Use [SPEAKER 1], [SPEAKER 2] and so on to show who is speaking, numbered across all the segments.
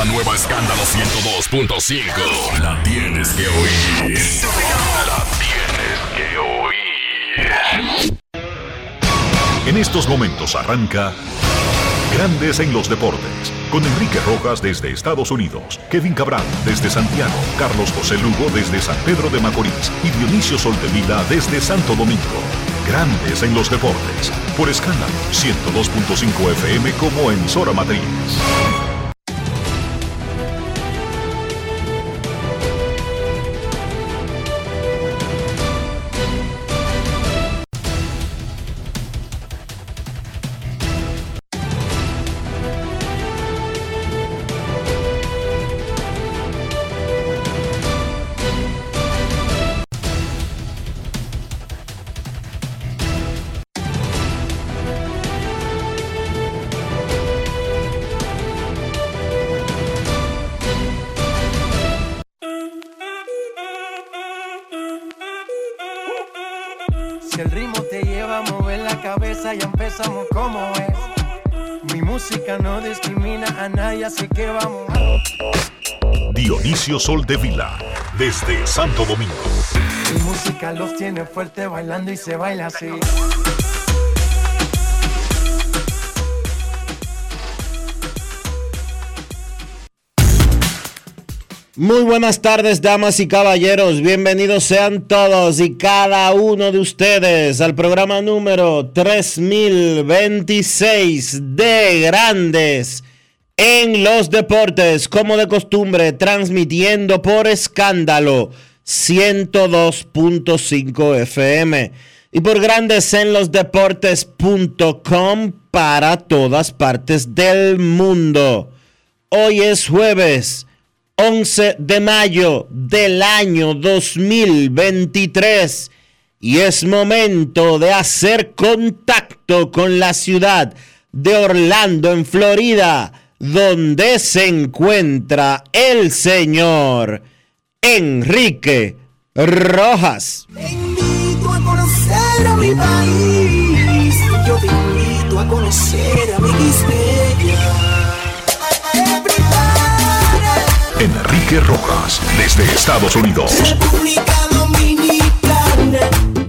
[SPEAKER 1] la nueva Escándalo 102.5. La tienes que oír. La tienes que oír. En estos momentos arranca Grandes en los Deportes, con Enrique Rojas desde Estados Unidos, Kevin Cabral desde Santiago, Carlos José Lugo desde San Pedro de Macorís y Dionisio Soltevila desde Santo Domingo. Grandes en los Deportes, por Escándalo 102.5 FM como emisora matriz.
[SPEAKER 2] Si el ritmo te lleva a mover la cabeza, ya empezamos como es. Mi música no discrimina a nadie, así que vamos.
[SPEAKER 1] Dionisio Soltevila, desde Santo Domingo.
[SPEAKER 2] Mi música los tiene fuerte bailando y se baila así.
[SPEAKER 3] Muy buenas tardes, damas y caballeros. Bienvenidos sean todos y cada uno de ustedes al programa número 3026 de Grandes en los Deportes, como de costumbre, transmitiendo por Escándalo 102.5 FM y por grandesenlosdeportes.com para todas partes del mundo. Hoy es jueves 11 de mayo del año 2023 y es momento de hacer contacto con la ciudad de Orlando, en Florida, donde se encuentra el señor Enrique Rojas.
[SPEAKER 4] Te invito a conocer a mi país, yo te invito a conocer a mi Quispeya.
[SPEAKER 1] Enrique Rojas, desde Estados Unidos.
[SPEAKER 4] República Dominicana.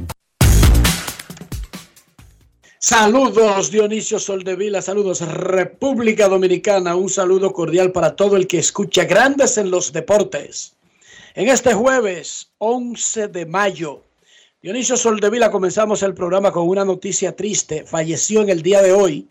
[SPEAKER 5] Saludos Dionisio Soldevila, saludos República Dominicana, un saludo cordial para todo el que escucha Grandes en los Deportes. En este jueves 11 de mayo, Dionisio Soldevila, comenzamos el programa con una noticia triste. Falleció en el día de hoy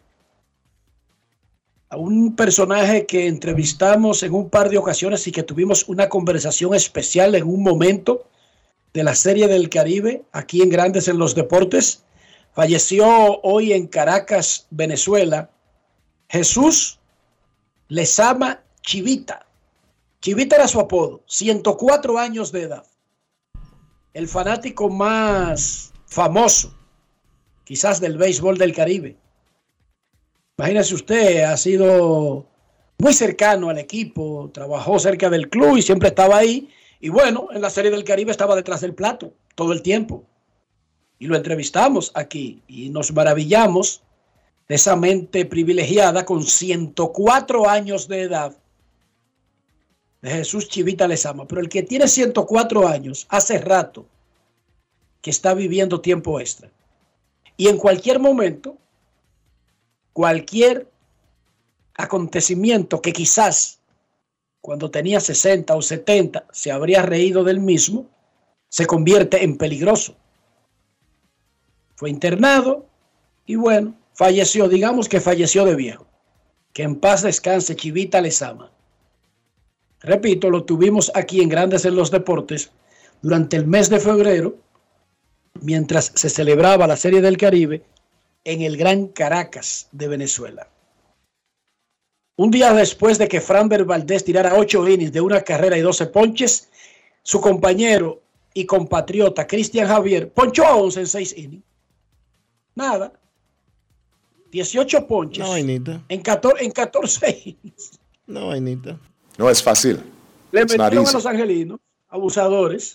[SPEAKER 5] a un personaje que entrevistamos en un par de ocasiones y que tuvimos una conversación especial en un momento de la Serie del Caribe, aquí en Grandes en los Deportes. Falleció hoy en Caracas, Venezuela, Jesús Lezama Chivita. Chivita era su apodo, 104 años de edad. El fanático más famoso, quizás del béisbol del Caribe. Imagínese usted, ha sido muy cercano al equipo, trabajó cerca del club y siempre estaba ahí. Y bueno, en la Serie del Caribe estaba detrás del plato todo el tiempo. Y lo entrevistamos aquí y nos maravillamos de esa mente privilegiada con 104 años de edad de Jesús Chivita Lezama. Pero el que tiene 104 años hace rato que está viviendo tiempo extra. Y en cualquier momento, cualquier acontecimiento que quizás cuando tenía 60 o 70 se habría reído del mismo, se convierte en peligroso. Fue internado y bueno, falleció, digamos que falleció de viejo. Que en paz descanse Chivita Lezama. Repito, lo tuvimos aquí en Grandes en los Deportes durante el mes de febrero, mientras se celebraba la Serie del Caribe en el Gran Caracas de Venezuela. Un día después de que Framber Valdez tirara 8 innings de una carrera y 12 ponches, su compañero y compatriota Cristian Javier ponchó a 11 en 6 innings. Nada. 18 ponches.
[SPEAKER 3] No, vainita.
[SPEAKER 5] En 14 innings.
[SPEAKER 3] No, vainita.
[SPEAKER 6] No es fácil.
[SPEAKER 5] Le metieron a los angelinos, abusadores.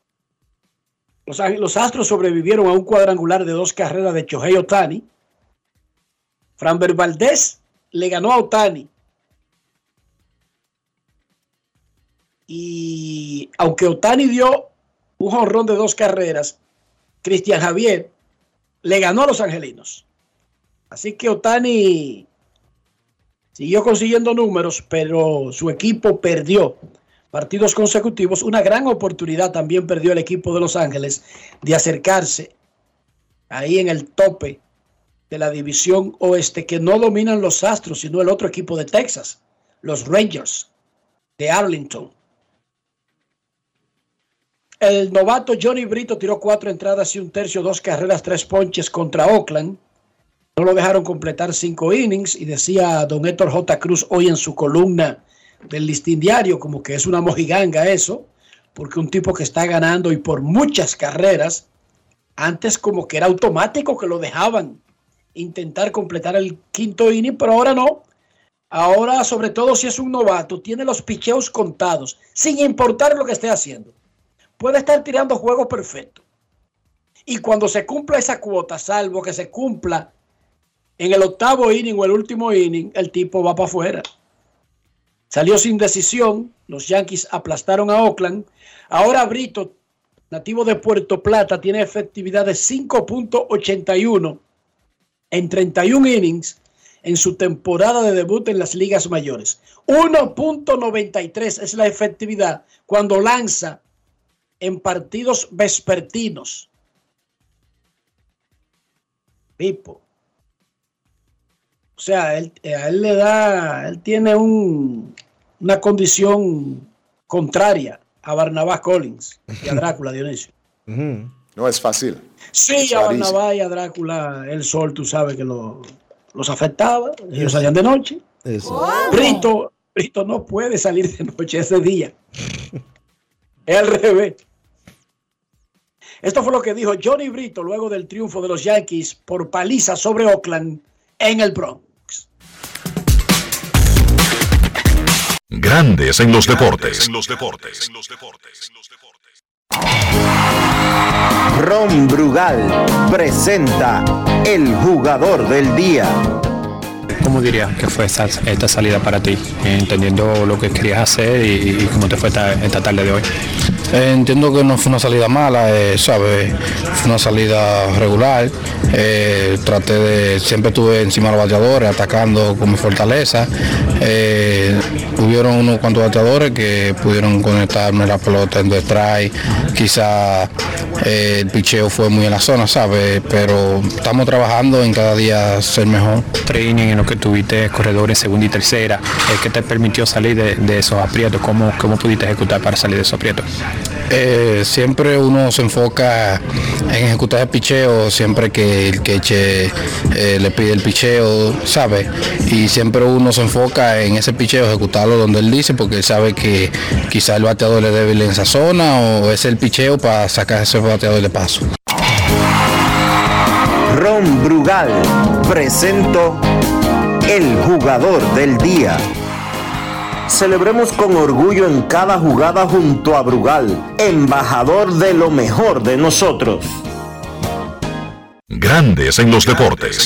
[SPEAKER 5] Los Astros sobrevivieron a un cuadrangular de 2 carreras de Shohei Ohtani. Framber Valdez le ganó a Ohtani Y aunque Ohtani dio un jonrón de 2 carreras, Cristian Javier le ganó a los angelinos. Así que Ohtani siguió consiguiendo números, pero su equipo perdió partidos consecutivos. Una gran oportunidad también perdió el equipo de Los Ángeles de acercarse ahí en el tope de la división oeste, que no dominan los Astros, sino el otro equipo de Texas, los Rangers de Arlington. El novato Johnny Brito tiró 4 entradas y 1/3, 2 carreras, 3 ponches contra Oakland. No lo dejaron completar 5 innings y decía don Héctor J. Cruz hoy en su columna del Listín Diario como que es una mojiganga eso, porque un tipo que está ganando y por muchas carreras, antes como que era automático que lo dejaban intentar completar el 5º inning, pero ahora no. Ahora, sobre todo si es un novato, tiene los picheos contados, sin importar lo que esté haciendo. Puede estar tirando juego perfecto. Y cuando se cumpla esa cuota, salvo que se cumpla en el 8º inning o el último inning, el tipo va para afuera. Salió sin decisión. Los Yankees aplastaron a Oakland. Ahora Brito, nativo de Puerto Plata, tiene efectividad de 5.81 en 31 innings en su temporada de debut en las ligas mayores. 1.93 es la efectividad cuando lanza en partidos vespertinos. Pipo. O sea, a él le da, él tiene una condición contraria a Barnabás Collins y a Drácula, Dionisio.
[SPEAKER 6] No es fácil.
[SPEAKER 5] Sí, a Barnabás y a Drácula el sol, tú sabes que los afectaba. Ellos salían de noche.
[SPEAKER 3] Eso.
[SPEAKER 5] Brito no puede salir de noche ese día. Es al revés. Esto fue lo que dijo Johnny Brito luego del triunfo de los Yankees por paliza sobre Oakland en el Bronx.
[SPEAKER 1] Grandes en los deportes.
[SPEAKER 3] Ron Brugal presenta el jugador del día.
[SPEAKER 7] ¿Cómo dirías que fue esta salida para ti? Entendiendo lo que querías hacer y cómo te fue esta tarde de hoy.
[SPEAKER 8] Entiendo que no fue una salida mala, ¿sabes? Fue una salida regular. Siempre estuve encima de los bateadores, atacando con mi fortaleza. Hubieron unos cuantos bateadores que pudieron conectarme la pelota en strike. Quizá el picheo fue muy en la zona, ¿sabes? Pero estamos trabajando en cada día ser mejor.
[SPEAKER 7] Training en lo que tuviste corredores segunda y tercera, ¿qué te permitió salir de esos aprietos? ¿Cómo pudiste ejecutar para salir de esos aprietos?
[SPEAKER 8] Siempre uno se enfoca en ejecutar el picheo, siempre que el catcher le pide el picheo, ¿sabe? Y siempre uno se enfoca en ese picheo, ejecutarlo donde él dice, porque él sabe que quizá el bateador es débil en esa zona o es el picheo para sacar ese bateador de paso.
[SPEAKER 3] Ron Brugal presentó el jugador del día. Celebremos con orgullo en cada jugada junto a Brugal, embajador de lo mejor de nosotros.
[SPEAKER 1] Grandes en los deportes.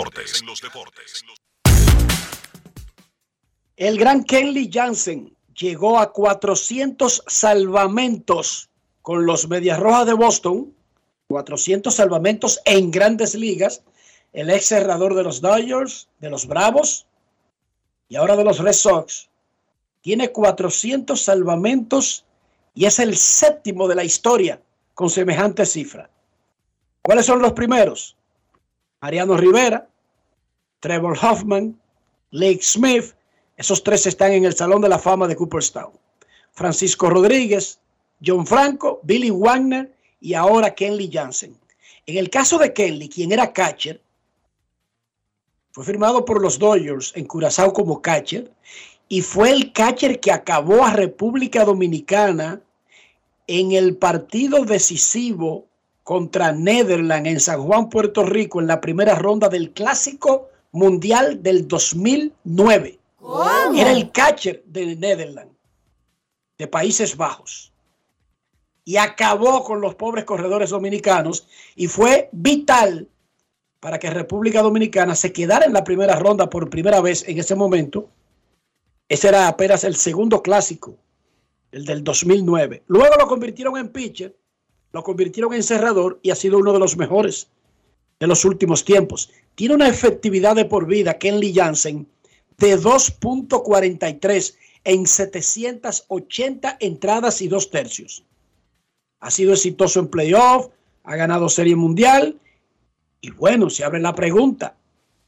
[SPEAKER 5] El gran Kenley Jansen llegó a 400 salvamentos con los Medias Rojas de Boston. 400 salvamentos en Grandes Ligas. El ex cerrador de los Dodgers, de los Bravos y ahora de los Red Sox. Tiene 400 salvamentos y es el 7º de la historia con semejante cifra. ¿Cuáles son los primeros? Mariano Rivera, Trevor Hoffman, Blake Smith. Esos 3 están en el Salón de la Fama de Cooperstown. Francisco Rodríguez, John Franco, Billy Wagner y ahora Kenley Jansen. En el caso de Kenley, quien era catcher, fue firmado por los Dodgers en Curazao como catcher y fue el catcher que acabó a República Dominicana en el partido decisivo contra Netherlands en San Juan, Puerto Rico, en la primera ronda del Clásico Mundial del 2009. ¿Cómo? Era el catcher de Netherlands, de Países Bajos. Y acabó con los pobres corredores dominicanos y fue vital para que República Dominicana se quedara en la primera ronda por primera vez en ese momento. Ese era apenas el segundo clásico el del 2009. Luego lo convirtieron en pitcher, lo convirtieron en cerrador y ha sido uno de los mejores de los últimos tiempos. Tiene una efectividad de por vida, Kenley Jansen, de 2.43 en 780 entradas y 2 tercios. Ha sido exitoso en playoff, ha ganado Serie Mundial y bueno, se abre la pregunta.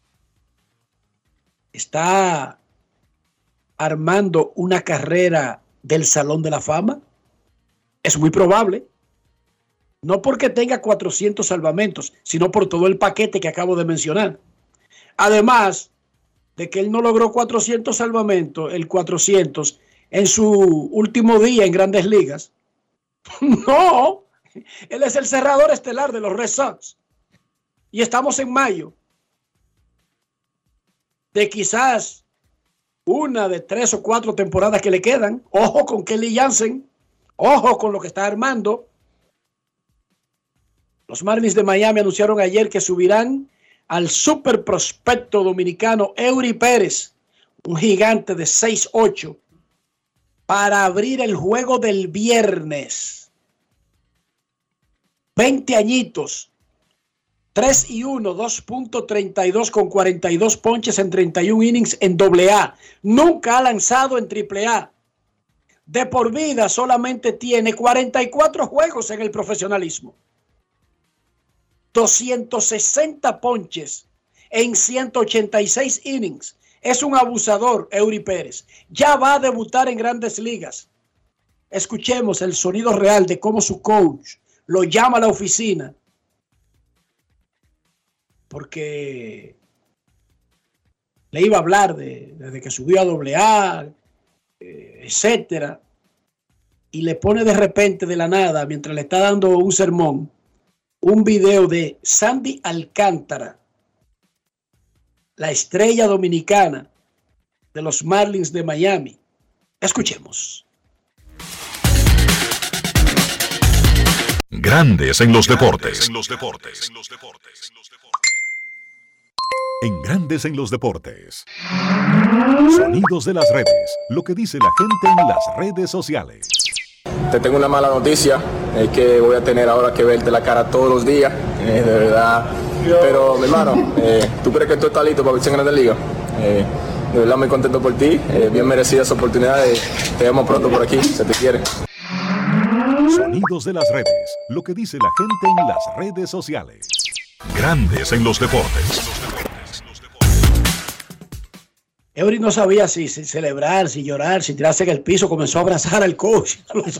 [SPEAKER 5] ¿Está armando una carrera del Salón de la Fama? Es muy probable. No porque tenga 400 salvamentos, sino por todo el paquete que acabo de mencionar. Además de que él no logró 400 salvamentos, el 400 en su último día en Grandes Ligas. No, él es el cerrador estelar de los Red Sox. Y estamos en mayo. De quizás una de 3 o 4 temporadas que le quedan. Ojo con Kenley Jansen. Ojo con lo que está armando. Los Marlins de Miami anunciaron ayer que subirán al super prospecto dominicano Eury Pérez, un gigante de 6'8", para abrir el juego del viernes. 20 añitos, 3-1, 2.32 con 42 ponches en 31 innings en AA. Nunca ha lanzado en AAA. De por vida solamente tiene 44 juegos en el profesionalismo. 260 ponches en 186 innings. Es un abusador, Eury Pérez. Ya va a debutar en Grandes Ligas. Escuchemos el sonido real de cómo su coach lo llama a la oficina. Porque le iba a hablar desde que subió a AA, etcétera. Y le pone de repente, de la nada, mientras le está dando un sermón, un video de Sandy Alcántara, la estrella dominicana de los Marlins de Miami. Escuchemos.
[SPEAKER 1] Grandes en los deportes. En Grandes en los deportes. Sonidos de las redes. Lo que dice la gente en las redes sociales.
[SPEAKER 9] Te tengo una mala noticia, es que voy a tener ahora que verte la cara todos los días, de verdad. Pero, mi hermano, ¿tú crees que tú estás listo para vestir en Grandes Ligas? De verdad muy contento por ti, bien merecida esa oportunidad. Te vemos pronto por aquí, se te quiere.
[SPEAKER 1] Sonidos de las redes, lo que dice la gente en las redes sociales. Grandes en los deportes.
[SPEAKER 5] Eury no sabía si celebrar, si llorar, si tirarse en el piso. Comenzó a abrazar al coach.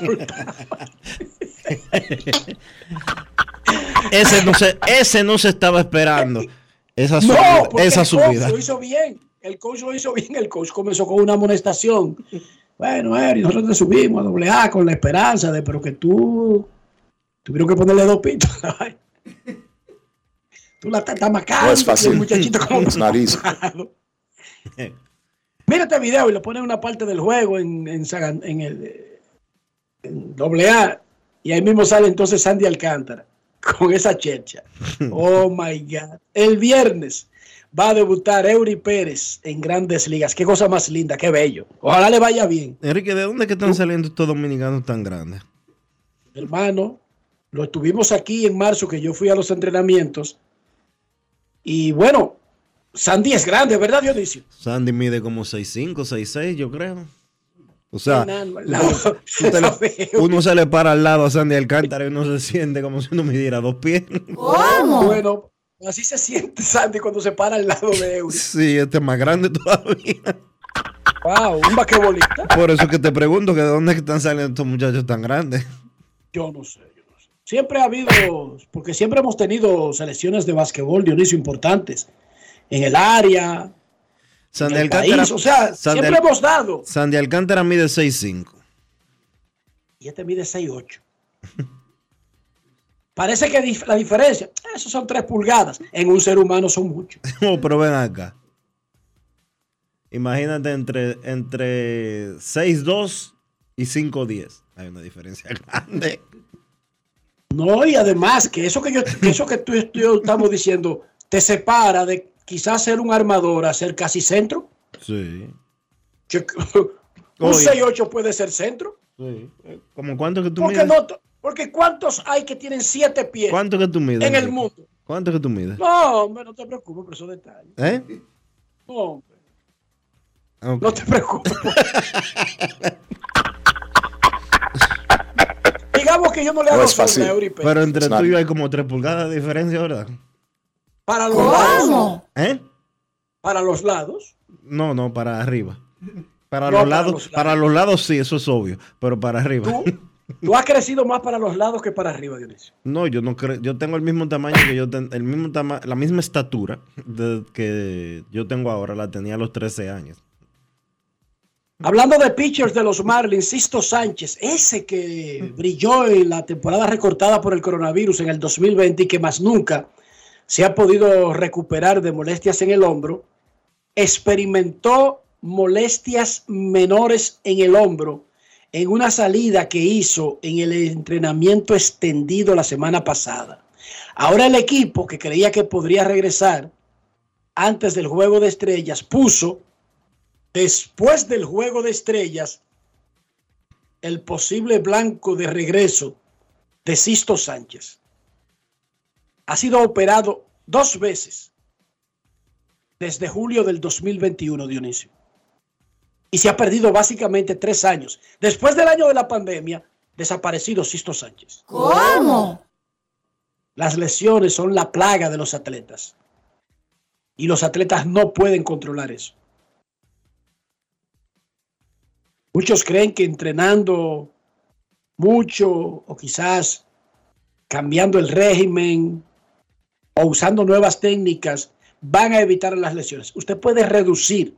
[SPEAKER 10] Ese no se estaba esperando. Esa subida.
[SPEAKER 5] Lo hizo bien. El coach lo hizo bien. El coach comenzó con una amonestación. Bueno, Eury, nosotros te subimos a AA con la esperanza de, pero que tú tuvieron que ponerle 2 pitos. Tú la estás macando.
[SPEAKER 6] No es fácil.
[SPEAKER 5] El muchachito como
[SPEAKER 6] nariz.
[SPEAKER 5] Mira este video y lo pone en una parte del juego en AA. Y ahí mismo sale entonces Sandy Alcántara con esa checha. Oh my God. El viernes va a debutar Eury Pérez en Grandes Ligas. Qué cosa más linda, qué bello. Ojalá le vaya bien.
[SPEAKER 10] Enrique, ¿de dónde es que están saliendo estos dominicanos tan grandes?
[SPEAKER 5] Hermano, lo estuvimos aquí en marzo, que yo fui a los entrenamientos. Y bueno, Sandy es grande, ¿verdad, Dionisio?
[SPEAKER 10] Sandy mide como 6'5", 6'6", yo creo. O sea, uno se le para al lado a Sandy Alcántara y uno se siente como si uno midiera 2 pies.
[SPEAKER 5] ¿Cómo? Bueno, así se siente Sandy cuando se para al lado de Eury.
[SPEAKER 10] Sí, este es más grande todavía.
[SPEAKER 5] Wow, un basquetbolista.
[SPEAKER 10] Por eso que te pregunto que de dónde están saliendo estos muchachos tan grandes.
[SPEAKER 5] Yo no sé. Siempre ha habido, porque siempre hemos tenido selecciones de basquetbol, Dionisio, importantes en el área,
[SPEAKER 10] Sandy
[SPEAKER 5] en el
[SPEAKER 10] Alcántara,
[SPEAKER 5] país. O sea, siempre hemos dado.
[SPEAKER 10] Sandy Alcántara mide 6'5".
[SPEAKER 5] Y este mide 6'8". Parece que la diferencia, esos son 3 pulgadas. En un ser humano son muchos.
[SPEAKER 10] No, pero ven acá. Imagínate entre 6'2" y 5'10". Hay una diferencia grande.
[SPEAKER 5] No, y además que eso que tú y yo estamos diciendo te separa de quizás ser un armador a ser casi centro.
[SPEAKER 10] Sí.
[SPEAKER 5] Un 6'8 puede ser centro.
[SPEAKER 10] Sí. ¿Cómo cuánto que tú
[SPEAKER 5] porque
[SPEAKER 10] mides?
[SPEAKER 5] Porque ¿cuántos hay que tienen 7 pies?
[SPEAKER 10] ¿Cuánto que tú mides?
[SPEAKER 5] En el mundo.
[SPEAKER 10] ¿Cuánto que tú mides?
[SPEAKER 5] No, hombre, no te preocupes por esos detalles. No, hombre.
[SPEAKER 10] Okay.
[SPEAKER 5] No te preocupes. Digamos que yo no le hago
[SPEAKER 6] fácil.
[SPEAKER 5] a Euripe.
[SPEAKER 10] Pero entre tú y yo hay como 3 pulgadas de diferencia, ¿verdad?
[SPEAKER 5] Para los lados.
[SPEAKER 10] Para
[SPEAKER 5] los lados.
[SPEAKER 10] No, para arriba. Para los lados sí, eso es obvio, pero para arriba.
[SPEAKER 5] ¿Tú has crecido más para los lados que para arriba, Dionisio?
[SPEAKER 10] No, yo no creo. Yo tengo el mismo tamaño que la misma estatura que yo tengo ahora, la tenía a los 13 años.
[SPEAKER 5] Hablando de pitchers de los Marlins, Sisto Sánchez, ese que brilló en la temporada recortada por el coronavirus en el 2020 y que más nunca se ha podido recuperar de molestias en el hombro, experimentó molestias menores en el hombro en una salida que hizo en el entrenamiento extendido la semana pasada. Ahora el equipo, que creía que podría regresar antes del Juego de Estrellas, puso después del Juego de Estrellas el posible blanco de regreso de Sisto Sánchez. Ha sido operado 2 veces desde julio del 2021, Dionisio. Y se ha perdido básicamente 3 años. Después del año de la pandemia, desaparecido Sisto Sánchez.
[SPEAKER 11] ¿Cómo?
[SPEAKER 5] Las lesiones son la plaga de los atletas. Y los atletas no pueden controlar eso. Muchos creen que entrenando mucho o quizás cambiando el régimen o usando nuevas técnicas van a evitar las lesiones. Usted puede reducir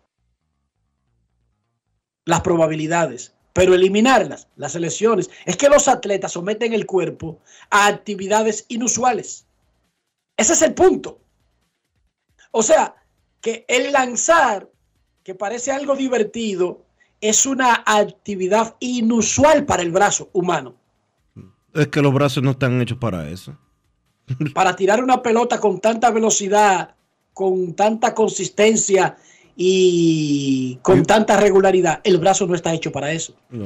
[SPEAKER 5] las probabilidades, pero eliminarlas, las lesiones. Es que los atletas someten el cuerpo a actividades inusuales. Ese es el punto. O sea, que el lanzar, que parece algo divertido, es una actividad inusual para el brazo humano.
[SPEAKER 10] Es que los brazos no están hechos para eso.
[SPEAKER 5] Para tirar una pelota con tanta velocidad, con tanta consistencia y con tanta regularidad, el brazo no está hecho para eso.
[SPEAKER 10] No.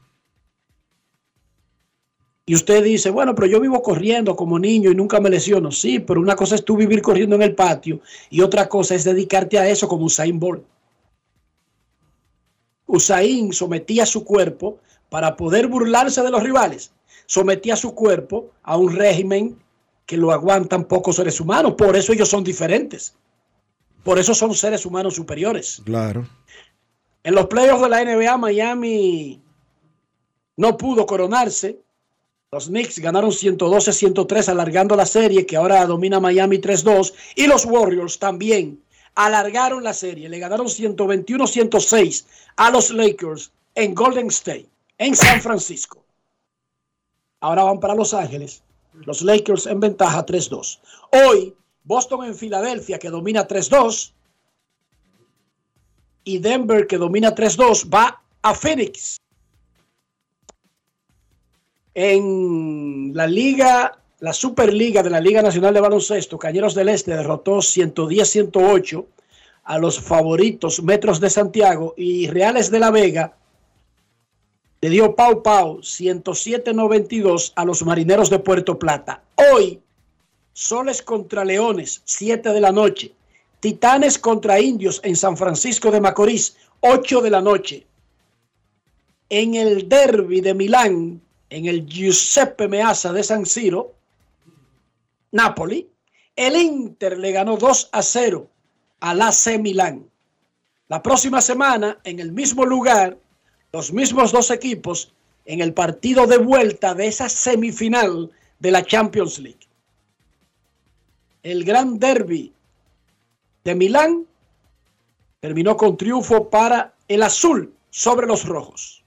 [SPEAKER 5] Y usted dice, bueno, pero yo vivo corriendo como niño y nunca me lesiono. Sí, pero una cosa es tú vivir corriendo en el patio y otra cosa es dedicarte a eso como Usain Bolt. Usain sometía su cuerpo para poder burlarse de los rivales. Sometía su cuerpo a un régimen que lo aguantan pocos seres humanos. Por eso ellos son diferentes. Por eso son seres humanos superiores.
[SPEAKER 10] Claro.
[SPEAKER 5] En los playoffs de la NBA, Miami no pudo coronarse. Los Knicks ganaron 112-103, alargando la serie, que ahora domina Miami 3-2. Y los Warriors también alargaron la serie. Le ganaron 121-106 a los Lakers en Golden State, en San Francisco. Ahora van para Los Ángeles. Los Lakers en ventaja 3-2. Hoy, Boston en Filadelfia, que domina 3-2. Y Denver, que domina 3-2, va a Phoenix. En la liga, la Superliga de la Liga Nacional de Baloncesto, Cañeros del Este derrotó 110-108 a los favoritos Metros de Santiago, y Reales de la Vega le dio pau 107-92 a los Marineros de Puerto Plata. Hoy, Soles contra Leones, 7 de la noche. Titanes contra Indios en San Francisco de Macorís, 8 de la noche. En el derbi de Milán, en el Giuseppe Meazza de San Siro, Napoli, el Inter le ganó 2-0 al AC Milán. La próxima semana, en el mismo lugar, los mismos dos equipos en el partido de vuelta de esa semifinal de la Champions League. El gran derbi de Milán terminó con triunfo para el azul sobre los rojos.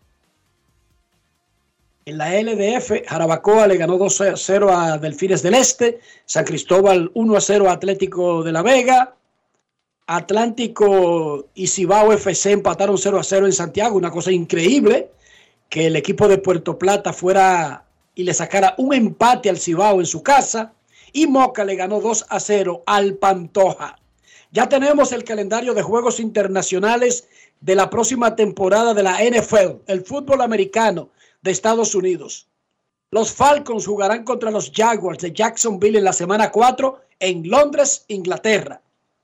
[SPEAKER 5] En la LDF, Jarabacoa le ganó 2-0 a Delfines del Este, San Cristóbal 1-0 a Atlético de la Vega, Atlántico y Cibao FC empataron 0-0 en Santiago. Una cosa increíble que el equipo de Puerto Plata fuera y le sacara un empate al Cibao en su casa. Y Moca le ganó 2-0 al Pantoja. Ya tenemos el calendario de juegos internacionales de la próxima temporada de la NFL, el fútbol americano de Estados Unidos. Los Falcons jugarán contra los Jaguars de Jacksonville en la semana 4 en Londres, Inglaterra.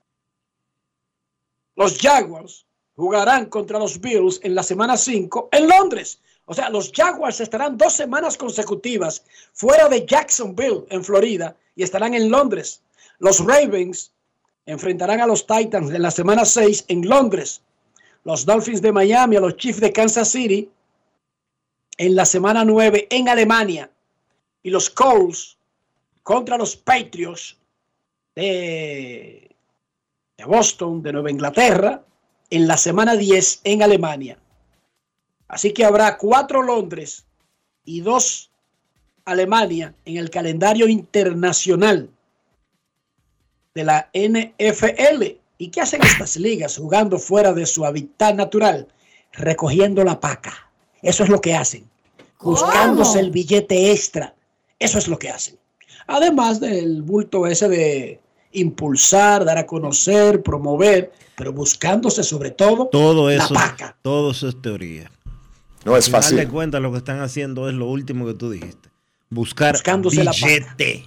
[SPEAKER 5] Los Jaguars jugarán contra los Bills en la semana 5 en Londres. O sea, los Jaguars estarán 2 semanas consecutivas fuera de Jacksonville, en Florida, y estarán en Londres. Los Ravens enfrentarán a los Titans en la semana 6 en Londres. Los Dolphins de Miami a los Chiefs de Kansas City en la semana 9 en Alemania. Y los Colts contra los Patriots de Boston, de Nueva Inglaterra, en la semana 10 en Alemania. Así que habrá 4 Londres y 2 Alemania en el calendario internacional de la NFL. ¿Y qué hacen estas ligas jugando fuera de su hábitat natural? Recogiendo la paca. Eso es lo que hacen. Buscándose el billete extra. Eso es lo que hacen. Además del bulto ese de impulsar, dar a conocer, promover, pero buscándose sobre todo
[SPEAKER 10] la
[SPEAKER 5] paca.
[SPEAKER 10] Todo eso es teoría.
[SPEAKER 6] No es fácil.
[SPEAKER 10] Darle cuenta, lo que están haciendo es lo último que tú dijiste.
[SPEAKER 5] Buscándose
[SPEAKER 10] billete.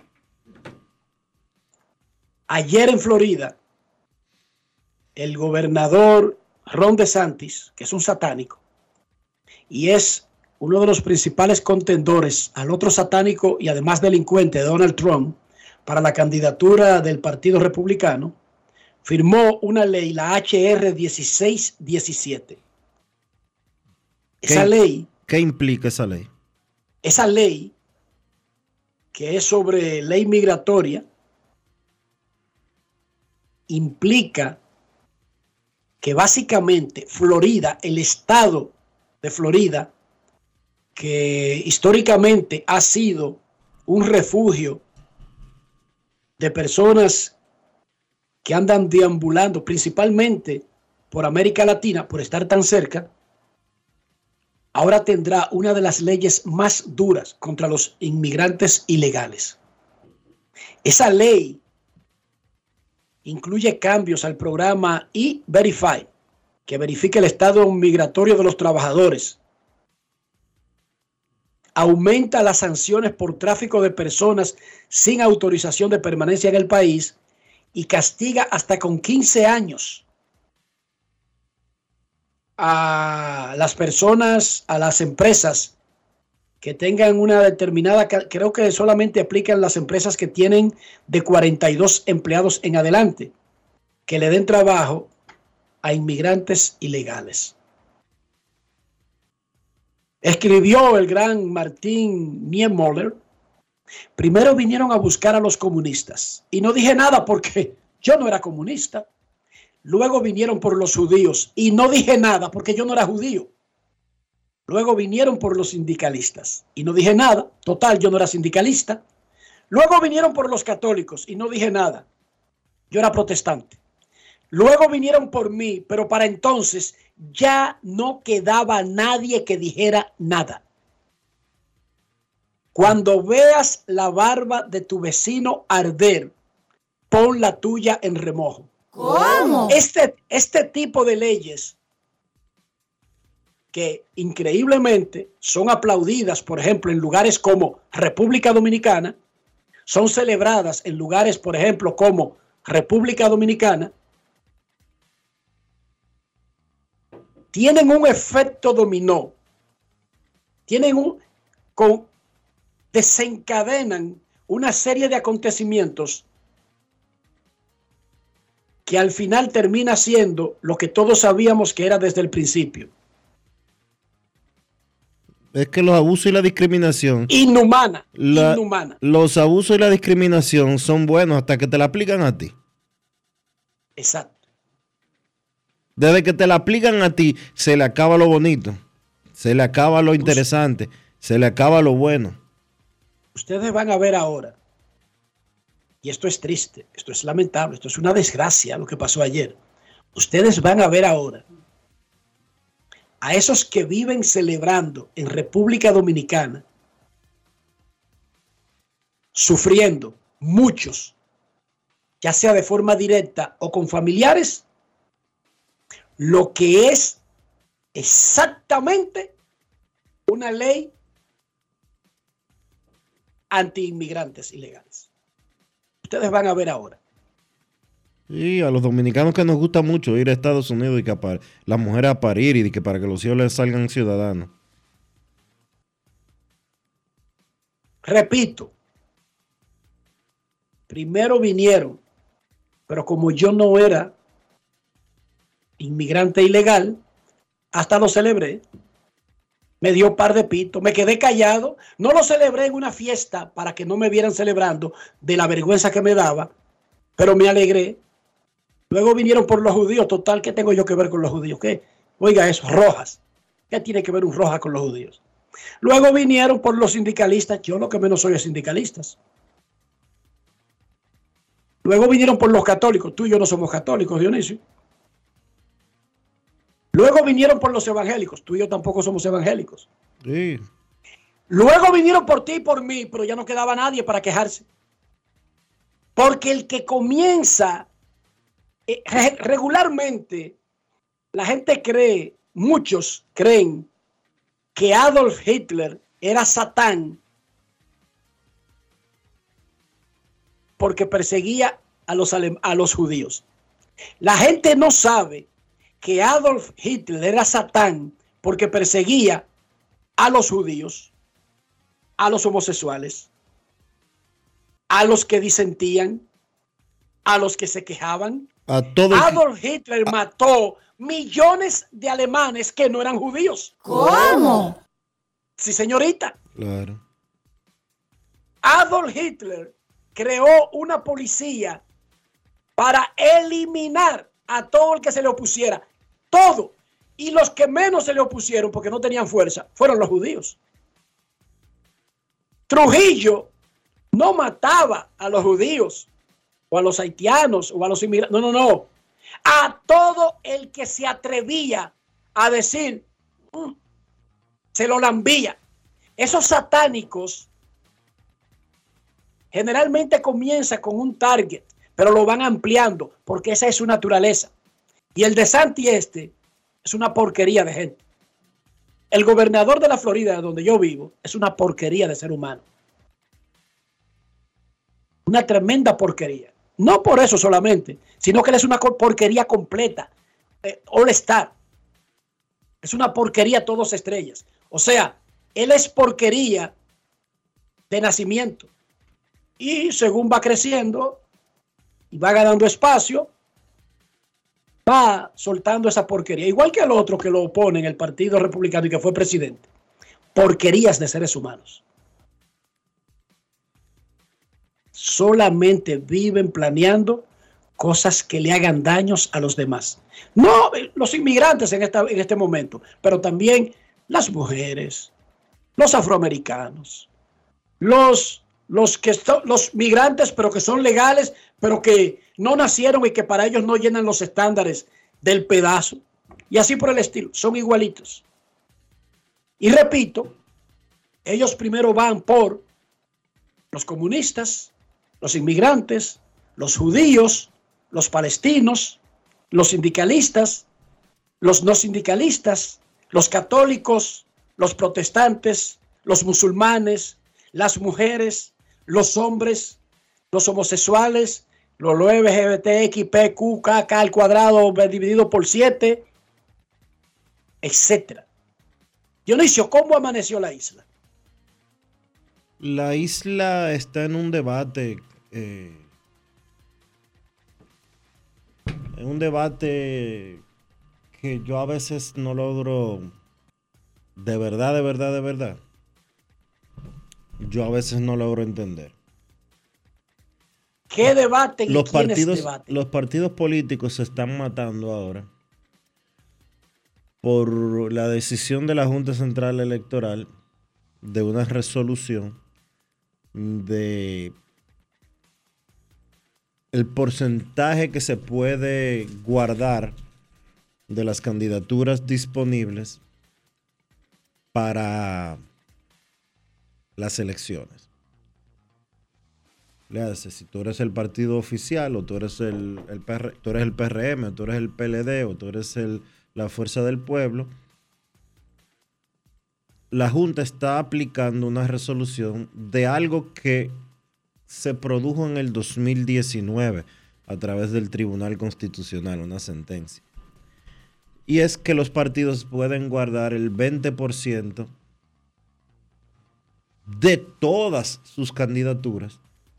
[SPEAKER 5] Ayer en Florida, el gobernador Ron DeSantis, que es un satánico, y es uno de los principales contendores al otro satánico y además delincuente Donald Trump para la candidatura del Partido Republicano, firmó una ley, la HR 1617. Esa ley...
[SPEAKER 10] ¿Qué implica esa ley?
[SPEAKER 5] Esa ley, que es sobre ley migratoria, implica que básicamente Florida, el estado de Florida, que históricamente ha sido un refugio de personas que andan deambulando principalmente por América Latina, por estar tan cerca, ahora tendrá una de las leyes más duras contra los inmigrantes ilegales. Esa ley incluye cambios al programa E-Verify, que verifica el estado migratorio de los trabajadores. Aumenta las sanciones por tráfico de personas sin autorización de permanencia en el país y castiga hasta con 15 años a las personas, a las empresas que tengan una determinada, creo que solamente aplican las empresas que tienen de 42 empleados en adelante, que le den trabajo a inmigrantes ilegales. Escribió el gran Martin Niemöller: primero vinieron a buscar a los comunistas y no dije nada porque yo no era comunista. Luego vinieron por los judíos y no dije nada porque yo no era judío. Luego vinieron por los sindicalistas y no dije nada. Total, yo no era sindicalista. Luego vinieron por los católicos y no dije nada. Yo era protestante. Luego vinieron por mí, pero para entonces ya no quedaba nadie que dijera nada. Cuando veas la barba de tu vecino arder, pon la tuya en remojo.
[SPEAKER 11] ¿Cómo?
[SPEAKER 5] Este tipo de leyes que increíblemente son aplaudidas, por ejemplo, en lugares como República Dominicana, son celebradas en lugares, por ejemplo, como República Dominicana, tienen un efecto dominó, desencadenan una serie de acontecimientos que al final termina siendo lo que todos sabíamos que era desde el principio.
[SPEAKER 10] Es que los abusos y la discriminación...
[SPEAKER 5] Inhumana.
[SPEAKER 10] Los abusos y la discriminación son buenos hasta que te la aplican a ti.
[SPEAKER 5] Exacto.
[SPEAKER 10] Desde que te la aplican a ti, se le acaba lo bonito. Se le acaba lo interesante. Se le acaba lo bueno.
[SPEAKER 5] Ustedes van a ver ahora, y esto es triste, esto es lamentable, esto es una desgracia lo que pasó ayer. Ustedes van a ver ahora a esos que viven celebrando en República Dominicana, sufriendo, muchos, ya sea de forma directa o con familiares, lo que es exactamente una ley anti-inmigrantes ilegales. Ustedes van a ver ahora.
[SPEAKER 10] Y a los dominicanos que nos gusta mucho ir a Estados Unidos y que las mujeres a parir y que para que los hijos les salgan ciudadanos.
[SPEAKER 5] Repito, primero vinieron, pero como yo no era inmigrante ilegal, hasta lo celebré. Me dio un par de pitos, me quedé callado, no lo celebré en una fiesta para que no me vieran celebrando de la vergüenza que me daba, pero me alegré. Luego vinieron por los judíos, total, ¿qué tengo yo que ver con los judíos? ¿Qué? Oiga eso, Rojas, ¿qué tiene que ver un Rojas con los judíos? Luego vinieron por los sindicalistas, yo lo que menos soy es sindicalistas. Luego vinieron por los católicos, tú y yo no somos católicos, Dionisio. Luego vinieron por los evangélicos, tú y yo tampoco somos evangélicos.
[SPEAKER 10] Sí.
[SPEAKER 5] Luego vinieron por ti y por mí, pero ya no quedaba nadie para quejarse. Porque el que comienza regularmente, la gente cree, muchos creen que Adolf Hitler era Satán porque perseguía a los judíos. La gente no sabe que Adolf Hitler era Satán porque perseguía a los judíos, a los homosexuales, a los que disentían, a los que se quejaban. Adolf Hitler mató millones de alemanes que no eran judíos.
[SPEAKER 11] ¿Cómo?
[SPEAKER 5] Sí, señorita.
[SPEAKER 10] Claro.
[SPEAKER 5] Adolf Hitler creó una policía para eliminar a todo el que se le opusiera. Todo. Y los que menos se le opusieron porque no tenían fuerza fueron los judíos. Trujillo no mataba a los judíos o a los haitianos o a los inmigrantes. No. A todo el que se atrevía a decir, se lo lambía. Esos satánicos generalmente comienzan con un target, pero lo van ampliando porque esa es su naturaleza. Y el de Santi es una porquería de gente. El gobernador de la Florida, donde yo vivo, es una porquería de ser humano. Una tremenda porquería. No por eso solamente, sino que él es una porquería completa. All Star. Es una porquería todos estrellas. O sea, él es porquería de nacimiento. Y según va creciendo y va ganando espacio, va soltando esa porquería. Igual que el otro que lo opone en el Partido Republicano y que fue presidente. Porquerías de seres humanos. Solamente viven planeando cosas que le hagan daños a los demás. No los inmigrantes en este momento, pero también las mujeres, los afroamericanos, los migrantes, pero que son legales, pero que no nacieron y que para ellos no llenan los estándares del pedazo. Y así por el estilo. Son igualitos. Y repito, ellos primero van por los comunistas, los inmigrantes, los judíos, los palestinos, los sindicalistas, los no sindicalistas, los católicos, los protestantes, los musulmanes, las mujeres, los hombres, los homosexuales, los LGBTQIA+, al cuadrado dividido por 7, etcétera. Dionisio, ¿cómo amaneció la isla?
[SPEAKER 10] La isla está en un debate, que yo a veces no logro, de verdad, yo a veces no logro entender.
[SPEAKER 5] ¿Qué debate y quiénes debaten?
[SPEAKER 10] Los partidos políticos se están matando ahora por la decisión de la Junta Central Electoral de una resolución de el porcentaje que se puede guardar de las candidaturas disponibles para las elecciones. le hace. Si tú eres el partido oficial, o tú eres tú eres el PRM, o tú eres el PLD, o tú eres la Fuerza del Pueblo, la Junta está aplicando una resolución de algo que se produjo en el 2019 a través del Tribunal Constitucional, una sentencia. Y es que los partidos pueden guardar el 20% de todas sus candidaturas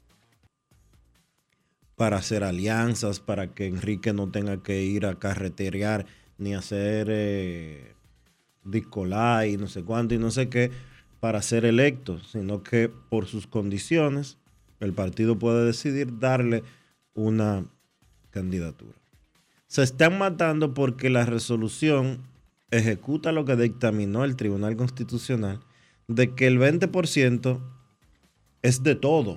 [SPEAKER 10] para hacer alianzas, para que Enrique no tenga que ir a carreterear ni hacer discolay, no sé cuánto y no sé qué, para ser electo, sino que por sus condiciones el partido puede decidir darle una candidatura. Se están matando porque la resolución ejecuta lo que dictaminó el Tribunal Constitucional de que el 20% es de todo.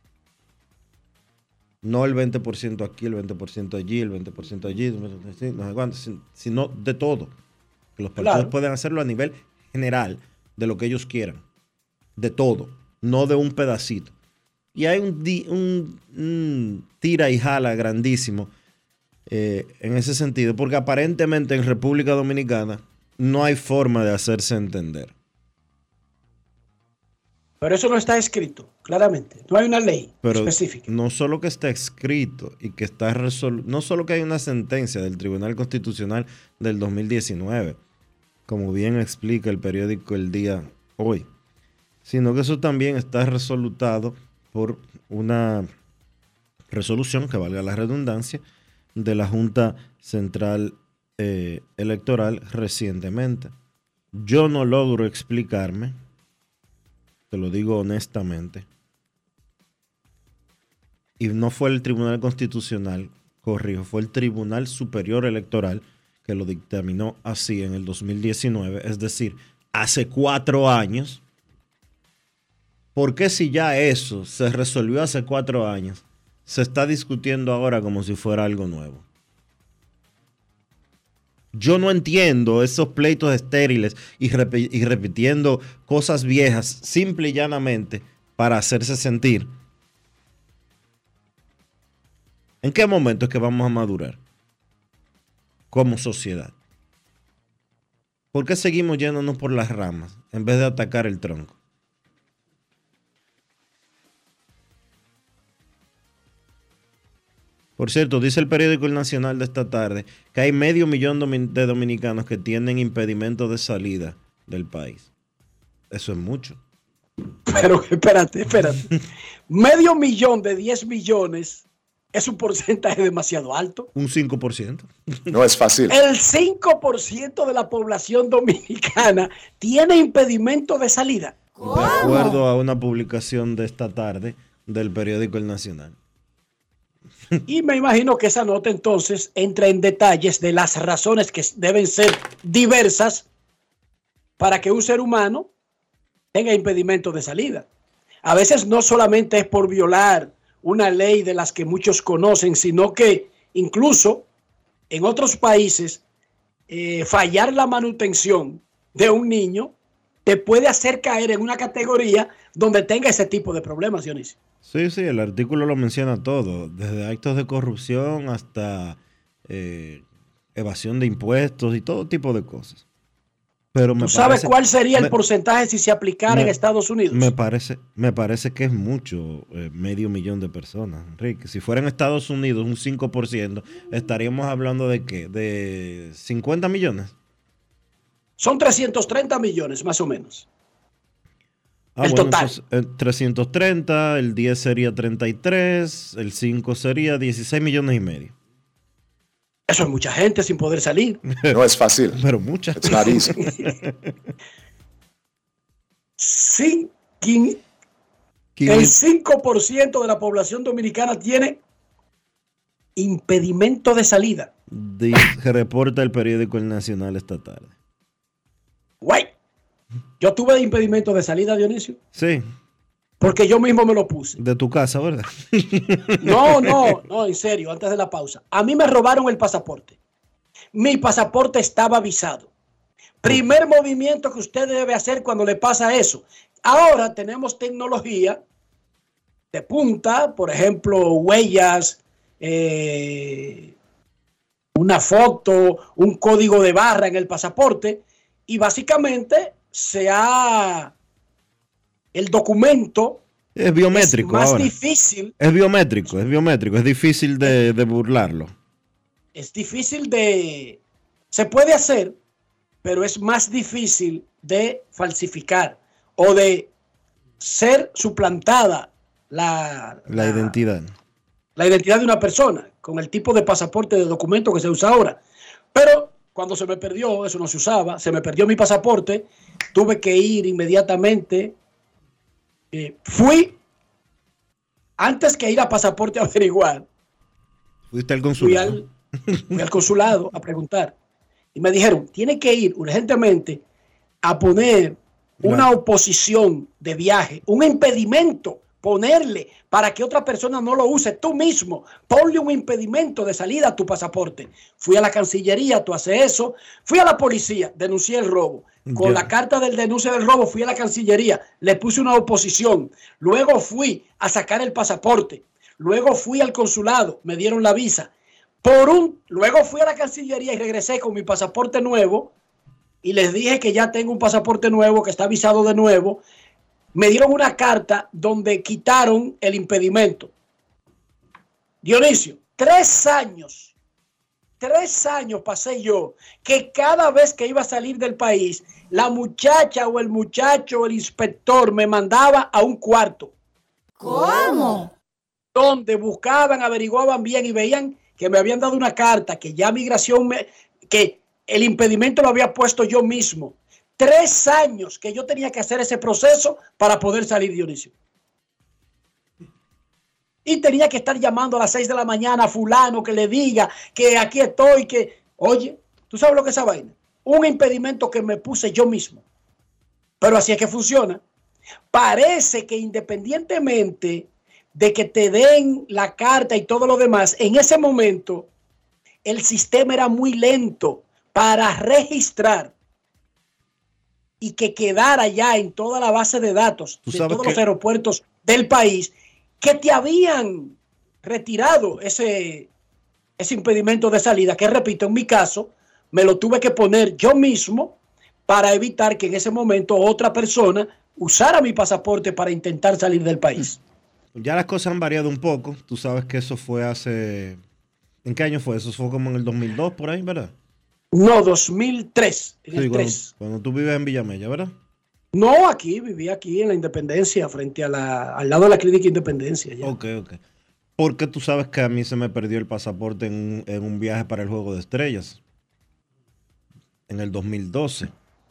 [SPEAKER 10] No el 20% aquí, el 20% allí, el 20% allí, no sé cuánto, sino de todo. Que los partidos pueden hacerlo a nivel general, de lo que ellos quieran. De todo, no de un pedacito. Y hay un tira y jala grandísimo en ese sentido, porque aparentemente en República Dominicana no hay forma de hacerse entender.
[SPEAKER 5] Pero eso no está escrito, claramente. No hay una ley específica.
[SPEAKER 10] No solo que está escrito y que está no solo que hay una sentencia del Tribunal Constitucional del 2019, como bien explica el periódico El Día hoy, sino que eso también está resolutado por una resolución, que valga la redundancia, de la Junta Central Electoral recientemente. Yo no logro explicarme, te lo digo honestamente, y no fue el Tribunal Constitucional, corrijo, fue el Tribunal Superior Electoral que lo dictaminó así en el 2019, es decir, hace 4 años. ¿Por qué si ya eso se resolvió hace 4 años, se está discutiendo ahora como si fuera algo nuevo? Yo no entiendo esos pleitos estériles y repitiendo cosas viejas simple y llanamente para hacerse sentir. ¿En qué momento es que vamos a madurar como sociedad? ¿Por qué seguimos yéndonos por las ramas en vez de atacar el tronco? Por cierto, dice el periódico El Nacional de esta tarde que hay 500,000 de dominicanos que tienen impedimento de salida del país. Eso es mucho.
[SPEAKER 5] Pero espérate. 500,000 de 10 millones es un porcentaje demasiado alto.
[SPEAKER 10] Un 5%.
[SPEAKER 6] No es fácil.
[SPEAKER 5] El 5% de la población dominicana tiene impedimento de salida.
[SPEAKER 10] De acuerdo a una publicación de esta tarde del periódico El Nacional.
[SPEAKER 5] Y me imagino que esa nota entonces entra en detalles de las razones que deben ser diversas para que un ser humano tenga impedimento de salida. A veces no solamente es por violar una ley de las que muchos conocen, sino que incluso en otros países fallar la manutención de un niño te puede hacer caer en una categoría donde tenga ese tipo de problemas, Dionisio.
[SPEAKER 10] Sí, el artículo lo menciona todo, desde actos de corrupción hasta evasión de impuestos y todo tipo de cosas. Pero ¿tú
[SPEAKER 5] sabes cuál sería el porcentaje si se aplicara en Estados Unidos?
[SPEAKER 10] Me parece que es mucho, 500,000 de personas, Enrique. Si fuera en Estados Unidos un 5%, estaríamos hablando de ¿qué? ¿De 50 millones?
[SPEAKER 5] Son 330 millones más o menos.
[SPEAKER 10] El total. Entonces, 330, el 10 sería 33, el 5 sería 16,5 millones.
[SPEAKER 5] Eso es mucha gente sin poder salir.
[SPEAKER 6] No es fácil.
[SPEAKER 10] Pero mucha.
[SPEAKER 6] It's not easy.
[SPEAKER 5] Sí, el 5% de la población dominicana tiene impedimento de salida.
[SPEAKER 10] Reporta el periódico El Nacional esta tarde.
[SPEAKER 5] Guay. Yo tuve impedimento de salida, Dionisio.
[SPEAKER 10] Sí.
[SPEAKER 5] Porque yo mismo me lo puse.
[SPEAKER 10] De tu casa, ¿verdad?
[SPEAKER 5] No, en serio, antes de la pausa. A mí me robaron el pasaporte. Mi pasaporte estaba visado. Primer movimiento que usted debe hacer cuando le pasa eso. Ahora tenemos tecnología de punta, por ejemplo, huellas, una foto, un código de barra en el pasaporte, y básicamente el documento
[SPEAKER 10] es biométrico.
[SPEAKER 5] Es más
[SPEAKER 10] ahora.
[SPEAKER 5] difícil.
[SPEAKER 10] Es biométrico, es difícil de burlarlo.
[SPEAKER 5] Es difícil se puede hacer, pero es más difícil de falsificar o de ser suplantada la
[SPEAKER 10] identidad.
[SPEAKER 5] La identidad de una persona con el tipo de pasaporte, de documento que se usa ahora. Pero cuando se me perdió, eso no se usaba, se me perdió mi pasaporte, tuve que ir inmediatamente. Fui, antes que ir a pasaporte a averiguar,
[SPEAKER 10] fuiste al consulado.
[SPEAKER 5] Fui al consulado a preguntar. Y me dijeron, tiene que ir urgentemente a poner una oposición de viaje, un impedimento, ponerle para que otra persona no lo use. Tú mismo, ponle un impedimento de salida a tu pasaporte. Fui a la Cancillería, tú haces eso. Fui a la policía, denuncié el robo. Con la carta del denuncio del robo fui a la Cancillería, le puse una oposición. Luego fui a sacar el pasaporte. Luego fui al consulado, me dieron la visa. Luego fui a la Cancillería y regresé con mi pasaporte nuevo y les dije que ya tengo un pasaporte nuevo, que está visado de nuevo. Me dieron una carta donde quitaron el impedimento. Dionisio, 3 años pasé yo, que cada vez que iba a salir del país, la muchacha o el muchacho o el inspector me mandaba a un cuarto.
[SPEAKER 11] ¿Cómo?
[SPEAKER 5] Donde buscaban, averiguaban bien y veían que me habían dado una carta, que ya migración, que el impedimento lo había puesto yo mismo. 3 años que yo tenía que hacer ese proceso para poder salir, Dionisio. Y tenía que estar llamando a las 6 de la mañana a fulano que le diga que aquí estoy, que... Oye, ¿tú sabes lo que es esa vaina? Un impedimento que me puse yo mismo. Pero así es que funciona. Parece que independientemente de que te den la carta y todo lo demás, en ese momento el sistema era muy lento para registrar y que quedara ya en toda la base de datos de todos los aeropuertos del país que te habían retirado ese impedimento de salida, que repito, en mi caso, me lo tuve que poner yo mismo para evitar que en ese momento otra persona usara mi pasaporte para intentar salir del país.
[SPEAKER 10] Ya las cosas han variado un poco. Tú sabes que eso fue hace... ¿En qué año fue eso? Fue como en el 2002, por ahí, ¿verdad?
[SPEAKER 5] No, 2003. En el 3.
[SPEAKER 10] Cuando tú vives en Villamella, ¿verdad?
[SPEAKER 5] No, viví aquí en la Independencia, al lado de la Clínica Independencia. Ya.
[SPEAKER 10] Ok. Porque tú sabes que a mí se me perdió el pasaporte en un viaje para el Juego de Estrellas. En el 2012.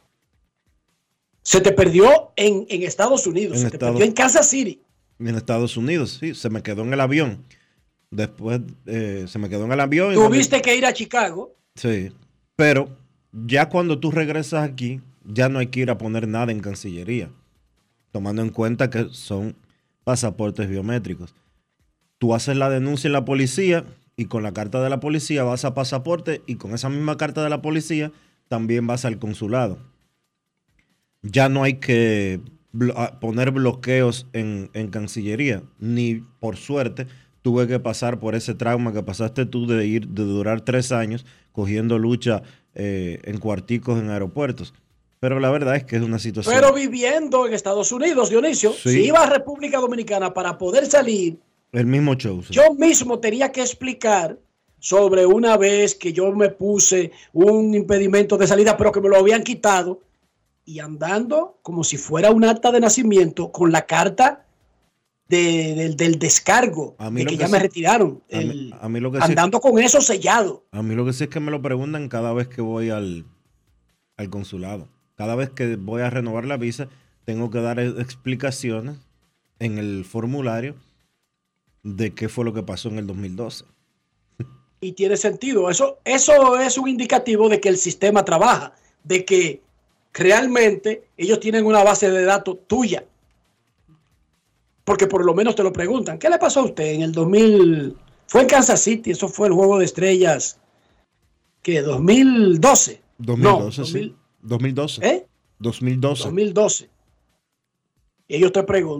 [SPEAKER 5] Se te perdió en Estados Unidos. Se te perdió en Kansas City.
[SPEAKER 10] En Estados Unidos, sí. Se me quedó en el avión. Después se me quedó en el avión.
[SPEAKER 5] Tuviste que ir a Chicago.
[SPEAKER 10] Sí. Pero ya cuando tú regresas aquí, ya no hay que ir a poner nada en Cancillería. Tomando en cuenta que son pasaportes biométricos. Tú haces la denuncia en la policía y con la carta de la policía vas a pasaporte y con esa misma carta de la policía también vas al consulado. Ya no hay que poner bloqueos en Cancillería, ni por suerte tuve que pasar por ese trauma que pasaste tú de durar 3 años cogiendo lucha en cuarticos en aeropuertos. Pero la verdad es que es una situación...
[SPEAKER 5] Pero viviendo en Estados Unidos, Dionisio,
[SPEAKER 10] sí.
[SPEAKER 5] Si iba a República Dominicana para poder salir,
[SPEAKER 10] el mismo show. Sí.
[SPEAKER 5] Yo mismo tenía que explicar sobre una vez que yo me puse un impedimento de salida, pero que me lo habían quitado, y andando como si fuera un acta de nacimiento con la carta del descargo, de que ya me retiraron.
[SPEAKER 10] A mí lo que
[SPEAKER 5] andando con eso sellado.
[SPEAKER 10] A mí lo que sí es que me lo preguntan cada vez que voy al consulado. Cada vez que voy a renovar la visa, tengo que dar explicaciones en el formulario de qué fue lo que pasó en el 2012.
[SPEAKER 5] Y tiene sentido. Eso es un indicativo de que el sistema trabaja, de que realmente ellos tienen una base de datos tuya. Porque por lo menos te lo preguntan. ¿Qué le pasó a usted en el 2000? Fue en Kansas City, eso fue el Juego de Estrellas. ¿Qué? 2012.
[SPEAKER 10] 2012,
[SPEAKER 5] no,
[SPEAKER 10] sí. 2012.
[SPEAKER 5] ¿Eh?
[SPEAKER 10] 2012.
[SPEAKER 5] 2012. Y ellos te preguntan,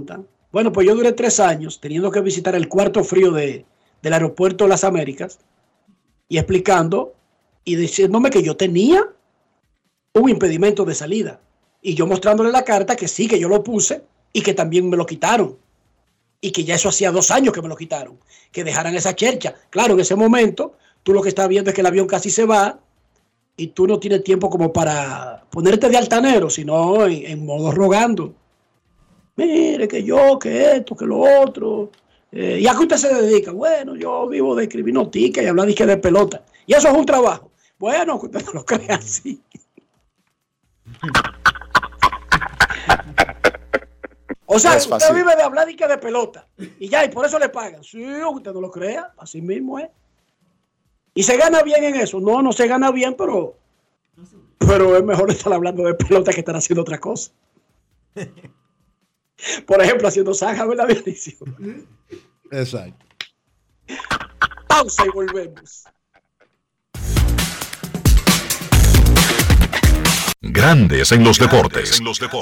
[SPEAKER 5] Bueno, pues yo duré 3 años teniendo que visitar el cuarto frío del aeropuerto de las Américas y explicando y diciéndome que yo tenía un impedimento de salida. Y yo mostrándole la carta que sí, que yo lo puse y que también me lo quitaron. Y que ya eso hacía 2 años que me lo quitaron. Que dejaran esa chercha. Claro, en ese momento tú lo que estás viendo es que el avión casi se va y tú no tienes tiempo como para ponerte de altanero, sino en modo rogando. Mire, que yo, que esto, que lo otro. ¿Y a qué usted se dedica? Bueno, yo vivo de escribir noticias y hablar de pelota. Y eso es un trabajo. Bueno, que usted no lo crea así. O sea, usted vive de hablar de pelota. Y ya, y por eso le pagan. Sí, usted no lo crea. Así mismo es. ¿Y se gana bien en eso? No, no se gana bien, pero es mejor estar hablando de pelota que estar haciendo otra cosa. Por ejemplo, haciendo zanja, ¿verdad, Dionisio?
[SPEAKER 10] Exacto.
[SPEAKER 5] Pausa y volvemos.
[SPEAKER 1] Grandes en los deportes.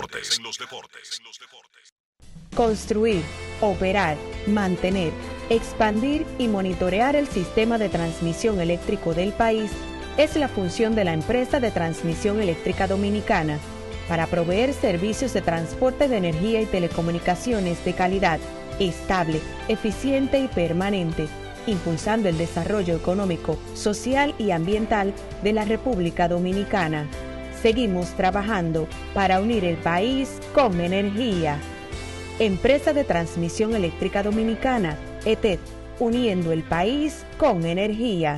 [SPEAKER 12] Construir, operar, mantener, expandir y monitorear el sistema de transmisión eléctrico del país es la función de la empresa de transmisión eléctrica dominicana para proveer servicios de transporte de energía y telecomunicaciones de calidad, estable, eficiente y permanente, impulsando el desarrollo económico, social y ambiental de la República Dominicana. Seguimos trabajando para unir el país con energía. Empresa de Transmisión Eléctrica Dominicana, ETED, uniendo el país con energía.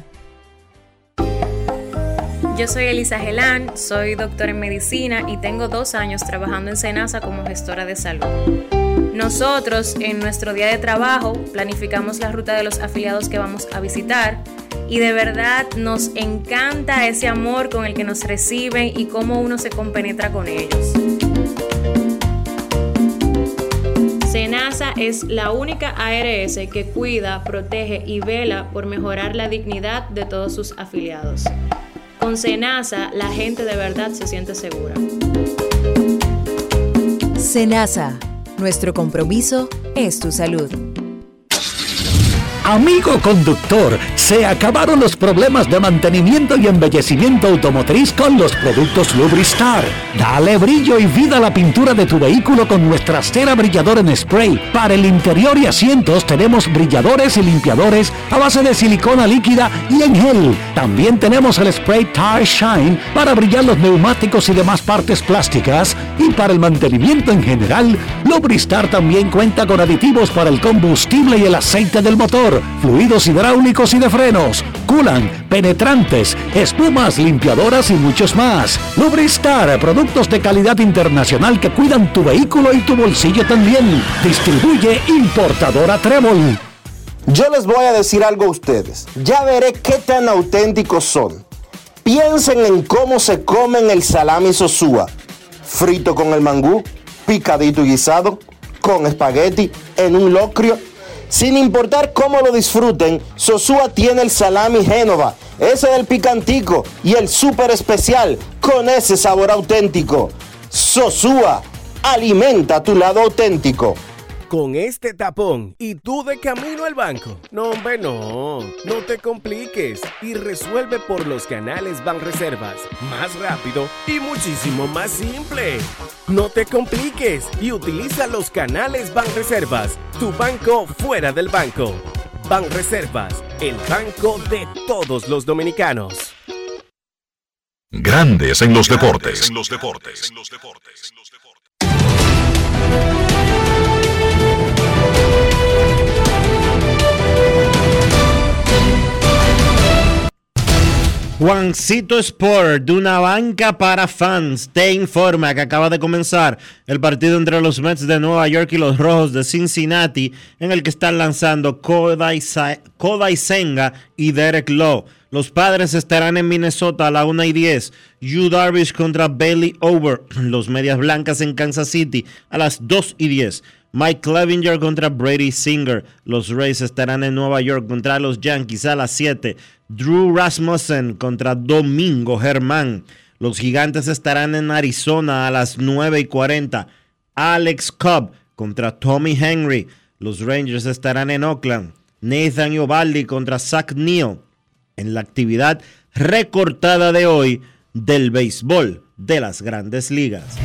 [SPEAKER 13] Yo soy Elisa Gelán, soy doctora en medicina y tengo 2 años trabajando en Senasa como gestora de salud. Nosotros, en nuestro día de trabajo, planificamos la ruta de los afiliados que vamos a visitar y de verdad nos encanta ese amor con el que nos reciben y cómo uno se compenetra con ellos. Senasa es la única ARS que cuida, protege y vela por mejorar la dignidad de todos sus afiliados. Con Senasa, la gente de verdad se siente segura.
[SPEAKER 14] Senasa, nuestro compromiso es tu salud.
[SPEAKER 15] Amigo conductor, se acabaron los problemas de mantenimiento y embellecimiento automotriz con los productos Lubristar. Dale brillo y vida a la pintura de tu vehículo con nuestra cera brilladora en spray. Para el interior y asientos tenemos brilladores y limpiadores a base de silicona líquida y en gel. También tenemos el spray Tire Shine para brillar los neumáticos y demás partes plásticas. Y para el mantenimiento en general, Lubristar también cuenta con aditivos para el combustible y el aceite del motor, fluidos hidráulicos y de frenos, culan, penetrantes, espumas, limpiadoras y muchos más. Lubristar, productos de calidad internacional que cuidan tu vehículo y tu bolsillo también. Distribuye importadora Trébol.
[SPEAKER 3] Yo les voy a decir algo a ustedes. Ya veré qué tan auténticos son. Piensen en cómo se comen el salami Sosúa. Frito con el mangú, picadito y guisado, con espagueti, en un locrio. Sin importar cómo lo disfruten, Sosúa tiene el salami Génova, ese del picantico y el súper especial con ese sabor auténtico. Sosúa, alimenta tu lado auténtico.
[SPEAKER 16] Con este tapón y tú de camino al banco. No, hombre, no te compliques y resuelve por los canales Banreservas. Más rápido y muchísimo más simple. No te compliques y utiliza los canales Banreservas, tu banco fuera del banco. Banreservas, el banco de todos los dominicanos.
[SPEAKER 1] Grandes en los deportes.
[SPEAKER 10] Juancito Sport, de una banca para fans, te informa que acaba de comenzar el partido entre los Mets de Nueva York y los Rojos de Cincinnati, en el que están lanzando Kodai Senga y Derek Lowe. Los Padres estarán en Minnesota a la 1:10. Yu Darvish contra Bailey Over. Los Medias Blancas en Kansas City a las 2:10. Mike Clevinger contra Brady Singer. Los Rays estarán en Nueva York contra los Yankees a las 7. Drew Rasmussen contra Domingo Germán. Los Gigantes estarán en Arizona a las 9:40. Alex Cobb contra Tommy Henry. Los Rangers estarán en Oakland. Nathan Eovaldi contra Zach Neal en la actividad recortada de hoy del béisbol de las Grandes Ligas.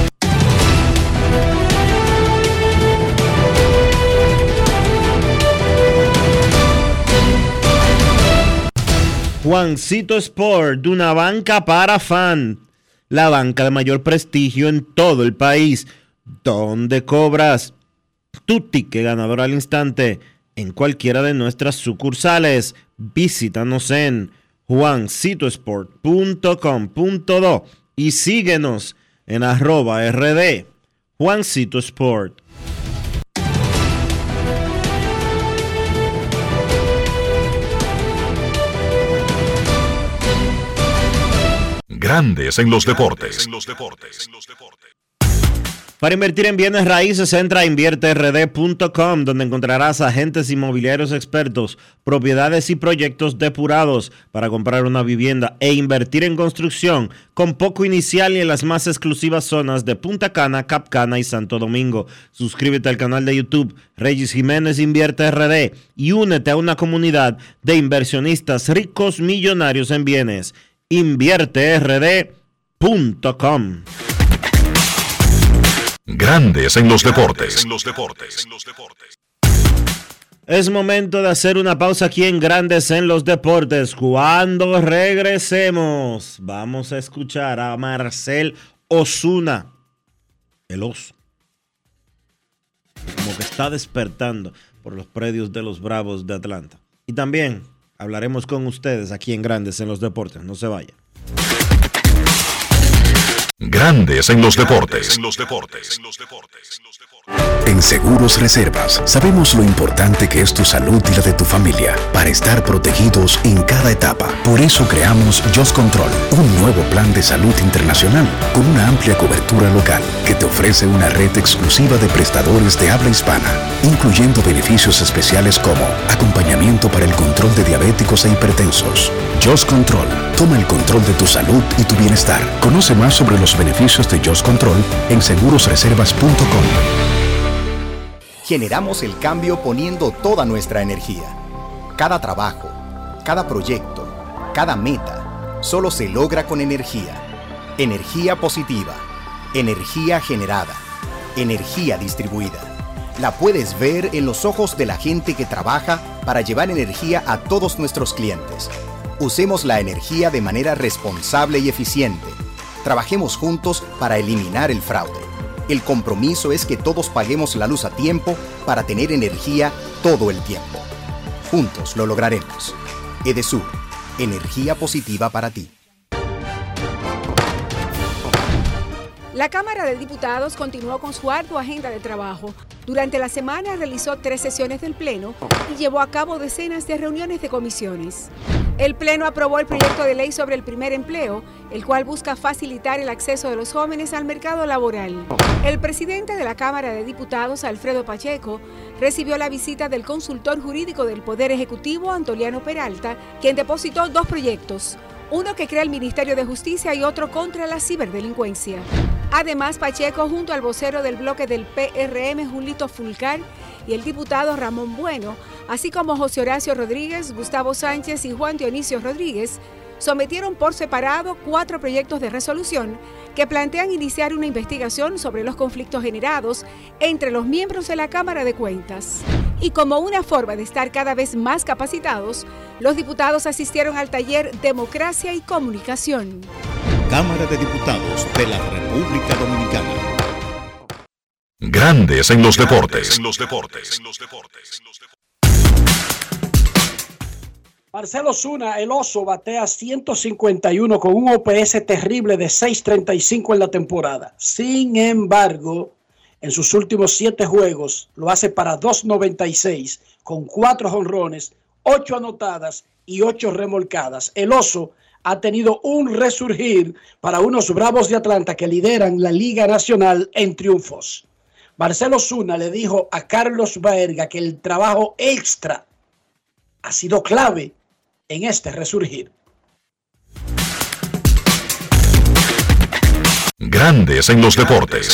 [SPEAKER 10] Juancito Sport, de una banca para fan, la banca de mayor prestigio en todo el país, donde cobras tu ticket ganador al instante en cualquiera de nuestras sucursales. Visítanos en juancitosport.com.do y síguenos en @RD Juancito Sport.
[SPEAKER 1] Grandes en los deportes.
[SPEAKER 10] Para invertir en bienes raíces, entra a invierterd.com, donde encontrarás agentes inmobiliarios expertos, propiedades y proyectos depurados para comprar una vivienda e invertir en construcción con poco inicial y en las más exclusivas zonas de Punta Cana, Cap Cana y Santo Domingo. Suscríbete al canal de YouTube Regis Jiménez Invierte RD y únete a una comunidad de inversionistas ricos millonarios en bienes. invierterd.com.
[SPEAKER 1] Grandes en los deportes.
[SPEAKER 10] Es momento de hacer una pausa aquí en Grandes en los Deportes. Cuando regresemos, vamos a escuchar a Marcel Ozuna, el oso, como que está despertando por los predios de los Bravos de Atlanta. Y también hablaremos con ustedes aquí en Grandes en los Deportes. No se vayan.
[SPEAKER 1] Grandes en los deportes.
[SPEAKER 17] En Seguros Reservas sabemos lo importante que es tu salud y la de tu familia para estar protegidos en cada etapa. Por eso creamos Just Control, un nuevo plan de salud internacional con una amplia cobertura local que te ofrece una red exclusiva de prestadores de habla hispana, incluyendo beneficios especiales como acompañamiento para el control de diabéticos e hipertensos. Just Control, toma el control de tu salud y tu bienestar. Conoce más sobre los beneficios de Just Control en segurosreservas.com.
[SPEAKER 18] Generamos el cambio poniendo toda nuestra energía. Cada trabajo, cada proyecto, cada meta, solo se logra con energía. Energía positiva, energía generada, energía distribuida. La puedes ver en los ojos de la gente que trabaja para llevar energía a todos nuestros clientes. Usemos la energía de manera responsable y eficiente. Trabajemos juntos para eliminar el fraude. El compromiso es que todos paguemos la luz a tiempo para tener energía todo el tiempo. Juntos lo lograremos. Edesur, energía positiva para ti.
[SPEAKER 19] La Cámara de Diputados continuó con su ardua agenda de trabajo. Durante la semana realizó 3 sesiones del Pleno y llevó a cabo decenas de reuniones de comisiones. El Pleno aprobó el proyecto de ley sobre el primer empleo, el cual busca facilitar el acceso de los jóvenes al mercado laboral. El presidente de la Cámara de Diputados, Alfredo Pacheco, recibió la visita del consultor jurídico del Poder Ejecutivo, Antoliano Peralta, quien depositó 2 proyectos, uno que crea el Ministerio de Justicia y otro contra la ciberdelincuencia. Además, Pacheco, junto al vocero del bloque del PRM, Julito Fulcar, y el diputado Ramón Bueno, así como José Horacio Rodríguez, Gustavo Sánchez y Juan Dionisio Rodríguez, sometieron por separado 4 proyectos de resolución que plantean iniciar una investigación sobre los conflictos generados entre los miembros de la Cámara de Cuentas. Y como una forma de estar cada vez más capacitados, los diputados asistieron al taller Democracia y Comunicación.
[SPEAKER 20] Cámara de Diputados de la República Dominicana.
[SPEAKER 1] Grandes en los deportes.
[SPEAKER 5] Marcel Ozuna, el oso, batea 151 con un OPS terrible de 6.35 en la temporada. Sin embargo, en sus últimos 7 juegos lo hace para 2.96 con 4 jonrones, 8 anotadas y 8 remolcadas. El oso ha tenido un resurgir para unos Bravos de Atlanta que lideran la Liga Nacional en triunfos. Marcel Ozuna le dijo a Carlos Baerga que el trabajo extra ha sido clave en este resurgir.
[SPEAKER 1] Grandes en los deportes.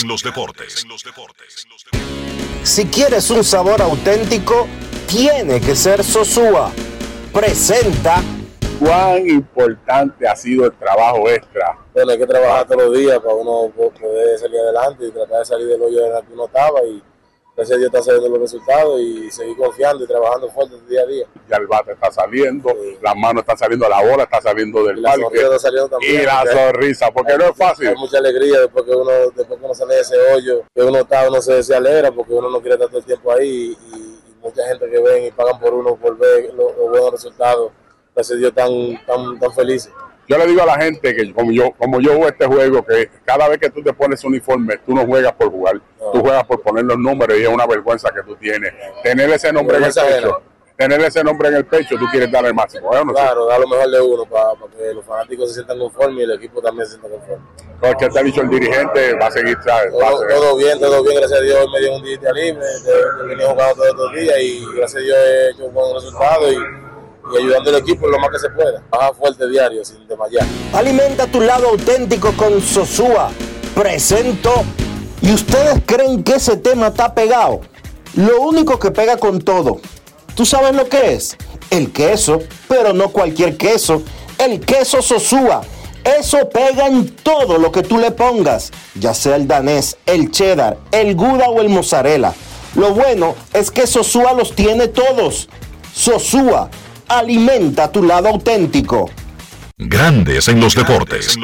[SPEAKER 3] Si quieres un sabor auténtico, tiene que ser Sosúa. Presenta.
[SPEAKER 21] ¿Cuán importante ha sido el trabajo extra?
[SPEAKER 22] Bueno, hay que trabajar todos los días para uno poder salir adelante y tratar de salir del hoyo en el que uno estaba, y gracias a Dios está saliendo los resultados y seguir confiando y trabajando fuerte día a día.
[SPEAKER 21] Ya el bate está saliendo, las manos están saliendo, la bola está saliendo del parque.
[SPEAKER 22] Está saliendo también,
[SPEAKER 21] y la sonrisa, porque no es fácil.
[SPEAKER 22] Hay mucha alegría después que uno sale de ese hoyo, que uno se alegra porque uno no quiere estar todo el tiempo ahí, y mucha gente que ven y pagan por uno por ver los buenos resultados. Gracias a Dios tan felices.
[SPEAKER 21] Yo le digo a la gente que como yo juego este juego, que cada vez que tú te pones uniforme, tú no juegas por jugar, tú juegas por poner los números, y es una vergüenza que tú tienes. Tener ese nombre en el pecho, tú quieres dar el máximo, ¿no?
[SPEAKER 22] Claro, da lo mejor de uno para que los fanáticos se sientan conformes y el equipo también se sienta conforme.
[SPEAKER 21] Porque te ha dicho el dirigente, va a seguir, ¿sabes?
[SPEAKER 22] Todo bien, gracias a Dios. Hoy me dio un día libre, venía jugando todos estos días y gracias a Dios he hecho un buen resultado y ayudando al equipo lo más que se pueda. Baja fuerte diario, sin desmayar.
[SPEAKER 3] Alimenta tu lado auténtico con Sosúa. Presento. ¿Y ustedes creen que ese tema está pegado? Lo único que pega con todo, ¿tú sabes lo que es? El queso, pero no cualquier queso. El queso Sosúa. Eso pega en todo lo que tú le pongas, ya sea el danés, el cheddar, el gouda o el mozzarella. Lo bueno es que Sosúa los tiene todos. Sosúa. Alimenta tu lado auténtico.
[SPEAKER 1] Grandes en los deportes.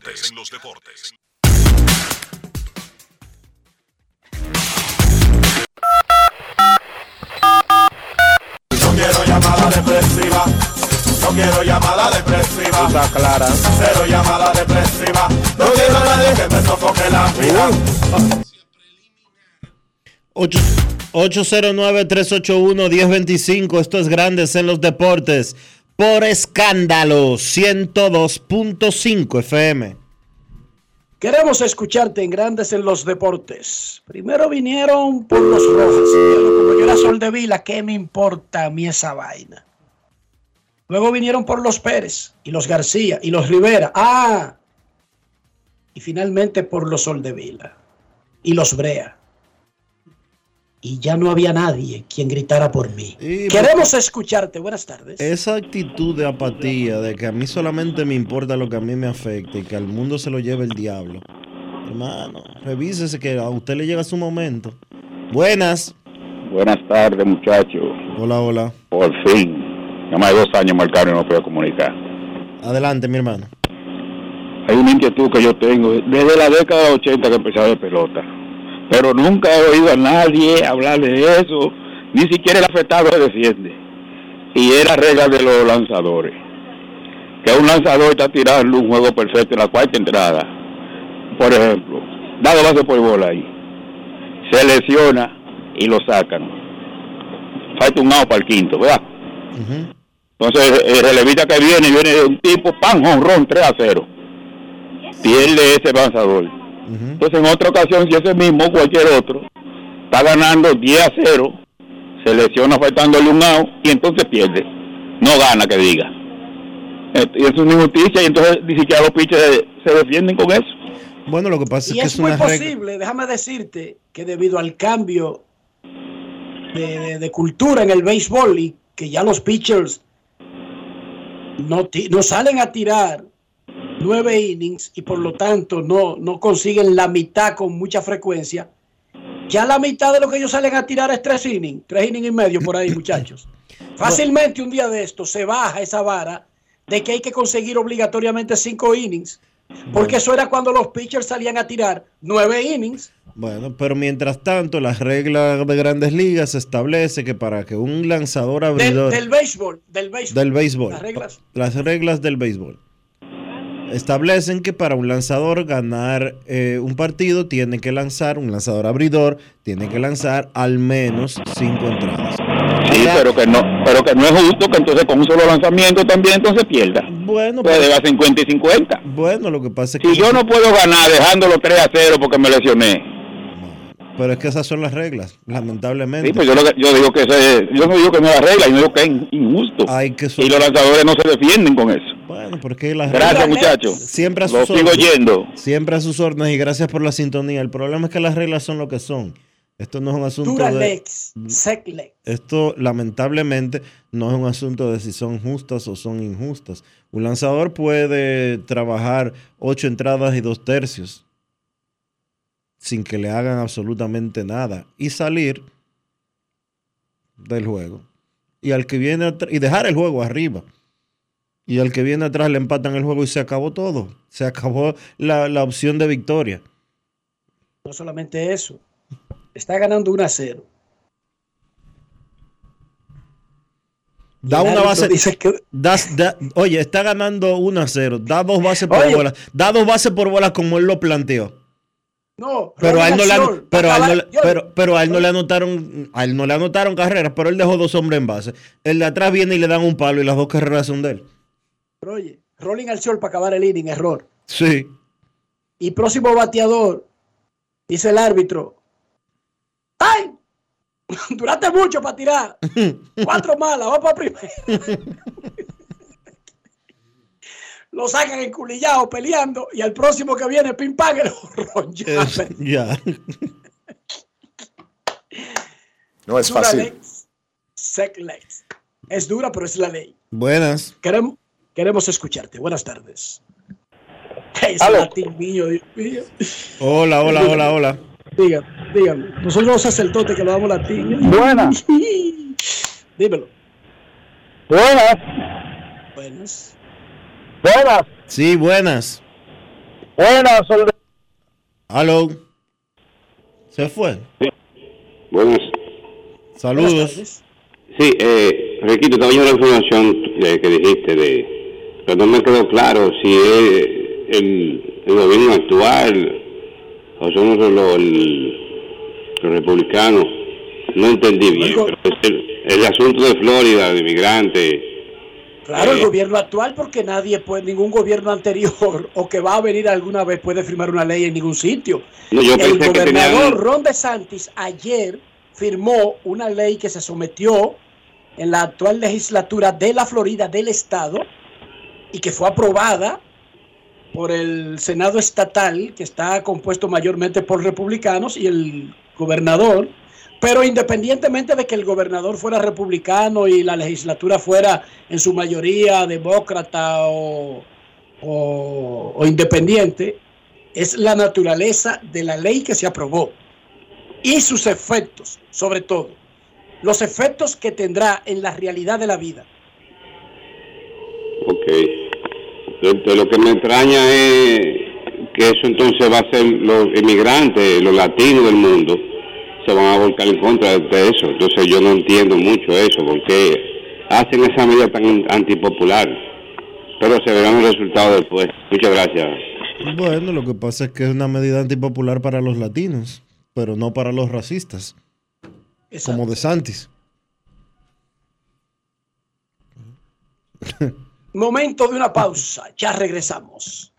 [SPEAKER 23] No quiero llamada depresiva. No quiero llamada depresiva.
[SPEAKER 10] Está clara.
[SPEAKER 23] Cero llamada depresiva. No quiero a nadie que me sofoque la vida.
[SPEAKER 10] 809-381-1025. Esto es Grandes en los Deportes por Escándalo 102.5 FM.
[SPEAKER 5] Queremos escucharte en Grandes en los Deportes. Primero vinieron por los Rojas. Como yo era Soldevila, ¿qué me importa a mí esa vaina? Luego vinieron por los Pérez y los García y los Rivera. Y finalmente por los Soldevila y los Brea. Y ya no había nadie quien gritara por mí. Queremos escucharte. Buenas tardes.
[SPEAKER 10] Esa actitud de apatía, de que a mí solamente me importa lo que a mí me afecta y que al mundo se lo lleve el diablo. Hermano, revísese que a usted le llega su momento. Buenas.
[SPEAKER 24] Buenas tardes, muchachos.
[SPEAKER 10] Hola.
[SPEAKER 24] Por fin. Ya más de 2 años marcaron y no puedo comunicar.
[SPEAKER 10] Adelante, mi hermano.
[SPEAKER 24] Hay una inquietud que yo tengo desde la década de 80 que empecé a ver pelota. Pero nunca he oído a nadie hablar de eso, ni siquiera el afectado se defiende. Y es la regla de los lanzadores. Que un lanzador está tirando un juego perfecto en la cuarta entrada. Por ejemplo, dado base por bola ahí. Se lesiona y lo sacan. Falta un out para el quinto, ¿verdad? Uh-huh. Entonces, el relevista que viene de un tipo, pan, jonrón, 3-0. Pierde ese lanzador. Entonces en otra ocasión, si ese mismo o cualquier otro está ganando 10-0, se lesiona faltándole un out y entonces pierde, no gana, que diga. Y eso es una injusticia, y entonces ni siquiera los pitchers se defienden con eso.
[SPEAKER 10] Bueno, lo que pasa es que
[SPEAKER 5] es muy posible, déjame decirte que debido al cambio de cultura en el béisbol y que ya los pitchers no salen a tirar 9 innings y por lo tanto no consiguen la mitad con mucha frecuencia. Ya la mitad de lo que ellos salen a tirar es 3 innings y medio por ahí, muchachos. Fácilmente un día de esto se baja esa vara de que hay que conseguir obligatoriamente 5 innings, porque eso era cuando los pitchers salían a tirar 9 innings.
[SPEAKER 10] Bueno, pero mientras tanto, las reglas de Grandes Ligas establece que para que un lanzador abridor
[SPEAKER 5] del béisbol.
[SPEAKER 10] Las reglas del béisbol establecen que para un lanzador ganar un partido un lanzador abridor tiene que lanzar al menos 5 entradas.
[SPEAKER 24] Sí, pero que no es justo que entonces con un solo lanzamiento también entonces pierda.
[SPEAKER 10] Bueno,
[SPEAKER 24] puede llegar 50 y 50.
[SPEAKER 10] Bueno, lo que pasa es
[SPEAKER 24] que si yo no puedo ganar dejándolo 3-0 porque me lesioné.
[SPEAKER 10] Pero es que esas son las reglas, lamentablemente.
[SPEAKER 24] Sí, pues yo digo que yo no digo que no es la regla, yo digo que es injusto. Y los lanzadores no se defienden con eso.
[SPEAKER 10] Bueno, porque las
[SPEAKER 24] Gracias, muchachos.
[SPEAKER 10] Siempre a
[SPEAKER 24] Lo
[SPEAKER 10] sus
[SPEAKER 24] sigo
[SPEAKER 10] órdenes.
[SPEAKER 24] oyendo.
[SPEAKER 10] Siempre a sus órdenes y gracias por la sintonía. El problema es que las reglas son lo que son. Esto no es un asunto
[SPEAKER 5] Duralex, Seclex.
[SPEAKER 10] Esto lamentablemente no es un asunto de si son justas o son injustas. Un lanzador puede trabajar 8 entradas y 2 tercios sin que le hagan absolutamente nada y salir del juego. Y al que viene y dejar el juego arriba. Y al que viene atrás le empatan el juego y se acabó todo. Se acabó la opción de victoria.
[SPEAKER 5] No solamente eso. Está ganando 1-0.
[SPEAKER 10] Da una base. Oye, está ganando 1-0. Da 2 bases por bolas. Da 2 bases por bolas como él lo planteó.
[SPEAKER 5] No,
[SPEAKER 10] pero a él no le anotaron. A él no le anotaron carreras, pero él dejó 2 hombres en base. El de atrás viene y le dan un palo y las 2 carreras son de él.
[SPEAKER 5] Pero oye, rolling al sol para acabar el inning, error.
[SPEAKER 10] Sí.
[SPEAKER 5] Y próximo bateador, dice el árbitro. ¡Ay! Duraste mucho para tirar. 4 malas, vamos para primera. Lo sacan enculillado, peleando, y al próximo que viene, pim pam, el jorrón.
[SPEAKER 10] Ya.
[SPEAKER 6] No es fácil.
[SPEAKER 5] Seclex. Es dura, pero es la ley.
[SPEAKER 10] Buenas.
[SPEAKER 5] Queremos escucharte. Buenas tardes. Ese latín mío, Dios mío.
[SPEAKER 10] Hola.
[SPEAKER 5] Dígame. Nosotros los sacerdotes que lo damos latín.
[SPEAKER 2] Buenas.
[SPEAKER 5] Dímelo.
[SPEAKER 2] Buenas.
[SPEAKER 10] Sí, buenas. Aló. ¿Se fue?
[SPEAKER 24] Sí. Buenas.
[SPEAKER 10] Saludos.
[SPEAKER 24] Sí, Riquito, estaba viendo la información que dijiste pero no me quedó claro si es el gobierno actual o son los republicanos. No entendí bien, pero es el asunto de Florida, de inmigrantes.
[SPEAKER 5] Claro, el gobierno actual, porque ningún gobierno anterior o que va a venir alguna vez puede firmar una ley en ningún sitio.
[SPEAKER 24] No,
[SPEAKER 5] el gobernador Ron DeSantis ayer firmó una ley que se sometió en la actual legislatura de la Florida del estado y que fue aprobada por el Senado estatal, que está compuesto mayormente por republicanos, y el gobernador. Pero independientemente de que el gobernador fuera republicano y la legislatura fuera en su mayoría demócrata o independiente, es la naturaleza de la ley que se aprobó y sus efectos, sobre todo, los efectos que tendrá en la realidad de la vida.
[SPEAKER 24] Ok. Lo que me extraña es que eso entonces va a ser los inmigrantes, los latinos del mundo, se van a volcar en contra de eso. Entonces yo no entiendo mucho eso, porque hacen esa medida tan antipopular, pero se verán los resultados después. Muchas gracias.
[SPEAKER 10] Bueno, lo que pasa es que es una medida antipopular para los latinos, pero no para los racistas. Exacto. Como DeSantis.
[SPEAKER 5] Momento de una pausa, ya regresamos.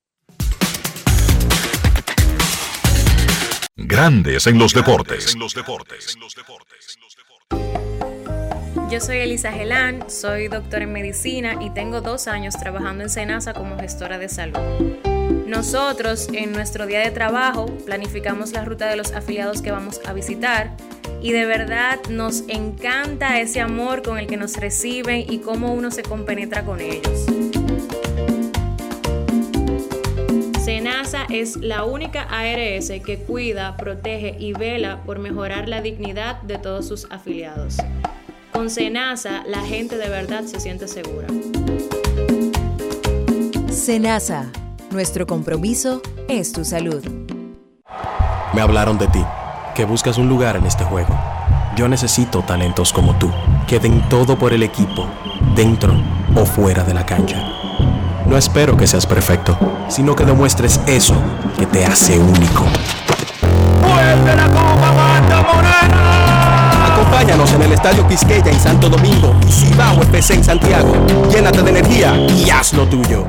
[SPEAKER 1] Grandes en los deportes.
[SPEAKER 13] Yo soy Elisa Gelán, soy doctora en medicina y tengo 2 años trabajando en Senasa como gestora de salud. Nosotros, en nuestro día de trabajo, planificamos la ruta de los afiliados que vamos a visitar y de verdad nos encanta ese amor con el que nos reciben y cómo uno se compenetra con ellos. Senasa es la única ARS que cuida, protege y vela por mejorar la dignidad de todos sus afiliados. Con Senasa, la gente de verdad se siente segura.
[SPEAKER 14] Senasa, nuestro compromiso es tu salud.
[SPEAKER 4] Me hablaron de ti, que buscas un lugar en este juego. Yo necesito talentos como tú, que den todo por el equipo, dentro o fuera de la cancha. No espero que seas perfecto, sino que demuestres eso que te hace único.
[SPEAKER 23] ¡Fuerte la Copa Banda Morena!
[SPEAKER 4] Acompáñanos en el Estadio Quisqueya en Santo Domingo y Cibao FC en Santiago. Llénate de energía y haz lo tuyo.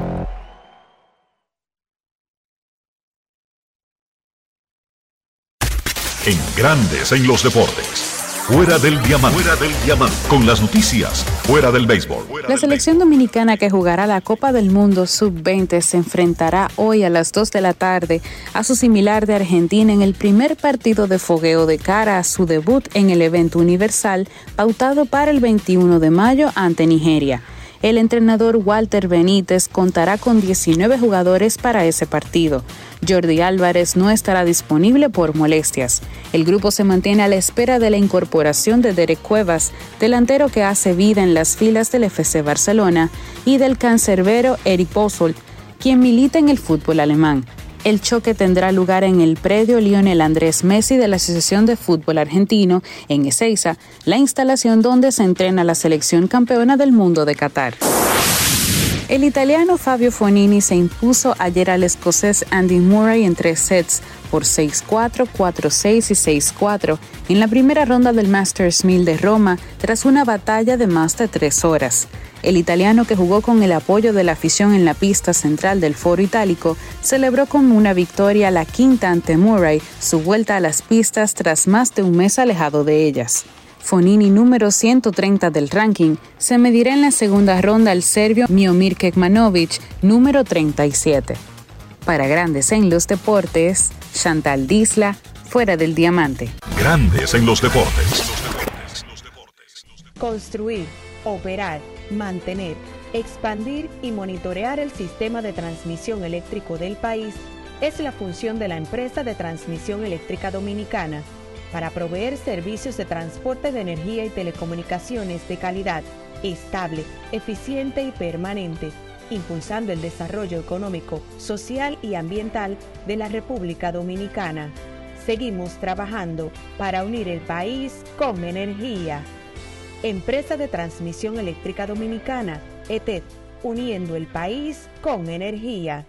[SPEAKER 1] En Grandes en los deportes. Fuera del diamante. Fuera del diamante. Con las noticias. Fuera del béisbol.
[SPEAKER 2] La selección dominicana que jugará la Copa del Mundo Sub-20 se enfrentará hoy a las 2 de la tarde a su similar de Argentina en el primer partido de fogueo de cara a su debut en el evento universal pautado para el 21 de mayo ante Nigeria. El entrenador Walter Benítez contará con 19 jugadores para ese partido. Jordi Álvarez no estará disponible por molestias. El grupo se mantiene a la espera de la incorporación de Derek Cuevas, delantero que hace vida en las filas del FC Barcelona, y del cancerbero Eric Posol, quien milita en el fútbol alemán. El choque tendrá lugar en el predio Lionel Andrés Messi de la Asociación de Fútbol Argentino, en Ezeiza, la instalación donde se entrena la selección campeona del mundo de Qatar. El italiano Fabio Fognini se impuso ayer al escocés Andy Murray en 3 sets por 6-4, 4-6 y 6-4 en la primera ronda del Masters 1000 de Roma tras una batalla de más de 3 horas. El italiano, que jugó con el apoyo de la afición en la pista central del Foro Itálico, celebró con una victoria la quinta ante Murray su vuelta a las pistas tras más de un mes alejado de ellas. Fognini, número 130 del ranking, se medirá en la segunda ronda al serbio Miomir Kekmanovic, número 37. Para Grandes en los Deportes, Chantal Disla, Fuera del Diamante.
[SPEAKER 1] Grandes en los Deportes.
[SPEAKER 12] Construir, operar, mantener, expandir y monitorear el sistema de transmisión eléctrico del país es la función de la empresa de transmisión eléctrica dominicana, para proveer servicios de transporte de energía y telecomunicaciones de calidad, estable, eficiente y permanente, impulsando el desarrollo económico, social y ambiental de la República Dominicana. Seguimos trabajando para unir el país con energía. Empresa de Transmisión Eléctrica Dominicana, ETED, uniendo el país con energía.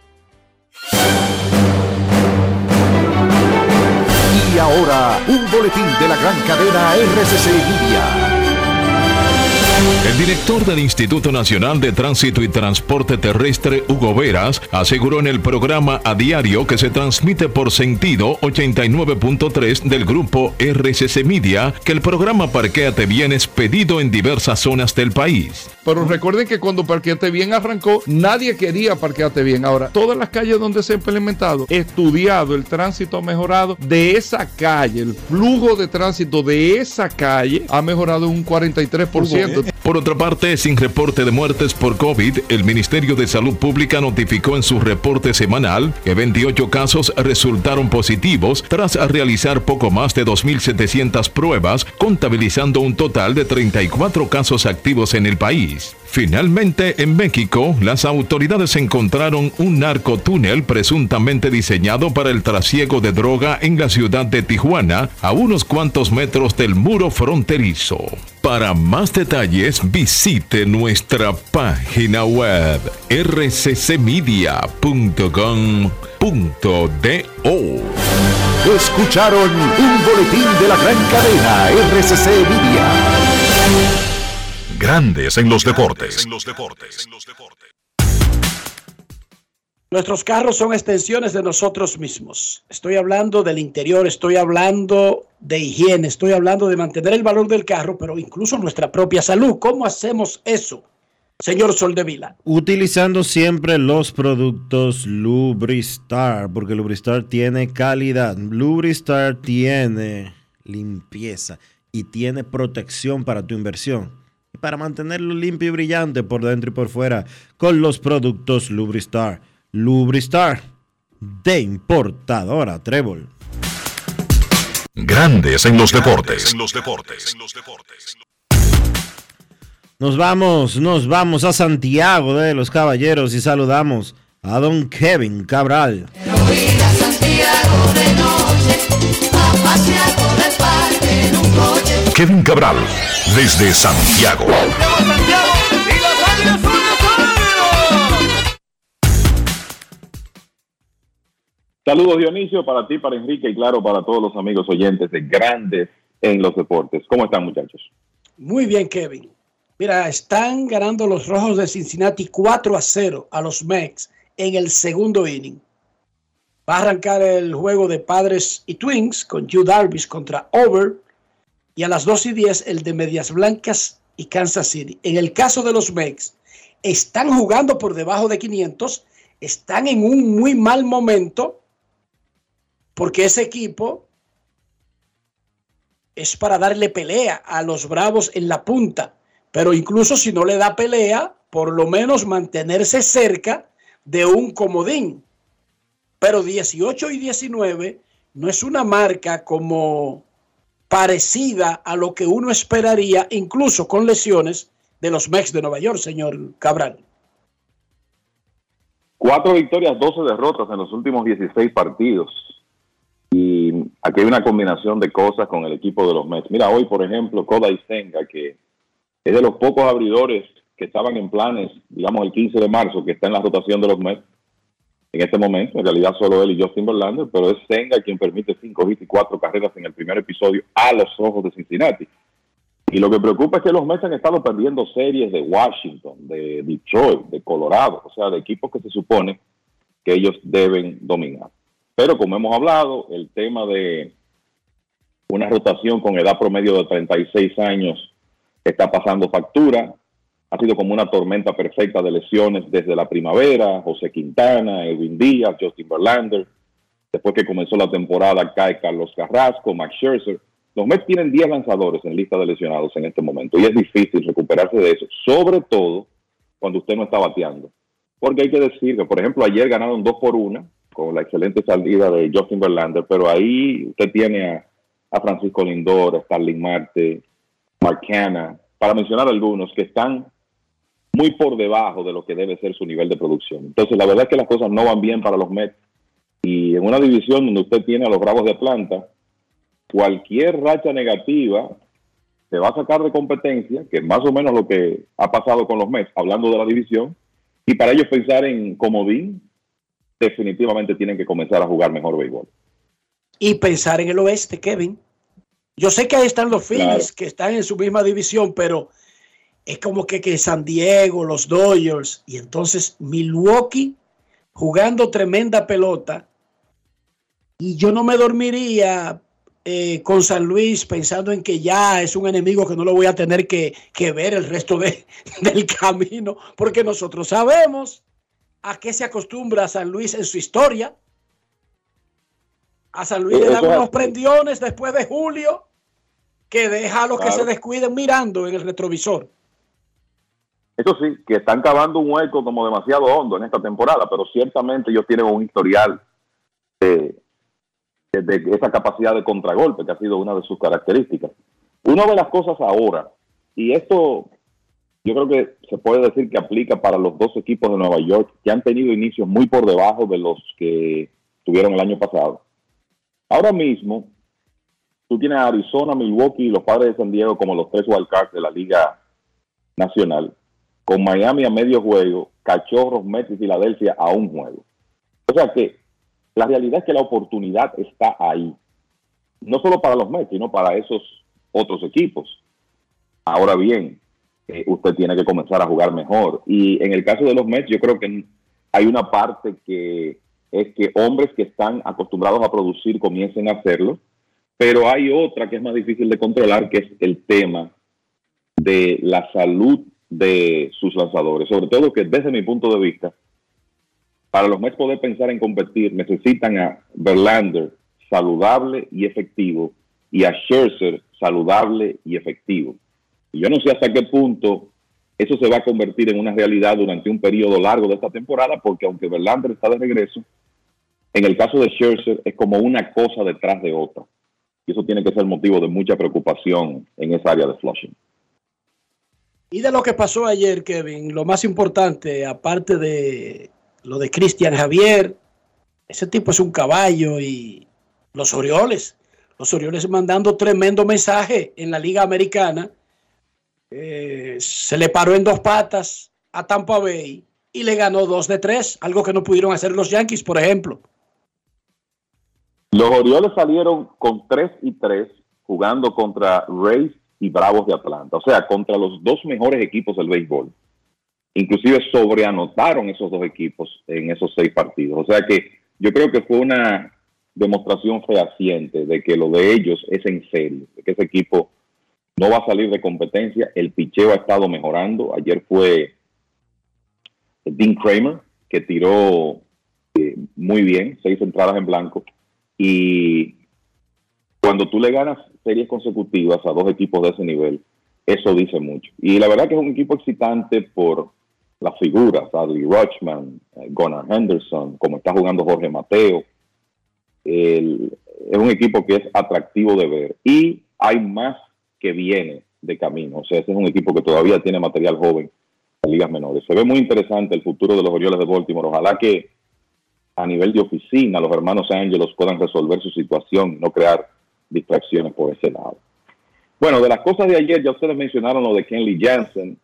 [SPEAKER 17] Y ahora, un boletín de la gran cadena RCC Media.
[SPEAKER 1] El director del Instituto Nacional de Tránsito y Transporte Terrestre, Hugo Veras, aseguró en el programa A Diario que se transmite por sentido 89.3 del grupo RCC Media que el programa Parquéate Bien es pedido en diversas zonas del país.
[SPEAKER 7] Pero recuerden que cuando Parquéate Bien arrancó, nadie quería Parquéate Bien. Ahora, todas las calles donde se ha implementado, estudiado el tránsito mejorado de esa calle, el flujo de tránsito de esa calle ha mejorado un 43%.
[SPEAKER 1] Por otra parte, sin reporte de muertes por COVID, el Ministerio de Salud Pública notificó en su reporte semanal que 28 casos resultaron positivos tras realizar poco más de 2.700 pruebas, contabilizando un total de 34 casos activos en el país. Finalmente, en México, las autoridades encontraron un narcotúnel presuntamente diseñado para el trasiego de droga en la ciudad de Tijuana, a unos cuantos metros del muro fronterizo. Para más detalles, visite nuestra página web rccmedia.com.do.
[SPEAKER 17] Escucharon un boletín de la gran cadena RCC Media.
[SPEAKER 1] Grandes en los deportes.
[SPEAKER 5] Nuestros carros son extensiones de nosotros mismos. Estoy hablando del interior, estoy hablando de higiene, estoy hablando de mantener el valor del carro, pero incluso nuestra propia salud. ¿Cómo hacemos eso, señor Soldevila?
[SPEAKER 10] Utilizando siempre los productos Lubristar, porque Lubristar tiene calidad. Lubristar tiene limpieza y tiene protección para tu inversión. Para mantenerlo limpio y brillante por dentro y por fuera con los productos Lubristar. Lubristar, de importadora Trébol.
[SPEAKER 1] Grandes en los deportes.
[SPEAKER 10] Nos vamos a Santiago de los Caballeros y saludamos a don Kevin Cabral.
[SPEAKER 1] Kevin Cabral, desde Santiago.
[SPEAKER 8] Saludos, Dionisio, para ti, para Enrique y claro, para todos los amigos oyentes de Grandes en los Deportes. ¿Cómo están, muchachos?
[SPEAKER 5] Muy bien, Kevin. Mira, están ganando los Rojos de Cincinnati 4-0 a los Mets en el segundo inning. Va a arrancar el juego de Padres y Twins con Yu Darvish contra Over. y a las 2:10 el de Medias Blancas y Kansas City. En el caso de los Mex, están jugando por debajo de 500, están en un muy mal momento, porque ese equipo es para darle pelea a los Bravos en la punta, pero incluso si no le da pelea, por lo menos mantenerse cerca de un comodín. Pero 18 y 19 no es una marca como parecida a lo que uno esperaría, incluso con lesiones de los Mets de Nueva York, señor Cabral.
[SPEAKER 8] 4 victorias, 12 derrotas en los últimos 16 partidos. Y aquí hay una combinación de cosas con el equipo de los Mets. Mira, hoy, por ejemplo, Kodai Senga, que es de los pocos abridores que estaban en planes, digamos, el 15 de marzo, que está en la rotación de los Mets en este momento. En realidad solo él y Justin Verlander, pero es Senga quien permite 5 hits y 4 carreras en el primer episodio a los ojos de Cincinnati. Y lo que preocupa es que los Mets han estado perdiendo series de Washington, de Detroit, de Colorado, o sea, de equipos que se supone que ellos deben dominar. Pero como hemos hablado, el tema de una rotación con edad promedio de 36 años está pasando factura. Ha sido como una tormenta perfecta de lesiones desde la primavera. José Quintana, Edwin Díaz, Justin Verlander. Después que comenzó la temporada cae Carlos Carrasco, Max Scherzer. Los Mets tienen 10 lanzadores en lista de lesionados en este momento y es difícil recuperarse de eso, sobre todo cuando usted no está bateando. Porque hay que decir que, por ejemplo, ayer ganaron 2-1 con la excelente salida de Justin Verlander, pero ahí usted tiene a Francisco Lindor, a Starling Marte, Mark Canha, para mencionar algunos que están muy por debajo de lo que debe ser su nivel de producción. Entonces, la verdad es que las cosas no van bien para los Mets. Y en una división donde usted tiene a los Bravos de Atlanta, cualquier racha negativa se va a sacar de competencia, que es más o menos lo que ha pasado con los Mets, hablando de la división, y para ellos pensar en comodín, definitivamente tienen que comenzar a jugar mejor béisbol.
[SPEAKER 5] Y pensar en el oeste, Kevin. Yo sé que ahí están los Phillies, que están en su misma división, pero es como que San Diego, los Dodgers, y entonces Milwaukee jugando tremenda pelota, y yo no me dormiría con San Luis pensando en que ya es un enemigo que no lo voy a tener que ver el resto del camino, porque nosotros sabemos a qué se acostumbra San Luis en su historia. A San Luis le dan unos prendiones después de julio que deja a los que se descuiden mirando en el retrovisor.
[SPEAKER 8] Eso sí, que están cavando un hueco como demasiado hondo en esta temporada, pero ciertamente ellos tienen un historial de esa capacidad de contragolpe que ha sido una de sus características. Una de las cosas ahora, y esto yo creo que se puede decir que aplica para los dos equipos de Nueva York que han tenido inicios muy por debajo de los que tuvieron el año pasado. Ahora mismo, tú tienes a Arizona, Milwaukee y los Padres de San Diego como los 3 wildcards de la Liga Nacional, con Miami a medio juego, Cachorros, Mets y Filadelfia a un juego. O sea que la realidad es que la oportunidad está ahí, no solo para los Mets, sino para esos otros equipos. Ahora bien, usted tiene que comenzar a jugar mejor. Y en el caso de los Mets, yo creo que hay una parte que es que hombres que están acostumbrados a producir comiencen a hacerlo, pero hay otra que es más difícil de controlar, que es el tema de la salud de sus lanzadores. Sobre todo que desde mi punto de vista, para los Mets poder pensar en competir, necesitan a Verlander saludable y efectivo y a Scherzer saludable y efectivo. Y yo no sé hasta qué punto eso se va a convertir en una realidad durante un periodo largo de esta temporada, porque aunque Verlander está de regreso, en el caso de Scherzer es como una cosa detrás de otra. Y eso tiene que ser motivo de mucha preocupación en esa área de Flushing.
[SPEAKER 5] Y de lo que pasó ayer, Kevin, lo más importante, aparte de lo de Cristian Javier, ese tipo es un caballo, y los Orioles mandando tremendo mensaje en la Liga Americana. Se le paró en 2 patas a Tampa Bay y le ganó 2 de 3, algo que no pudieron hacer los Yankees, por ejemplo.
[SPEAKER 8] Los Orioles salieron con 3-3 jugando contra Rays y Bravos de Atlanta, o sea, contra los 2 mejores equipos del béisbol. Inclusive sobreanotaron esos 2 equipos en esos 6 partidos. O sea que yo creo que fue una demostración fehaciente de que lo de ellos es en serio, de que ese equipo no va a salir de competencia. El picheo ha estado mejorando. Ayer fue Dean Kramer, que tiró muy bien, 6 entradas en blanco. Y cuando tú le ganas series consecutivas a 2 equipos de ese nivel, eso dice mucho. Y la verdad que es un equipo excitante por las figuras, Adley Rutschman, Gunnar Henderson, como está jugando Jorge Mateo. Es un equipo que es atractivo de ver. Y hay más que viene de camino. O sea, ese es un equipo que todavía tiene material joven en ligas menores. Se ve muy interesante el futuro de los Orioles de Baltimore. Ojalá que a nivel de oficina los hermanos Angelos puedan resolver su situación y no crear distracciones por ese lado. Bueno, de las cosas de ayer, ya ustedes mencionaron lo de Kenley Jansen,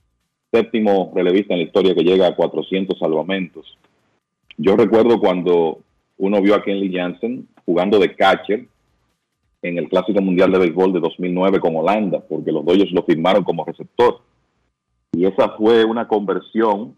[SPEAKER 8] 7º relevista en la historia que llega a 400 salvamentos. Yo recuerdo cuando uno vio a Kenley Jansen jugando de catcher en el Clásico Mundial de Béisbol de 2009 con Holanda, porque los Dodgers lo firmaron como receptor. Y esa fue una conversión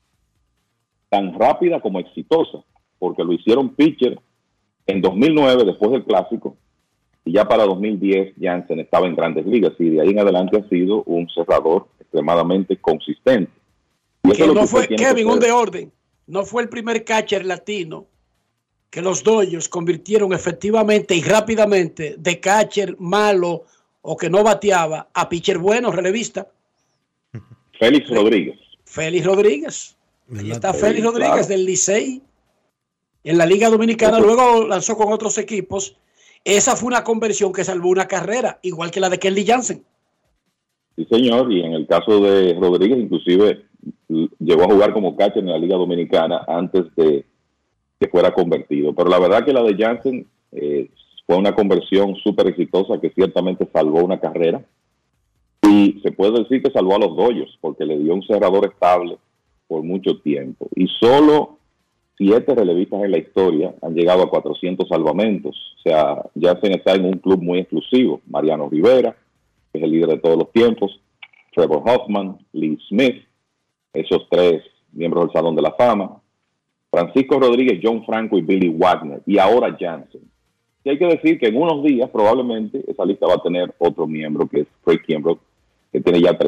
[SPEAKER 8] tan rápida como exitosa, porque lo hicieron pitcher en 2009 después del Clásico, y ya para 2010 Jansen estaba en Grandes Ligas, y de ahí en adelante ha sido un cerrador extremadamente consistente. Y
[SPEAKER 5] que no fue, Kevin, un de orden, no fue el primer catcher latino que los Dodgers convirtieron efectivamente y rápidamente de catcher malo o que no bateaba a pitcher bueno, relevista.
[SPEAKER 8] Félix Rodríguez.
[SPEAKER 5] Félix Rodríguez. Ahí está Félix Rodríguez, claro, del Licey en la Liga Dominicana. Luego lanzó con otros equipos. Esa fue una conversión que salvó una carrera, igual que la de Kenley Jansen.
[SPEAKER 8] Sí, señor. Y en el caso de Rodríguez, inclusive llegó a jugar como catcher en la Liga Dominicana antes de que fuera convertido. Pero la verdad que la de Jansen fue una conversión súper exitosa que ciertamente salvó una carrera. Y se puede decir que salvó a los Dodgers porque le dio un cerrador estable por mucho tiempo. Y solo 7 relevistas en la historia han llegado a 400 salvamentos. O sea, Jansen está en un club muy exclusivo. Mariano Rivera, que es el líder de todos los tiempos, Trevor Hoffman, Lee Smith, esos 3 miembros del Salón de la Fama, Francisco Rodríguez, John Franco y Billy Wagner, y ahora Jansen. Y hay que decir que en unos días probablemente esa lista va a tener otro miembro, que es Craig Kimbrel, que tiene ya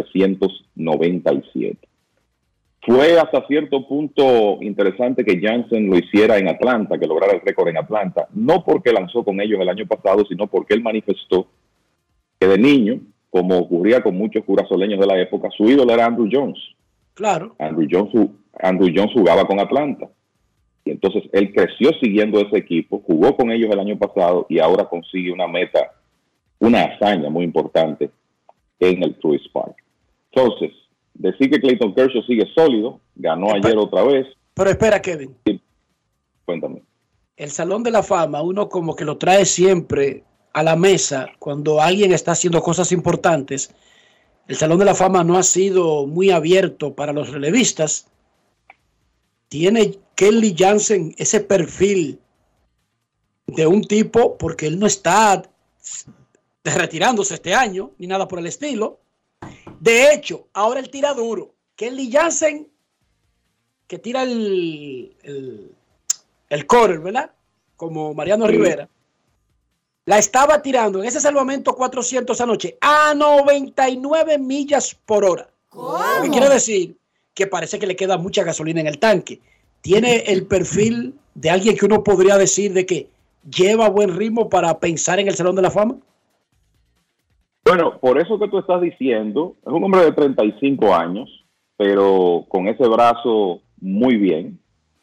[SPEAKER 8] 397. Fue hasta cierto punto interesante que Jansen lo hiciera en Atlanta, que lograra el récord en Atlanta, no porque lanzó con ellos el año pasado, sino porque él manifestó que de niño, como ocurría con muchos curazoleños de la época, su ídolo era Andruw Jones.
[SPEAKER 5] Claro.
[SPEAKER 8] Andruw Jones jugaba con Atlanta. Y entonces él creció siguiendo ese equipo, jugó con ellos el año pasado y ahora consigue una meta, una hazaña muy importante en el Truist Park. Entonces, decir que Clayton Kershaw sigue sólido, ganó ayer otra vez.
[SPEAKER 5] Pero espera, Kevin.
[SPEAKER 8] Sí. Cuéntame.
[SPEAKER 5] El Salón de la Fama, uno como que lo trae siempre a la mesa cuando alguien está haciendo cosas importantes. El Salón de la Fama no ha sido muy abierto para los relevistas. Tiene Kenley Jansen ese perfil de un tipo, porque él no está retirándose este año, ni nada por el estilo. De hecho, ahora él tira duro. Kenley Jansen, que tira el corner, ¿verdad? Como Mariano Rivera. La estaba tirando en ese salvamento 400 anoche a 99 millas por hora. ¿Cómo? ¿Qué quiere decir? Que parece que le queda mucha gasolina en el tanque. Tiene el perfil de alguien que uno podría decir de que lleva buen ritmo para pensar en el Salón de la Fama.
[SPEAKER 8] Bueno, por eso que tú estás diciendo, es un hombre de 35 años, pero con ese brazo muy bien,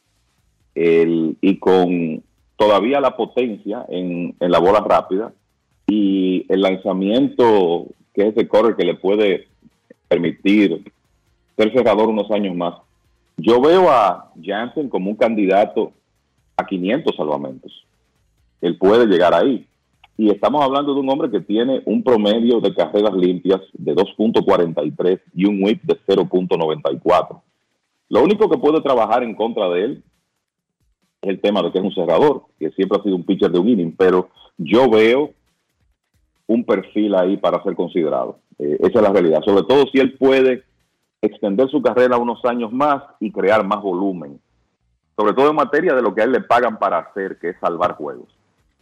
[SPEAKER 8] y con todavía la potencia en la bola rápida y el lanzamiento, que es ese correr que le puede permitir ser cerrador unos años más. Yo veo a Jansen como un candidato a 500 salvamentos. Él puede llegar ahí. Y estamos hablando de un hombre que tiene un promedio de carreras limpias de 2.43 y un whip de 0.94. Lo único que puede trabajar en contra de él es el tema de que es un cerrador, que siempre ha sido un pitcher de un inning, pero yo veo un perfil ahí para ser considerado. Esa es la realidad. Sobre todo si él puede extender su carrera unos años más y crear más volumen. Sobre todo en materia de lo que a él le pagan para hacer, que es salvar juegos.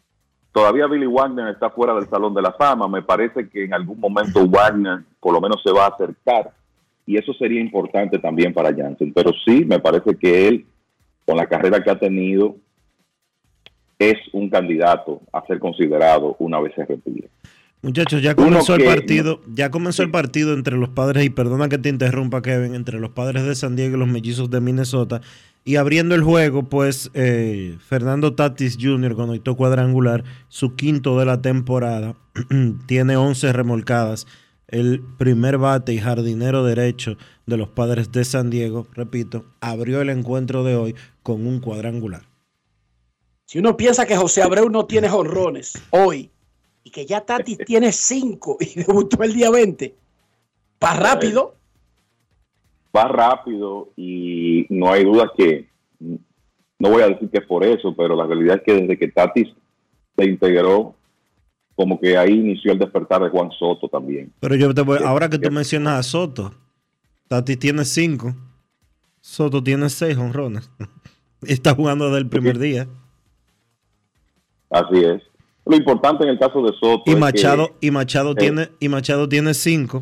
[SPEAKER 8] Todavía Billy Wagner está fuera del Salón de la Fama. Me parece que en algún momento Wagner por lo menos se va a acercar y eso sería importante también para Jansen. Pero sí, me parece que él, con la carrera que ha tenido, es un candidato a ser considerado una vez se retire.
[SPEAKER 10] Muchachos, ya comenzó el partido, el partido entre los Padres, y perdona que te interrumpa, Kevin, entre los Padres de San Diego y los Mellizos de Minnesota. Y abriendo el juego, pues Fernando Tatis Jr. conectó cuadrangular, su quinto de la temporada, tiene 11 remolcadas, el primer bate y jardinero derecho de los Padres de San Diego, repito, abrió el encuentro de hoy con un cuadrangular.
[SPEAKER 5] Si uno piensa que José Abreu no tiene jonrones hoy, y que ya Tatis tiene 5 y debutó el día 20, va rápido.
[SPEAKER 8] Va rápido y no hay duda que, no voy a decir que es por eso, pero la realidad es que desde que Tatis se integró, como que ahí inició el despertar de Juan Soto también.
[SPEAKER 10] Pero ahora que tú mencionas a Soto, Tatis tiene 5, Soto tiene 6 jonrones. Está jugando desde el primer día.
[SPEAKER 8] Así es. Lo importante en el caso de Soto
[SPEAKER 10] y Machado, Machado tiene 5.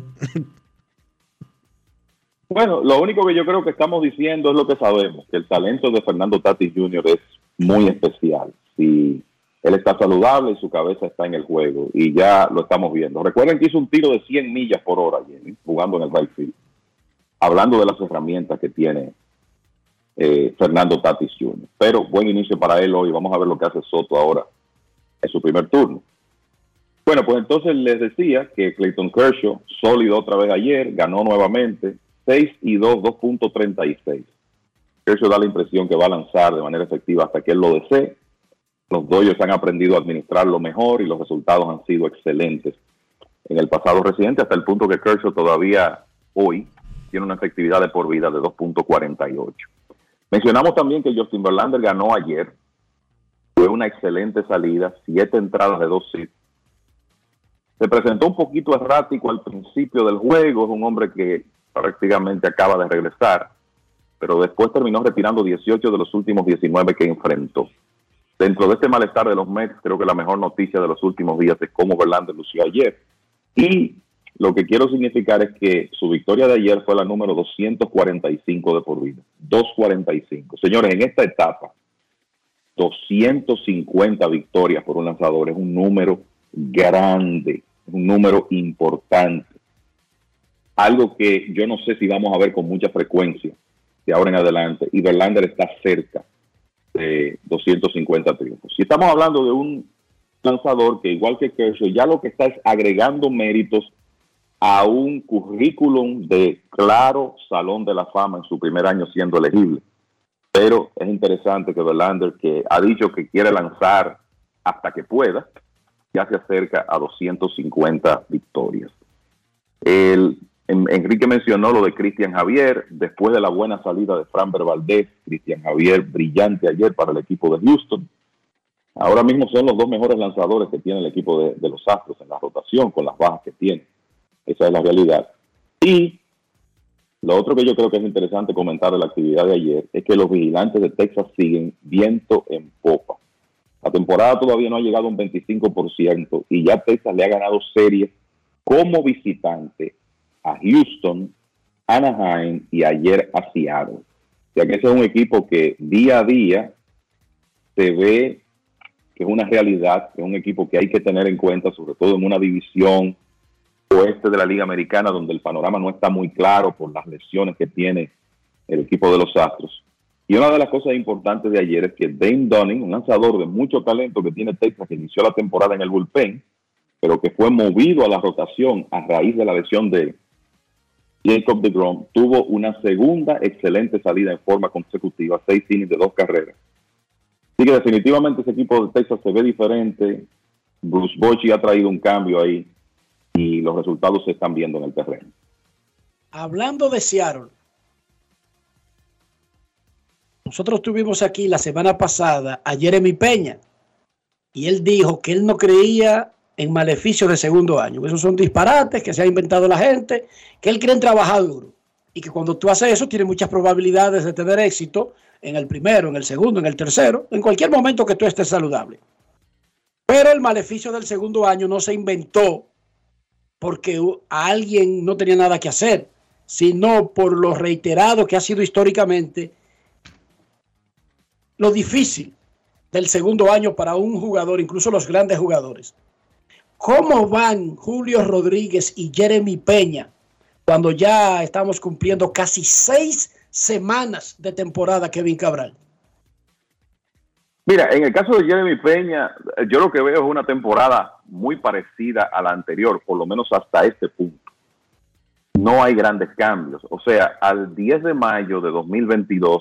[SPEAKER 8] Bueno, lo único que yo creo que estamos diciendo es lo que sabemos, que el talento de Fernando Tatis Jr. es muy especial. Si él está saludable y su cabeza está en el juego, y ya lo estamos viendo. Recuerden que hizo un tiro de 100 millas por hora ayer, jugando en el right field. Hablando de las herramientas que tiene Fernando Tatis Jr. Pero buen inicio para él hoy. Vamos a ver lo que hace Soto ahora en su primer turno. Bueno, pues entonces les decía que Clayton Kershaw, sólido otra vez ayer, ganó nuevamente, 6-2, 2.36. Kershaw da la impresión que va a lanzar de manera efectiva hasta que él lo desee. Los Dodgers han aprendido a administrarlo mejor y los resultados han sido excelentes en el pasado reciente, hasta el punto que Kershaw todavía hoy tiene una efectividad de por vida de 2.48. Mencionamos también que Justin Verlander ganó ayer. Fue una excelente salida, 7 entradas de 2 hits. Se presentó un poquito errático al principio del juego, es un hombre que prácticamente acaba de regresar, pero después terminó retirando 18 de los últimos 19 que enfrentó. Dentro de este malestar de los Mets, creo que la mejor noticia de los últimos días es cómo Verlander lució ayer. Y lo que quiero significar es que su victoria de ayer fue la número 245 de por vida. 245. Señores, en esta etapa, 250 victorias por un lanzador es un número grande, es un número importante. Algo que yo no sé si vamos a ver con mucha frecuencia de ahora en adelante, y Verlander está cerca de 250 triunfos. Si estamos hablando de un lanzador que, igual que Kershaw, ya lo que está es agregando méritos a un currículum de claro Salón de la Fama en su primer año siendo elegible. Pero es interesante que Verlander, que ha dicho que quiere lanzar hasta que pueda, ya se acerca a 250 victorias. Enrique mencionó lo de Cristian Javier, después de la buena salida de Framber Valdez. Cristian Javier brillante ayer para el equipo de Houston. Ahora mismo son los dos mejores lanzadores que tiene el equipo de los Astros en la rotación, con las bajas que tiene. Esa es la realidad. Y lo otro que yo creo que es interesante comentar de la actividad de ayer es que los Vigilantes de Texas siguen viento en popa. La temporada todavía no ha llegado a un 25% y ya Texas le ha ganado series como visitante a Houston, Anaheim y ayer a Seattle. O sea que ese es un equipo que día a día se ve que es una realidad, que es un equipo que hay que tener en cuenta, sobre todo en una división oeste de la Liga Americana, donde el panorama no está muy claro por las lesiones que tiene el equipo de los Astros. Y una de las cosas importantes de ayer es que Dane Dunning, un lanzador de mucho talento que tiene Texas, que inició la temporada en el bullpen, pero que fue movido a la rotación a raíz de la lesión de Jacob deGrom, tuvo una segunda excelente salida en forma consecutiva, 6 innings de 2 carreras. Así que definitivamente ese equipo de Texas se ve diferente. Bruce Bochy ha traído un cambio ahí y los resultados se están viendo en el terreno.
[SPEAKER 5] Hablando de Seattle, nosotros tuvimos aquí la semana pasada a Jeremy Peña y él dijo que él no creía en maleficios de segundo año. Esos son disparates que se ha inventado la gente, que él quiere trabajar duro y que cuando tú haces eso tienes muchas probabilidades de tener éxito en el primero, en el segundo, en el tercero, en cualquier momento que tú estés saludable. Pero el maleficio del segundo año no se inventó porque a alguien no tenía nada que hacer, sino por lo reiterado que ha sido históricamente lo difícil del segundo año para un jugador, incluso los grandes jugadores. ¿Cómo van Julio Rodríguez y Jeremy Peña cuando ya estamos cumpliendo casi 6 semanas de temporada, Kevin Cabral?
[SPEAKER 8] Mira, en el caso de Jeremy Peña, yo lo que veo es una temporada muy parecida a la anterior, por lo menos hasta este punto. No hay grandes cambios. O sea, al 10 de mayo de 2022,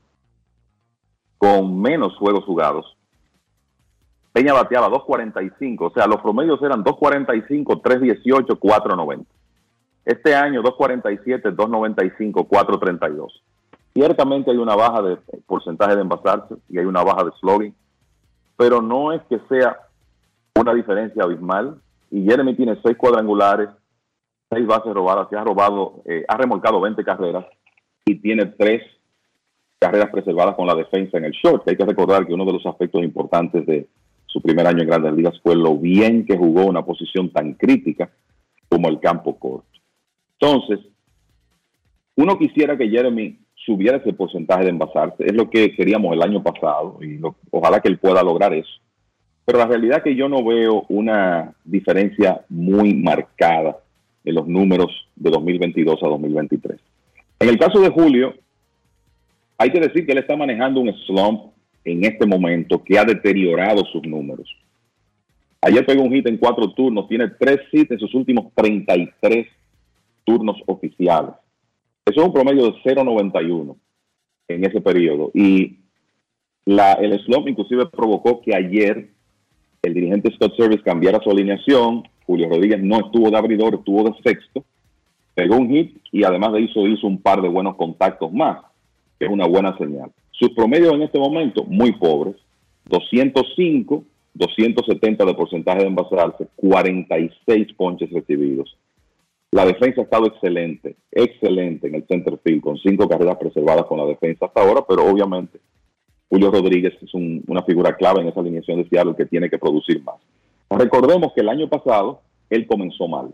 [SPEAKER 8] con menos juegos jugados, Peña bateaba 2.45. O sea, los promedios eran 2.45, 3.18, 4.90. Este año 2.47, 2.95, 4.32. Ciertamente hay una baja de porcentaje de envasarse y hay una baja de slugging, pero no es que sea una diferencia abismal. Y Jeremy tiene 6 cuadrangulares, 6 bases robadas, ha remolcado 20 carreras y tiene 3 carreras preservadas con la defensa en el short. Hay que recordar que uno de los aspectos importantes de su primer año en Grandes Ligas fue lo bien que jugó una posición tan crítica como el campo corto. Entonces, uno quisiera que Jeremy subiera ese porcentaje de envasarse. Es lo que queríamos el año pasado y ojalá que él pueda lograr eso. Pero la realidad es que yo no veo una diferencia muy marcada en los números de 2022 a 2023. En el caso de Julio, hay que decir que él está manejando un slump en este momento que ha deteriorado sus números. Ayer pegó un hit en 4 turnos, tiene 3 hits en sus últimos 33 turnos oficiales. Eso es un promedio de 0.91 en ese periodo. Y el slump inclusive provocó que ayer el dirigente Scott Service cambiara su alineación. Julio Rodríguez no estuvo de abridor, estuvo de sexto. Pegó un hit y además de eso hizo un par de buenos contactos más, que es una buena señal. Sus promedios en este momento, muy pobres. 205, 270 de porcentaje de envasarse, 46 ponches recibidos. La defensa ha estado excelente en el center field, con 5 carreras preservadas con la defensa hasta ahora, pero obviamente Julio Rodríguez es una figura clave en esa alineación de Seattle que tiene que producir más. Recordemos que el año pasado él comenzó mal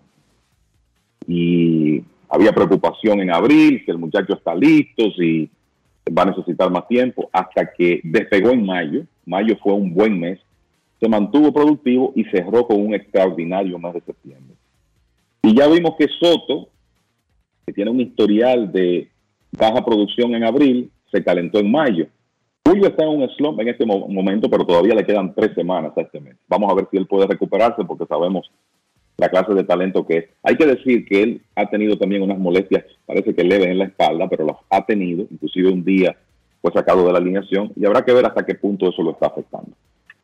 [SPEAKER 8] y había preocupación en abril, que el muchacho está listo, si va a necesitar más tiempo, hasta que despegó en mayo. Mayo fue un buen mes, se mantuvo productivo y cerró con un extraordinario mes de septiembre. Y ya vimos que Soto, que tiene un historial de baja producción en abril, se calentó en mayo. Julio está en un slump en este momento, pero todavía le quedan 3 semanas a este mes. Vamos a ver si él puede recuperarse, porque sabemos la clase de talento que es. Hay que decir que él ha tenido también unas molestias, parece que leves en la espalda, pero las ha tenido. Inclusive un día fue sacado de la alineación y habrá que ver hasta qué punto eso lo está afectando.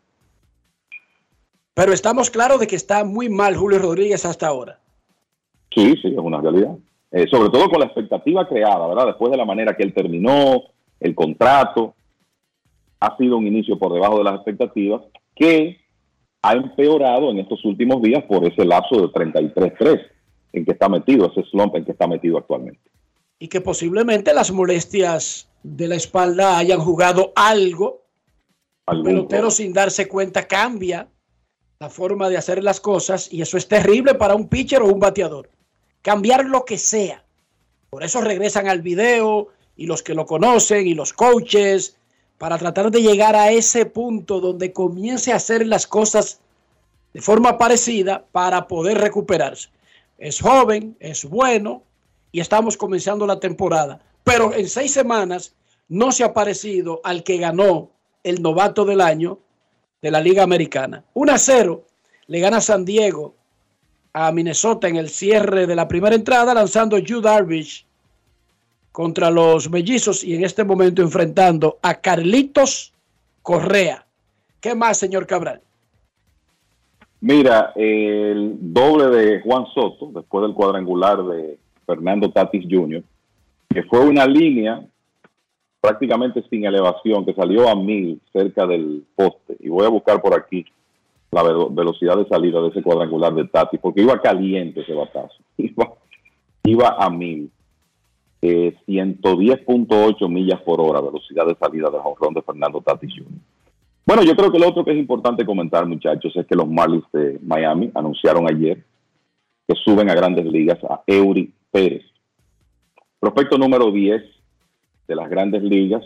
[SPEAKER 5] Pero estamos claros de que está muy mal Julio Rodríguez hasta ahora.
[SPEAKER 8] Sí, es una realidad. Sobre todo con la expectativa creada, ¿verdad? Después de la manera que él terminó, el contrato, ha sido un inicio por debajo de las expectativas que ha empeorado en estos últimos días por ese lapso de 33-3 en que está metido, ese slump en que está metido actualmente.
[SPEAKER 5] Y que posiblemente las molestias de la espalda hayan jugado algo. El pelotero sin darse cuenta cambia la forma de hacer las cosas y eso es terrible para un pitcher o un bateador. Cambiar lo que sea. Por eso regresan al video y los que lo conocen y los coaches para tratar de llegar a ese punto donde comience a hacer las cosas de forma parecida para poder recuperarse. Es joven, es bueno y estamos comenzando la temporada. Pero en 6 semanas no se ha parecido al que ganó el novato del año de la Liga Americana. 1-0 le gana San Diego a Minnesota en el cierre de la primera entrada, lanzando Yu Darvish contra los Mellizos y en este momento enfrentando a Carlitos Correa. ¿Qué más, señor Cabral?
[SPEAKER 8] Mira, el doble de Juan Soto, después del cuadrangular de Fernando Tatis Jr., que fue una línea prácticamente sin elevación, que salió a 1000 cerca del poste. Y voy a buscar por aquí la velocidad de salida de ese cuadrangular de Tatis, porque iba caliente ese batazo. Iba a 1000. 110.8 millas por hora, velocidad de salida del jonrón de Fernando Tatis Jr. Bueno, yo creo que lo otro que es importante comentar, muchachos, es que los Marlins de Miami anunciaron ayer que suben a Grandes Ligas a Eury Pérez. Prospecto número 10 de las Grandes Ligas,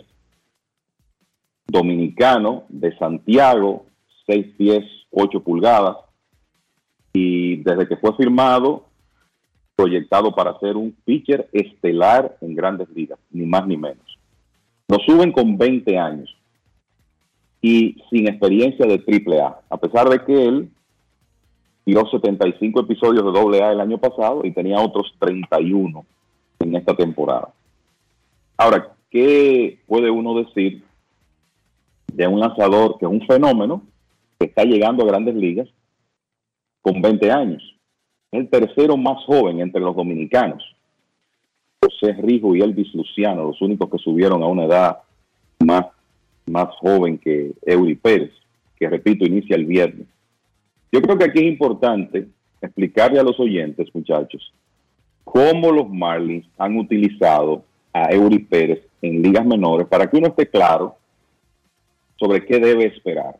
[SPEAKER 8] dominicano de Santiago, 6 pies, 8 pulgadas, y desde que fue firmado, proyectado para ser un pitcher estelar en Grandes Ligas, ni más ni menos. Lo suben con 20 años y sin experiencia de AAA, a pesar de que él tiró 75 episodios de AA el año pasado y tenía otros 31 en esta temporada. Ahora, ¿qué puede uno decir de un lanzador que es un fenómeno, que está llegando a Grandes Ligas con 20 años? Es el tercero más joven entre los dominicanos. José Rijo y Elvis Luciano, los únicos que subieron a una edad más joven que Eury Pérez, que repito, inicia el viernes. Yo creo que aquí es importante explicarle a los oyentes, muchachos, cómo los Marlins han utilizado a Eury Pérez en ligas menores para que uno esté claro sobre qué debe esperar.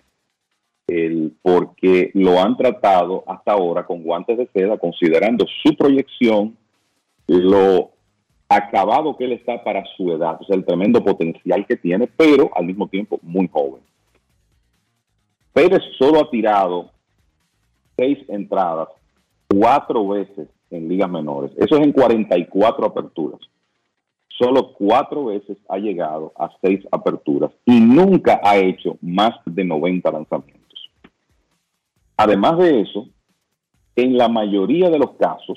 [SPEAKER 8] Porque lo han tratado hasta ahora con guantes de seda, considerando su proyección, lo acabado que él está para su edad, o sea, el tremendo potencial que tiene, pero al mismo tiempo muy joven. Pérez solo ha tirado 6 entradas 4 veces en ligas menores. Eso es en 44 aperturas. Solo 4 veces ha llegado a 6 aperturas y nunca ha hecho más de 90 lanzamientos. Además de eso, en la mayoría de los casos,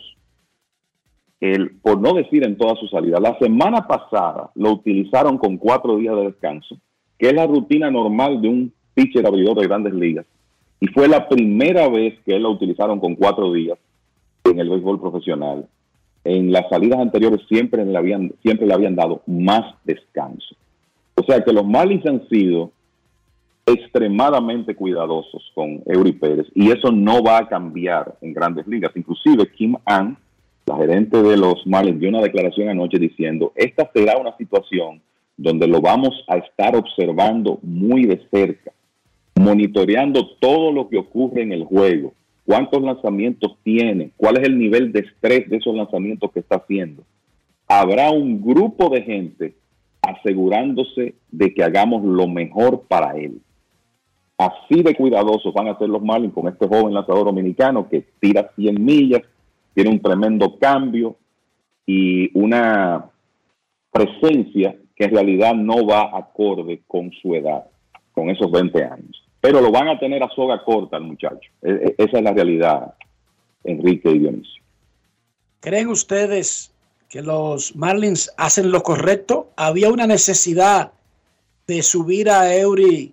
[SPEAKER 8] por no decir en toda su salida, la semana pasada lo utilizaron con 4 días de descanso, que es la rutina normal de un pitcher abridor de Grandes Ligas, y fue la primera vez que él lo utilizaron con 4 días en el béisbol profesional. En las salidas anteriores siempre le habían dado más descanso. O sea que los Marlins han sido extremadamente cuidadosos con Eury Pérez, y eso no va a cambiar en Grandes Ligas. Inclusive Kim Ann, la gerente de los Marlins, dio una declaración anoche diciendo: esta será una situación donde lo vamos a estar observando muy de cerca, monitoreando todo lo que ocurre en el juego, cuántos lanzamientos tiene, cuál es el nivel de estrés de esos lanzamientos que está haciendo. Habrá un grupo de gente asegurándose de que hagamos lo mejor para él. Así de cuidadosos van a ser los Marlins con este joven lanzador dominicano que tira 100 millas, tiene un tremendo cambio y una presencia que en realidad no va acorde con su edad, con esos 20 años. Pero lo van a tener a soga corta al muchacho. Esa es la realidad, Enrique y Dionisio.
[SPEAKER 5] ¿Creen ustedes que los Marlins hacen lo correcto? ¿Había una necesidad de subir a Eury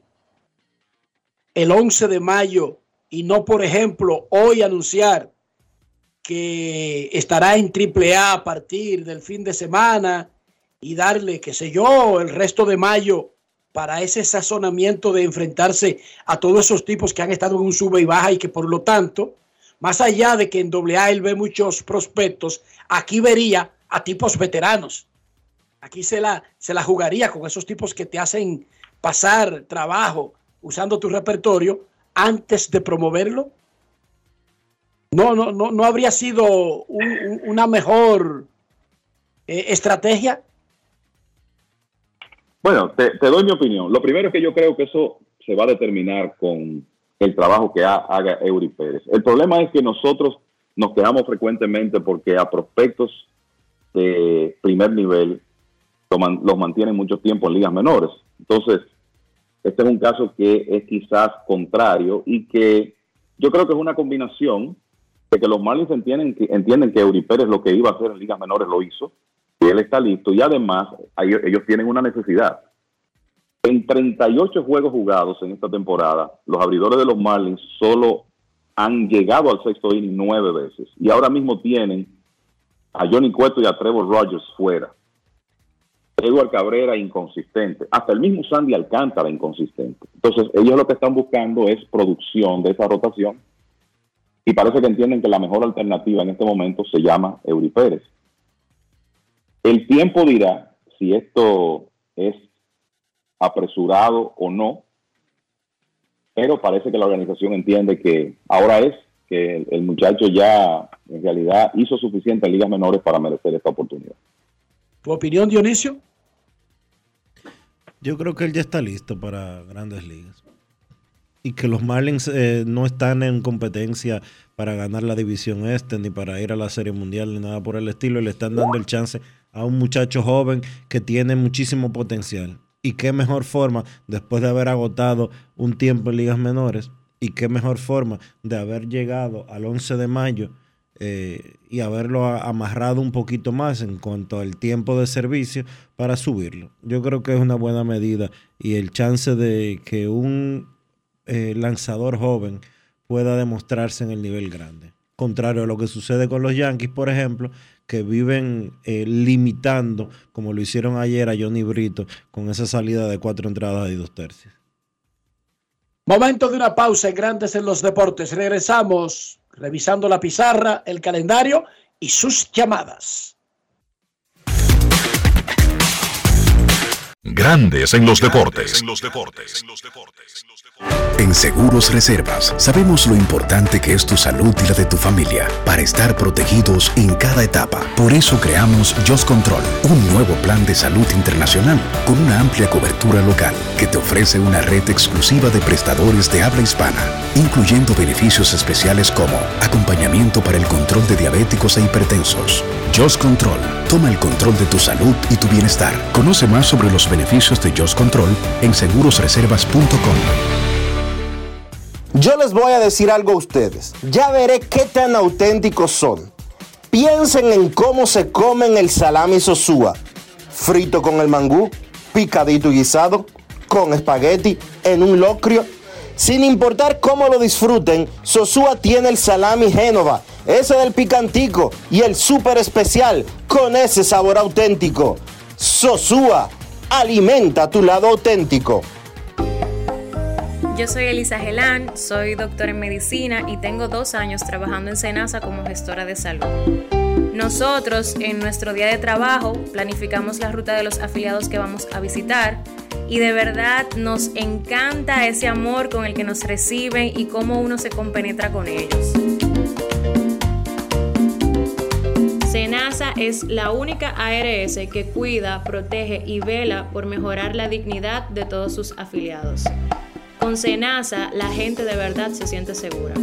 [SPEAKER 5] el 11 de mayo y no, por ejemplo, hoy anunciar que estará en AAA a partir del fin de semana y darle, qué sé yo, el resto de mayo para ese sazonamiento de enfrentarse a todos esos tipos que han estado en un sube y baja y que por lo tanto, más allá de que en AA él ve muchos prospectos, aquí vería a tipos veteranos? Aquí se la jugaría con esos tipos que te hacen pasar trabajo usando tu repertorio antes de promoverlo. No habría sido una mejor estrategia.
[SPEAKER 8] Bueno, te doy mi opinión. Lo primero es que yo creo que eso se va a determinar con el trabajo que haga Eury Pérez. El problema es que nosotros nos quejamos frecuentemente porque a prospectos de primer nivel los mantienen mucho tiempo en ligas menores. Entonces, este es un caso que es quizás contrario y que yo creo que es una combinación de que los Marlins entienden que Eury Pérez lo que iba a hacer en ligas menores lo hizo, y él está listo, y además ellos tienen una necesidad. En 38 juegos jugados en esta temporada, los abridores de los Marlins solo han llegado al sexto inning 9 veces, y ahora mismo tienen a Johnny Cueto y a Trevor Rogers fuera. Edward Cabrera inconsistente, hasta el mismo Sandy Alcántara inconsistente. Entonces ellos lo que están buscando es producción de esa rotación, y parece que entienden que la mejor alternativa en este momento se llama Eury Pérez. El tiempo dirá si esto es apresurado o no, pero parece que la organización entiende que ahora es que el muchacho ya en realidad hizo suficiente en ligas menores para merecer esta oportunidad.
[SPEAKER 5] ¿Tu opinión, Dionisio?
[SPEAKER 10] Yo creo que él ya está listo para Grandes Ligas. Y que los Marlins no están en competencia para ganar la división este, ni para ir a la Serie Mundial, ni nada por el estilo. Le están dando el chance a un muchacho joven que tiene muchísimo potencial. Y qué mejor forma, después de haber agotado un tiempo en ligas menores, y qué mejor forma de haber llegado al 11 de mayo y haberlo amarrado un poquito más en cuanto al tiempo de servicio para subirlo. Yo creo que es una buena medida y el chance de que un lanzador joven pueda demostrarse en el nivel grande. Contrario a lo que sucede con los Yankees, por ejemplo, que viven limitando, como lo hicieron ayer a Johnny Brito, con esa salida de 4 entradas y 2 tercios.
[SPEAKER 5] Momento de una pausa en Grandes en los Deportes. Regresamos revisando la pizarra, el calendario y sus llamadas.
[SPEAKER 1] Grandes en los Deportes.
[SPEAKER 17] En Seguros Reservas sabemos lo importante que es tu salud y la de tu familia para estar protegidos en cada etapa. Por eso creamos Just Control, un nuevo plan de salud internacional con una amplia cobertura local que te ofrece una red exclusiva de prestadores de habla hispana, incluyendo beneficios especiales como acompañamiento para el control de diabéticos e hipertensos. Just Control, toma el control de tu salud y tu bienestar. Conoce más sobre los beneficios de Just Control en segurosreservas.com.
[SPEAKER 3] Yo les voy a decir algo a ustedes. Ya veré qué tan auténticos son. Piensen en cómo se comen el salami Sosúa. Frito con el mangú, picadito y guisado, con espagueti, en un locrio. Sin importar cómo lo disfruten, Sosúa tiene el salami Génova, ese del picantico y el súper especial con ese sabor auténtico. Sosúa, alimenta tu lado auténtico.
[SPEAKER 13] Yo soy Elisa Gelán, soy doctora en medicina y tengo 2 años trabajando en Senasa como gestora de salud. Nosotros, en nuestro día de trabajo, planificamos la ruta de los afiliados que vamos a visitar y de verdad nos encanta ese amor con el que nos reciben y cómo uno se compenetra con ellos. Senasa es la única ARS que cuida, protege y vela por mejorar la dignidad de todos sus afiliados. Con Senasa, la gente de verdad se siente segura.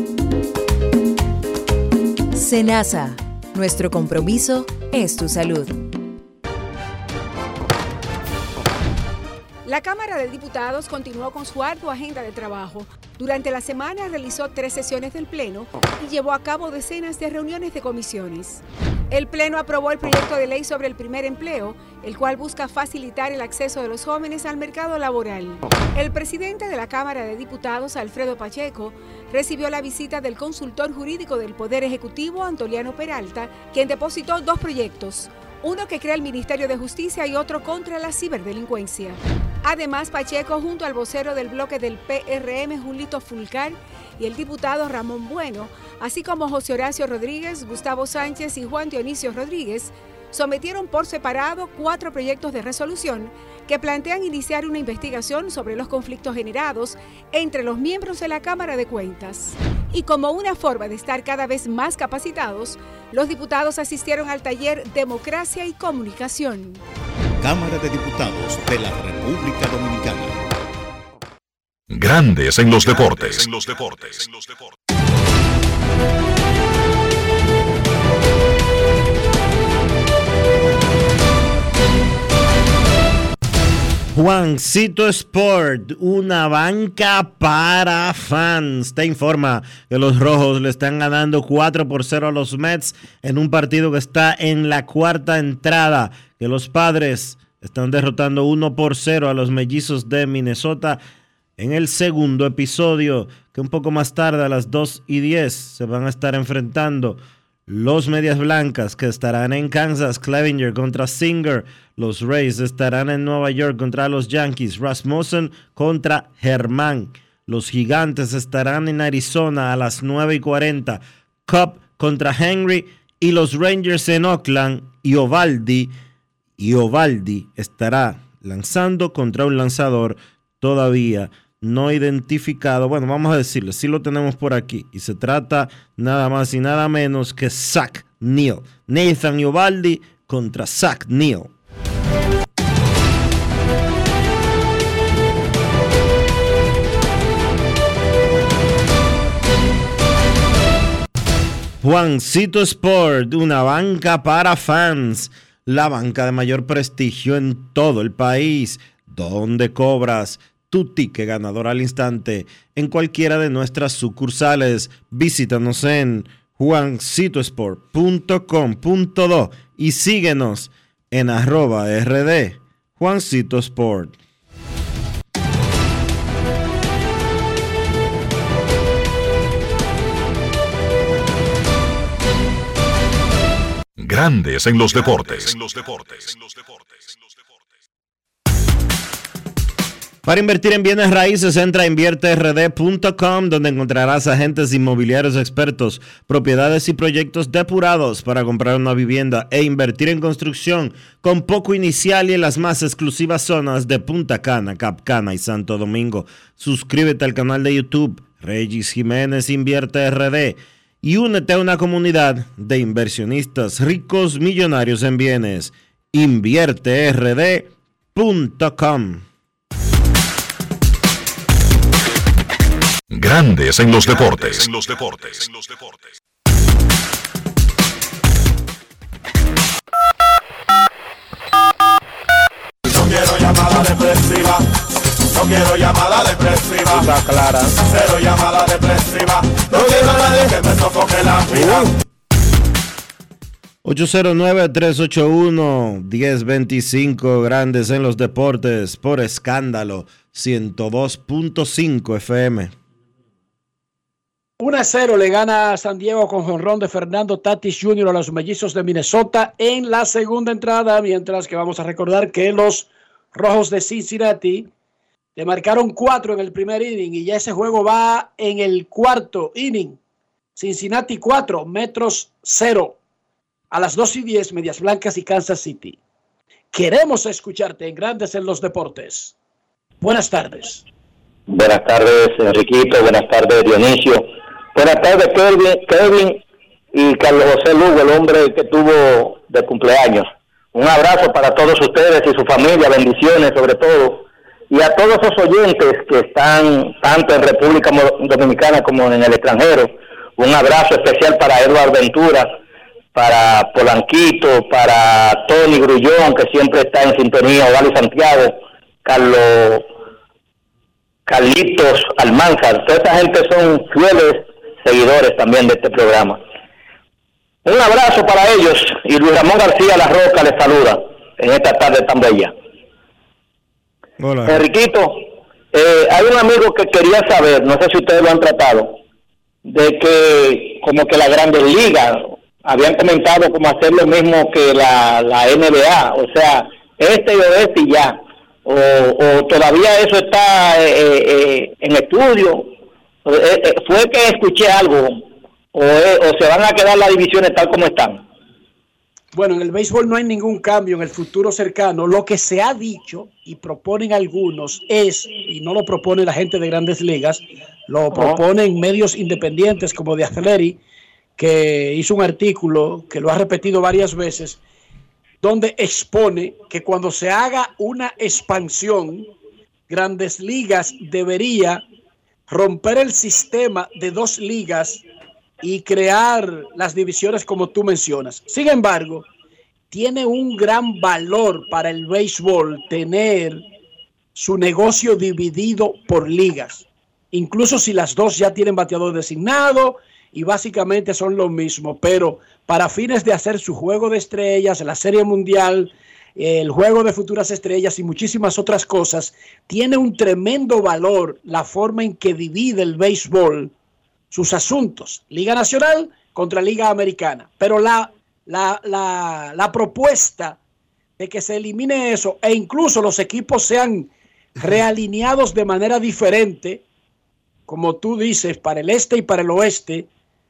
[SPEAKER 14] Senasa, nuestro compromiso es tu salud.
[SPEAKER 19] La Cámara de Diputados continuó con su ardua agenda de trabajo. Durante la semana realizó 3 sesiones del Pleno y llevó a cabo decenas de reuniones de comisiones. El Pleno aprobó el proyecto de ley sobre el primer empleo, el cual busca facilitar el acceso de los jóvenes al mercado laboral. El presidente de la Cámara de Diputados, Alfredo Pacheco, recibió la visita del consultor jurídico del Poder Ejecutivo, Antoliano Peralta, quien depositó 2 proyectos. Uno que crea el Ministerio de Justicia y otro contra la ciberdelincuencia. Además, Pacheco, junto al vocero del bloque del PRM, Julito Fulcar, y el diputado Ramón Bueno, así como José Horacio Rodríguez, Gustavo Sánchez y Juan Dionisio Rodríguez, sometieron por separado 4 proyectos de resolución que plantean iniciar una investigación sobre los conflictos generados entre los miembros de la Cámara de Cuentas. Y como una forma de estar cada vez más capacitados, los diputados asistieron al taller Democracia y Comunicación.
[SPEAKER 20] Cámara de Diputados de la República Dominicana.
[SPEAKER 1] Grandes en los deportes.
[SPEAKER 10] Juancito Sport, una banca para fans, te informa que los rojos le están ganando 4-0 a los Mets en un partido que está en la 4ª entrada, que los Padres están derrotando 1-0 a los Mellizos de Minnesota en el segundo episodio, que un poco más tarde a las 2:10 se van a estar enfrentando los Medias Blancas, que estarán en Kansas, Clevinger contra Singer. Los Rays estarán en Nueva York contra los Yankees, Rasmussen contra Germán. Los Gigantes estarán en Arizona a las 9:40, Cobb contra Henry. Y los Rangers en Oakland, y Ovaldi estará lanzando contra un lanzador todavía no identificado. Bueno, vamos a decirle, sí lo tenemos por aquí. Y se trata nada más y nada menos que Zach Neal. Nathan Eovaldi contra Zach Neal. Juancito Sport, una banca para fans, la banca de mayor prestigio en todo el país, donde cobras tu ticket ganador al instante en cualquiera de nuestras sucursales. Visítanos en juancitosport.com.do y síguenos en @RD Juancito Sport.
[SPEAKER 1] Grandes en los deportes.
[SPEAKER 10] Para invertir en bienes raíces, entra a invierterd.com, donde encontrarás agentes inmobiliarios expertos, propiedades y proyectos depurados para comprar una vivienda e invertir en construcción con poco inicial y en las más exclusivas zonas de Punta Cana, Cap Cana y Santo Domingo. Suscríbete al canal de YouTube Regis Jiménez Invierte RD y únete a una comunidad de inversionistas ricos millonarios en bienes. invierterd.com.
[SPEAKER 1] Grandes en los deportes.
[SPEAKER 23] No quiero llamada depresiva. No quiero llamada depresiva.
[SPEAKER 10] Está clara.
[SPEAKER 23] Cero llamada depresiva. No quiero a nadie que me sofoque la vida.
[SPEAKER 10] 809-381-1025, Grandes en los deportes, por Escándalo 102.5 FM.
[SPEAKER 5] 1-0 le gana a San Diego con jonrón de Fernando Tatis Jr. a los Mellizos de Minnesota en la segunda entrada, mientras que vamos a recordar que los Rojos de Cincinnati le marcaron 4 en el primer inning y ya ese juego va en el cuarto inning. Cincinnati 4, Metros 0. A las 2:10, Medias Blancas y Kansas City. Queremos escucharte en Grandes en los Deportes. Buenas tardes.
[SPEAKER 9] Buenas tardes, Enriquito. Buenas tardes, Dionisio. Buenas tardes, Kevin y Carlos José Lugo, el hombre que tuvo de cumpleaños. Un abrazo para todos ustedes y su familia, bendiciones sobre todo. Y a todos esos oyentes que están tanto en República Dominicana como en el extranjero. Un abrazo especial para Eduardo Ventura, para Polanquito, para Tony Grullón, que siempre está en sintonía, Odali Santiago, Carlitos Almanzar. Toda esta gente son fieles seguidores también de este programa. Un abrazo para ellos y Luis Ramón García La Roca les saluda en esta tarde tan bella.
[SPEAKER 10] Hola.
[SPEAKER 9] Enriquito, hay un amigo que quería saber, no sé si ustedes lo han tratado, de que como que la Grandes Ligas habían comentado como hacer lo mismo que la NBA, o sea, este y oeste y ya, o todavía eso está en estudio. Fue que escuché algo, o se van a quedar las divisiones tal como están.
[SPEAKER 5] Bueno, en el béisbol no hay ningún cambio en el futuro cercano. Lo que se ha dicho y proponen algunos es, y no lo propone la gente de Grandes Ligas, lo proponen medios independientes como The Athletic, que hizo un artículo que lo ha repetido varias veces, donde expone que cuando se haga una expansión, Grandes Ligas debería romper el sistema de 2 ligas y crear las divisiones como tú mencionas. Sin embargo, tiene un gran valor para el béisbol tener su negocio dividido por ligas, incluso si las 2 ya tienen bateador designado y básicamente son lo mismo, pero para fines de hacer su juego de estrellas, la Serie Mundial, el juego de futuras estrellas y muchísimas otras cosas, tiene un tremendo valor la forma en que divide el béisbol sus asuntos, Liga Nacional contra Liga Americana. Pero la propuesta de que se elimine eso e incluso los equipos sean realineados de manera diferente, como tú dices, para el este y para el oeste,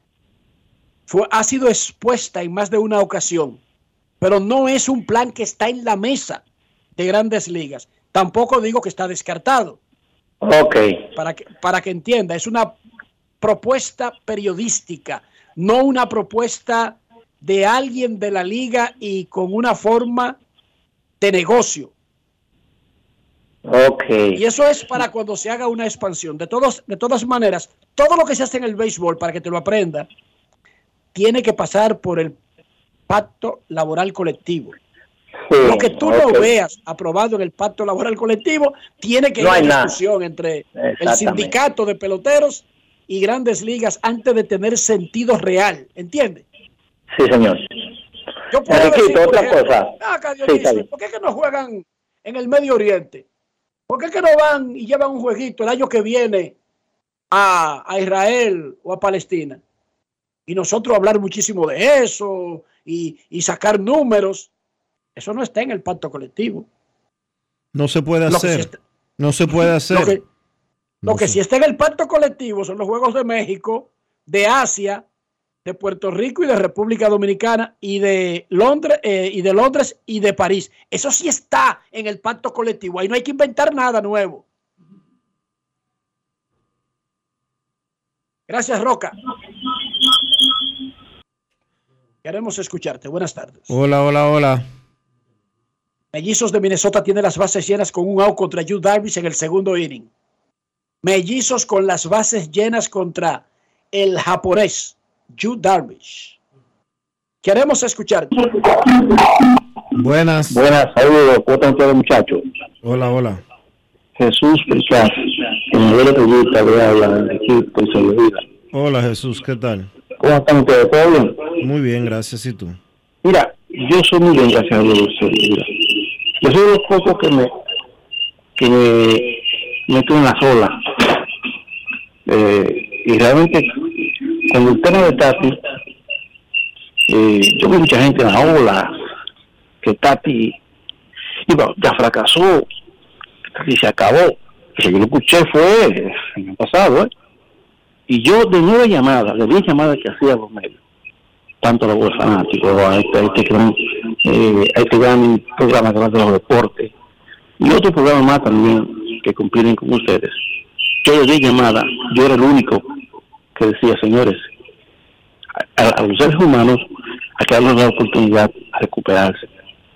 [SPEAKER 5] ha sido expuesta en más de una ocasión, pero no es un plan que está en la mesa de Grandes Ligas. Tampoco digo que está descartado.
[SPEAKER 9] Ok.
[SPEAKER 5] Para que entienda, es una propuesta periodística, no una propuesta de alguien de la liga y con una forma de negocio.
[SPEAKER 9] Ok.
[SPEAKER 5] Y eso es para cuando se haga una expansión. De todas maneras, todo lo que se hace en el béisbol, para que te lo aprenda, tiene que pasar por el pacto laboral colectivo. Sí, lo que tú no veas aprobado en el pacto laboral colectivo, tiene que ir a discusión entre el sindicato de peloteros y Grandes Ligas antes de tener sentido real. ¿Entiendes?
[SPEAKER 9] Sí, señor.
[SPEAKER 5] Yo puedo decir,
[SPEAKER 9] otra cosa.
[SPEAKER 5] ¿Por qué que no juegan en el Medio Oriente? ¿Por qué que no van y llevan un jueguito el año que viene a Israel o a Palestina? Y nosotros hablar muchísimo de eso y sacar números. Eso no está en el pacto colectivo.
[SPEAKER 10] No se puede hacer. No se puede hacer.
[SPEAKER 5] Lo que sí está en el pacto colectivo son los Juegos de México, de Asia, de Puerto Rico y de República Dominicana y de Londres y de París. Eso sí está en el pacto colectivo. Ahí no hay que inventar nada nuevo. Gracias, Roca. Queremos escucharte. Buenas tardes.
[SPEAKER 10] Hola.
[SPEAKER 5] Mellizos de Minnesota tiene las bases llenas con un out contra Yu Darvish en el segundo inning. Mellizos con las bases llenas contra el japonés Yu Darvish. Queremos escucharte.
[SPEAKER 10] Buenas,
[SPEAKER 9] saludos. ¿Cómo están ustedes, muchachos?
[SPEAKER 10] Hola.
[SPEAKER 9] Jesús Picas, en el periodista le habla del equipo y se lo diga.
[SPEAKER 10] Hola, Jesús, ¿qué tal?
[SPEAKER 9] ¿Cómo están ustedes? ¿Todo bien?
[SPEAKER 10] Muy bien, gracias. ¿Y tú?
[SPEAKER 9] Mira, yo soy muy bien, gracias a Dios. Yo soy de los pocos que me meto en la sola. Y realmente, con el tema de Tati, yo vi mucha gente en la ola, que Tati ya fracasó, que Tati se acabó. Lo que yo escuché fue el año pasado, y yo de 10 llamadas que hacía a los medios, tanto a los fanáticos, a este gran programa que va de los deportes, y otros programas más también que compiten con ustedes. Yo de 10 llamadas, yo era el único que decía, señores, a los seres humanos hay que darles la oportunidad a recuperarse.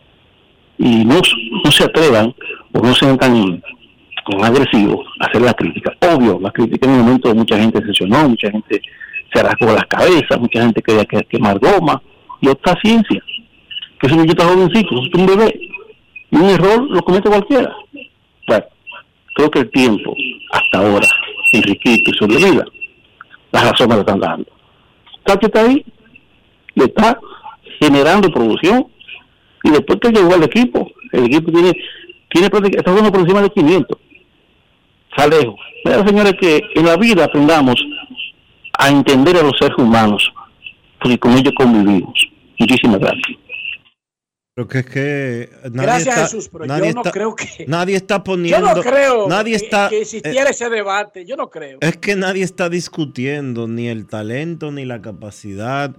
[SPEAKER 9] Y no se atrevan o no sean tan agresivos a hacer la crítica. Obvio, la crítica en un momento mucha gente se lesionó, mucha gente se rasgó las cabezas, mucha gente quería quemar goma, y otra ciencia, que ese niñito jovencito, es un bebé, y un error lo comete cualquiera. Bueno, creo que el tiempo, hasta ahora, Enriquito y su vida, las razones lo están dando. Tati está ahí, le está generando producción, y después que llegó al equipo, el equipo está jugando por encima de 500. Está lejos. Mira, señores, que en la vida aprendamos a entender a los seres humanos, porque con ellos convivimos. Muchísimas gracias.
[SPEAKER 10] Pero que es que
[SPEAKER 5] gracias, Jesús, pero yo no creo que
[SPEAKER 10] nadie está poniendo.
[SPEAKER 5] Yo no creo
[SPEAKER 10] que
[SPEAKER 5] existiera ese debate. Yo no creo.
[SPEAKER 10] Es que nadie está discutiendo ni el talento, ni la capacidad,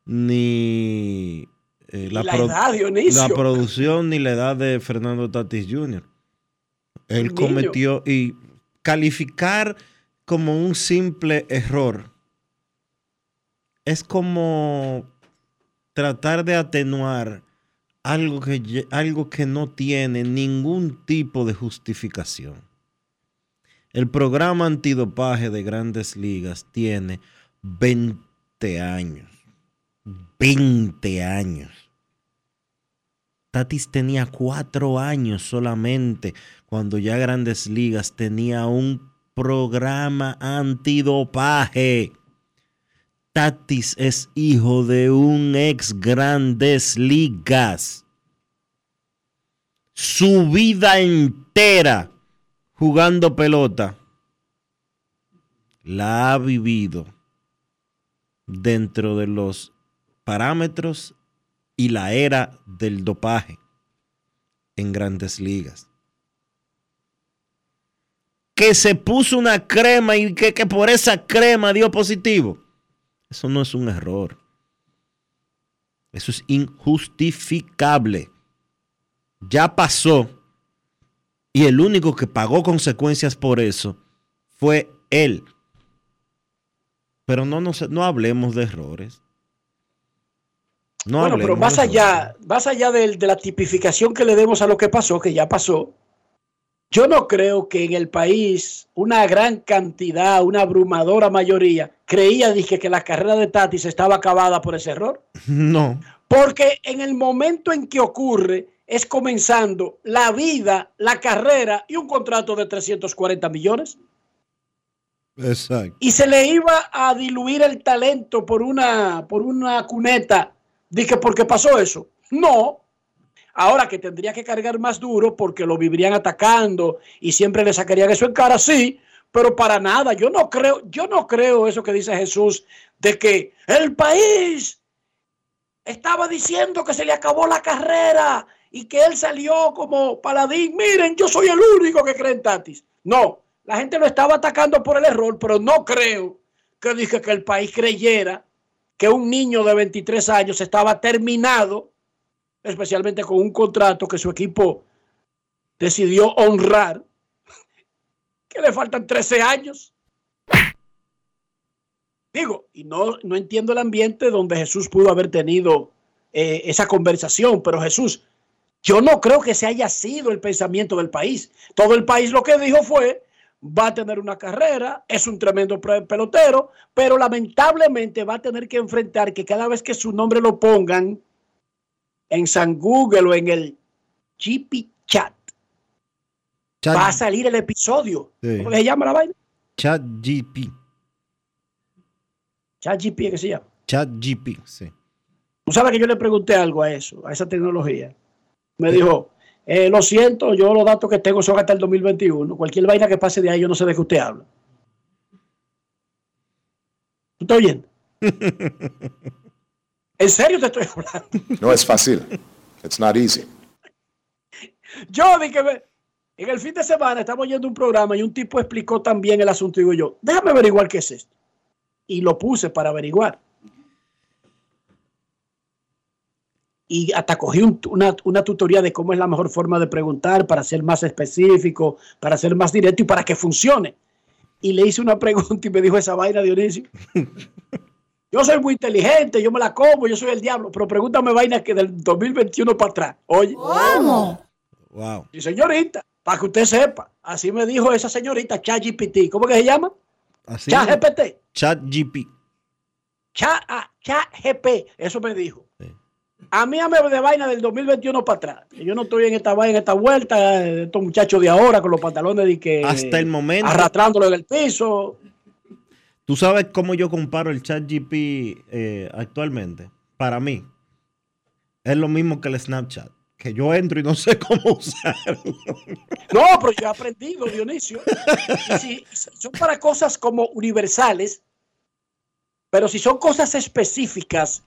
[SPEAKER 10] ni la producción, ni la edad de Fernando Tatis Jr. Él cometió y calificar como un simple error es como tratar de atenuar algo que no tiene ningún tipo de justificación. El programa antidopaje de Grandes Ligas tiene 20 años. 20 años. Tatis tenía 4 años solamente cuando ya Grandes Ligas tenía un programa antidopaje. Tatis es hijo de un ex Grandes Ligas. Su vida entera jugando pelota la ha vivido dentro de los parámetros y la era del dopaje en Grandes Ligas. Que se puso una crema y que por esa crema dio positivo. Eso no es un error. Eso es injustificable. Ya pasó. Y el único que pagó consecuencias por eso fue él. Pero no hablemos de errores.
[SPEAKER 5] Bueno, pero más allá de la tipificación que le demos a lo que pasó, que ya pasó, yo no creo que en el país una gran cantidad, una abrumadora mayoría, creía que la carrera de Tatis estaba acabada por ese error.
[SPEAKER 10] No.
[SPEAKER 5] Porque en el momento en que ocurre, es comenzando la vida, la carrera y un contrato de 340 millones.
[SPEAKER 10] Exacto.
[SPEAKER 5] Y se le iba a diluir el talento por una cuneta. Dije, ¿por qué pasó eso? No. Ahora que tendría que cargar más duro porque lo vivirían atacando y siempre le sacarían eso en cara, sí, pero para nada. Yo no creo eso que dice Jesús de que el país estaba diciendo que se le acabó la carrera y que él salió como paladín. Miren, yo soy el único que cree en Tatis. No, la gente lo estaba atacando por el error, pero no creo que dije que el país creyera que un niño de 23 años estaba terminado, especialmente con un contrato que su equipo decidió honrar, que le faltan 13 años. Digo, y no entiendo el ambiente donde Jesús pudo haber tenido esa conversación, pero Jesús, yo no creo que se haya sido el pensamiento del país. Todo el país lo que dijo fue, va a tener una carrera, es un tremendo pelotero, pero lamentablemente va a tener que enfrentar que cada vez que su nombre lo pongan en San Google o en el GP Chat, va a salir el episodio. Sí. ¿Cómo se llama la vaina?
[SPEAKER 10] ChatGPT.
[SPEAKER 5] ChatGPT, ¿qué se llama?
[SPEAKER 10] ChatGPT, sí.
[SPEAKER 5] Tú sabes que yo le pregunté algo a eso, a esa tecnología. Me dijo, lo siento, yo los datos que tengo son hasta el 2021. Cualquier vaina que pase de ahí, yo no sé de qué usted habla. ¿Tú estás oyendo? ¿En serio te estoy hablando?
[SPEAKER 6] No es fácil. It's not easy.
[SPEAKER 5] Yo dije, en el fin de semana estamos oyendo un programa y un tipo explicó también el asunto. Digo yo, déjame averiguar qué es esto. Y lo puse para averiguar. Y hasta cogí una tutoría de cómo es la mejor forma de preguntar para ser más específico, para ser más directo y para que funcione. Y le hice una pregunta y me dijo esa vaina, Dionisio. Yo soy muy inteligente, yo me la como, yo soy el diablo, pero pregúntame vainas que del 2021 para atrás. Oye.
[SPEAKER 10] ¿Cómo? Wow.
[SPEAKER 5] Y señorita, para que usted sepa, así me dijo esa señorita, ChatGPT. ¿Cómo que se llama? ChatGPT.
[SPEAKER 10] ChatGPT.
[SPEAKER 5] ChatGPT, eso me dijo. Sí. A mí me de vaina del 2021 para atrás. Yo no estoy en esta vaina, en esta vuelta, de estos muchachos de ahora con los pantalones de que
[SPEAKER 10] hasta el momento
[SPEAKER 5] arrastrándolo en el piso.
[SPEAKER 10] ¿Tú sabes cómo yo comparo el ChatGPT actualmente? Para mí, es lo mismo que el Snapchat, que yo entro y no sé cómo usarlo.
[SPEAKER 5] No, pero yo he aprendido, Dionisio. Y si son para cosas como universales, pero si son cosas específicas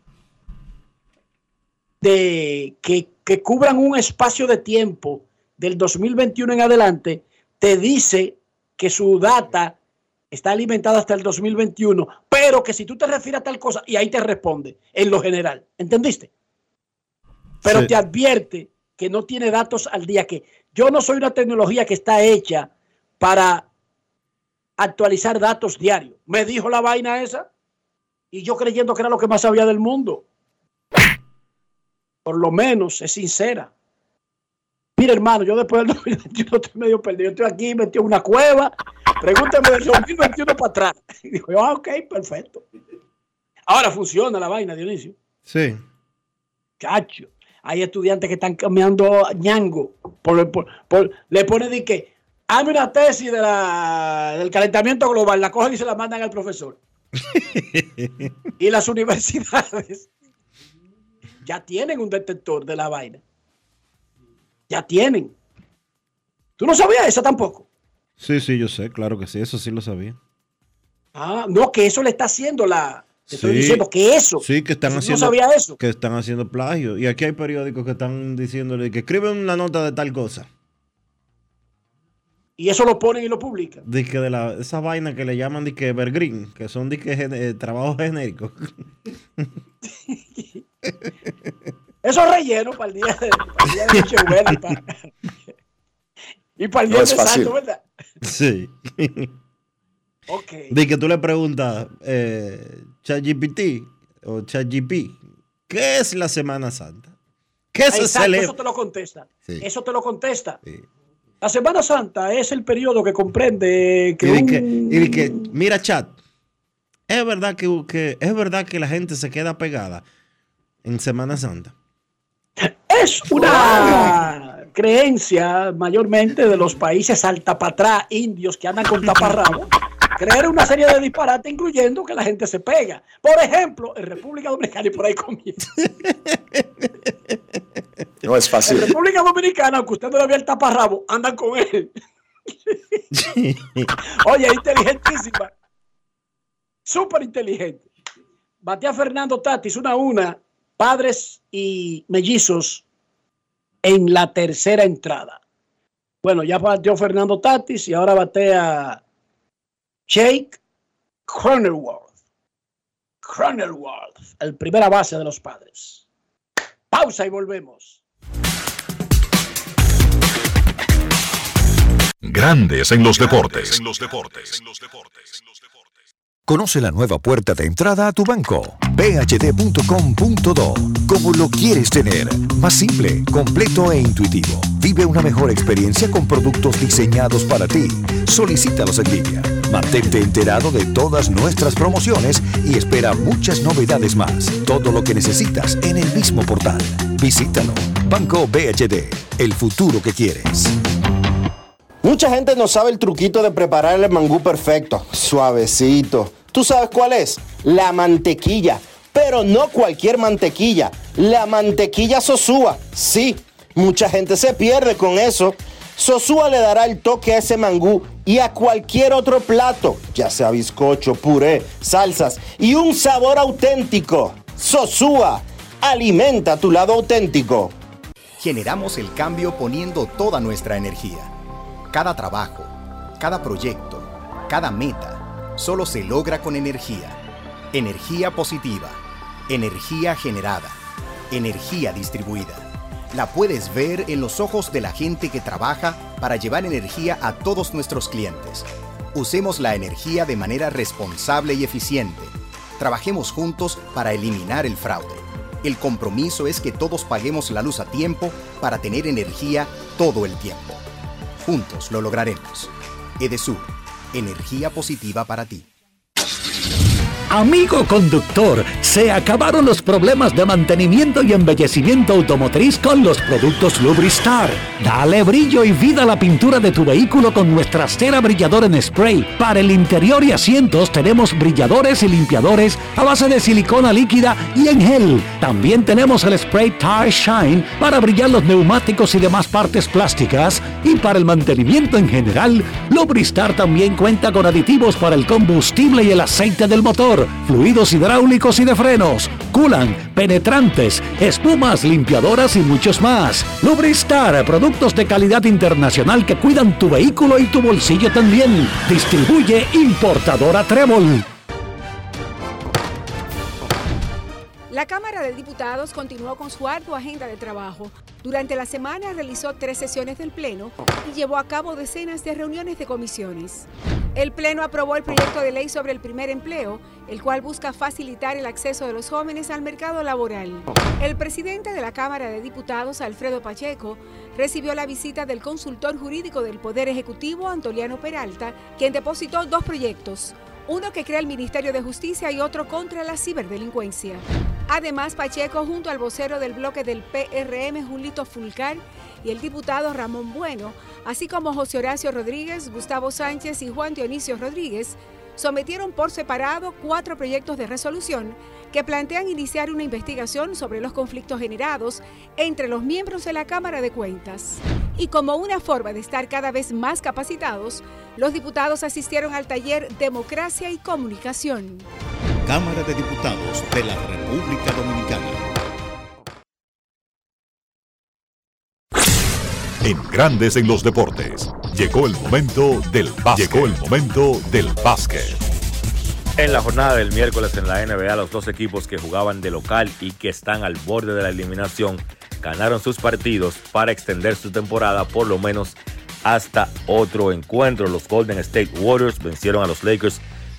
[SPEAKER 5] de que cubran un espacio de tiempo del 2021 en adelante, te dice que su data está alimentada hasta el 2021, pero que si tú te refieres a tal cosa, y ahí te responde en lo general, ¿entendiste? Pero sí, te advierte que no tiene datos al día, que yo no soy una tecnología que está hecha para actualizar datos diarios. Me dijo la vaina esa, y yo creyendo que era lo que más sabía del mundo. Por lo menos es sincera. Mira, hermano, yo después del 2021 estoy medio perdido. Yo estoy aquí metido en una cueva. Pregúntame del 2021 para atrás. Y digo, ok, perfecto. Ahora funciona la vaina, Dionisio.
[SPEAKER 10] Sí.
[SPEAKER 5] Chacho. Hay estudiantes que están cambiando ñango. Le ponen de que hazme una tesis del calentamiento global. La cogen y se la mandan al profesor. Y las universidades ya tienen un detector de la vaina. Ya tienen. ¿Tú no sabías eso tampoco?
[SPEAKER 10] Sí, yo sé, claro que sí, eso sí lo sabía.
[SPEAKER 5] Ah, no, que eso le está haciendo Te estoy diciendo que eso.
[SPEAKER 10] Sí, que están haciendo.
[SPEAKER 5] No sabía eso.
[SPEAKER 10] Que están haciendo plagio. Y aquí hay periódicos que están diciéndole que escriben una nota de tal cosa.
[SPEAKER 5] Y eso lo ponen y lo publican.
[SPEAKER 10] Dice de esa vaina que le llaman de que evergreen, que son de que trabajos genéricos. Eso es relleno para el día de Nochebuena.
[SPEAKER 5] Y para el
[SPEAKER 6] No es
[SPEAKER 5] Viernes
[SPEAKER 6] fácil.
[SPEAKER 5] Santo, ¿verdad?
[SPEAKER 10] Sí.
[SPEAKER 5] Ok.
[SPEAKER 10] De que tú le preguntas, ChatGPT o ChatGP, ¿qué es la Semana Santa? ¿Qué se
[SPEAKER 5] Exacto,
[SPEAKER 10] celebra?
[SPEAKER 5] eso te lo contesta.
[SPEAKER 10] Sí.
[SPEAKER 5] Eso te lo contesta. La Semana Santa es el periodo que comprende que
[SPEAKER 10] Y de que, mira, chat, es verdad que la gente se queda pegada en Semana Santa.
[SPEAKER 5] es una creencia mayormente de los países altapatrá indios que andan con taparrabo. Creer una serie de disparates, incluyendo que la gente se pega. Por ejemplo, en República Dominicana, y por ahí comienza.
[SPEAKER 6] No es fácil.
[SPEAKER 5] En República Dominicana, aunque usted no le vea el taparrabo, andan con él. Oye, inteligentísima. Súper inteligente. Batea Fernando Tatis, 1-1. Padres y mellizos en la tercera entrada. Bueno, ya bateó Fernando Tatis y ahora batea Jake Cronenworth, el primera base de los Padres. Pausa y volvemos.
[SPEAKER 1] Grandes en los deportes.
[SPEAKER 11] Conoce la nueva puerta de entrada a tu banco. phd.com.do. Como lo quieres tener. Más simple, completo e intuitivo. Vive una mejor experiencia con productos diseñados para ti. Solicítalos en línea. Mantente enterado de todas nuestras promociones y espera muchas novedades más. Todo lo que necesitas en el mismo portal. Visítalo. Banco BHD. El futuro que quieres.
[SPEAKER 3] Mucha gente no sabe el truquito de preparar el mangú perfecto, suavecito. ¿Tú sabes cuál es? La mantequilla. Pero no cualquier mantequilla. La mantequilla Sosúa. Sí, mucha gente se pierde con eso. Sosúa le dará el toque a ese mangú y a cualquier otro plato, ya sea bizcocho, puré, salsas y un sabor auténtico. Sosúa, alimenta tu lado auténtico.
[SPEAKER 15] Generamos el cambio poniendo toda nuestra energía. Cada trabajo, cada proyecto, cada meta, solo se logra con energía. Energía positiva, energía generada, energía distribuida. La puedes ver en los ojos de la gente que trabaja para llevar energía a todos nuestros clientes. Usemos la energía de manera responsable y eficiente. Trabajemos juntos para eliminar el fraude. El compromiso es que todos paguemos la luz a tiempo para tener energía todo el tiempo. Juntos lo lograremos. Edesur, energía positiva para ti.
[SPEAKER 16] Amigo conductor, se acabaron los problemas de mantenimiento y embellecimiento automotriz con los productos Lubristar. Dale brillo y vida a la pintura de tu vehículo con nuestra cera brilladora en spray. Para el interior y asientos tenemos brilladores y limpiadores a base de silicona líquida y en gel. También tenemos el spray Tire Shine para brillar los neumáticos y demás partes plásticas. Y para el mantenimiento en general, Lubristar también cuenta con aditivos para el combustible y el aceite del motor, fluidos hidráulicos y de frenos, culan, penetrantes, espumas, limpiadoras y muchos más. Lubristar, productos de calidad internacional que cuidan tu vehículo y tu bolsillo también. Distribuye importadora Trébol.
[SPEAKER 19] La Cámara de Diputados continuó con su ardua agenda de trabajo. Durante la semana realizó 3 sesiones del Pleno y llevó a cabo decenas de reuniones de comisiones. El Pleno aprobó el proyecto de ley sobre el primer empleo, el cual busca facilitar el acceso de los jóvenes al mercado laboral. El presidente de la Cámara de Diputados, Alfredo Pacheco, recibió la visita del consultor jurídico del Poder Ejecutivo, Antoliano Peralta, quien depositó 2 proyectos. Uno que crea el Ministerio de Justicia y otro contra la ciberdelincuencia. Además, Pacheco, junto al vocero del bloque del PRM, Julito Fulcar, y el diputado Ramón Bueno, así como José Horacio Rodríguez, Gustavo Sánchez y Juan Dionisio Rodríguez, sometieron por separado 4 proyectos de resolución que plantean iniciar una investigación sobre los conflictos generados entre los miembros de la Cámara de Cuentas. Y como una forma de estar cada vez más capacitados, los diputados asistieron al taller Democracia y Comunicación.
[SPEAKER 20] Cámara de Diputados de la República Dominicana.
[SPEAKER 1] En Grandes en los Deportes, llegó el momento del básquet.
[SPEAKER 18] En la jornada del miércoles en la NBA, los 2 equipos que jugaban de local y que están al borde de la eliminación ganaron sus partidos para extender su temporada por lo menos hasta otro encuentro. Los Golden State Warriors vencieron a los Lakers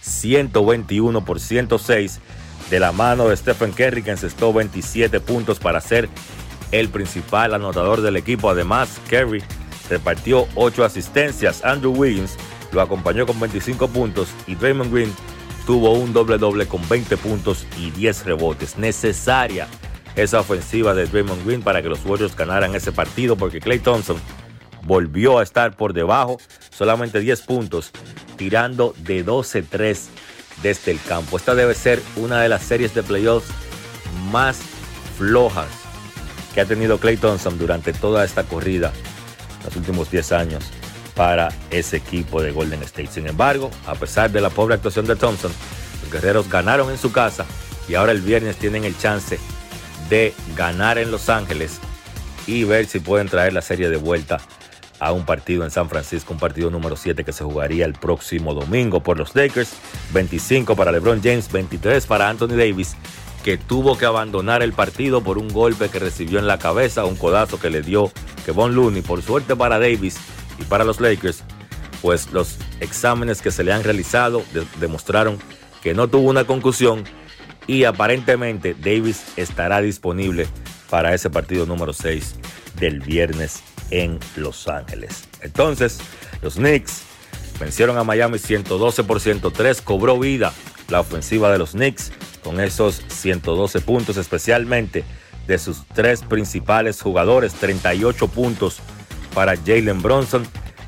[SPEAKER 18] 121-106 de la mano de Stephen Curry, que encestó 27 puntos para ser el principal anotador del equipo. Además, Curry repartió 8 asistencias. Andrew Wiggins lo acompañó con 25 puntos y Draymond Green tuvo un doble-doble con 20 puntos y 10 rebotes. Necesaria esa ofensiva de Draymond Green para que los Warriors ganaran ese partido, porque Klay Thompson volvió a estar por debajo, solamente 10 puntos, tirando de 12-3 desde el campo. Esta debe ser una de las series de playoffs más flojas que ha tenido Klay Thompson durante toda esta corrida, los últimos 10 años, para ese equipo de Golden State. Sin embargo, a pesar de la pobre actuación de Thompson, los guerreros ganaron en su casa y ahora el viernes tienen el chance de ganar en Los Ángeles y ver si pueden traer la serie de vuelta a un partido en San Francisco, un partido número 7 que se jugaría el próximo domingo por los Lakers. 25 para LeBron James, 23 para Anthony Davis, que tuvo que abandonar el partido por un golpe que recibió en la cabeza, un codazo que le dio Kevon Looney. Por suerte para Davis y para los Lakers, pues los exámenes que se le han realizado demostraron que no tuvo una concusión y aparentemente Davis estará disponible para ese partido número 6 del viernes en Los Ángeles. Entonces, los Knicks vencieron a Miami 112-103. Cobró vida la ofensiva de los Knicks con esos 112 puntos, especialmente de sus 3 principales jugadores. 38 puntos para Jalen Brunson,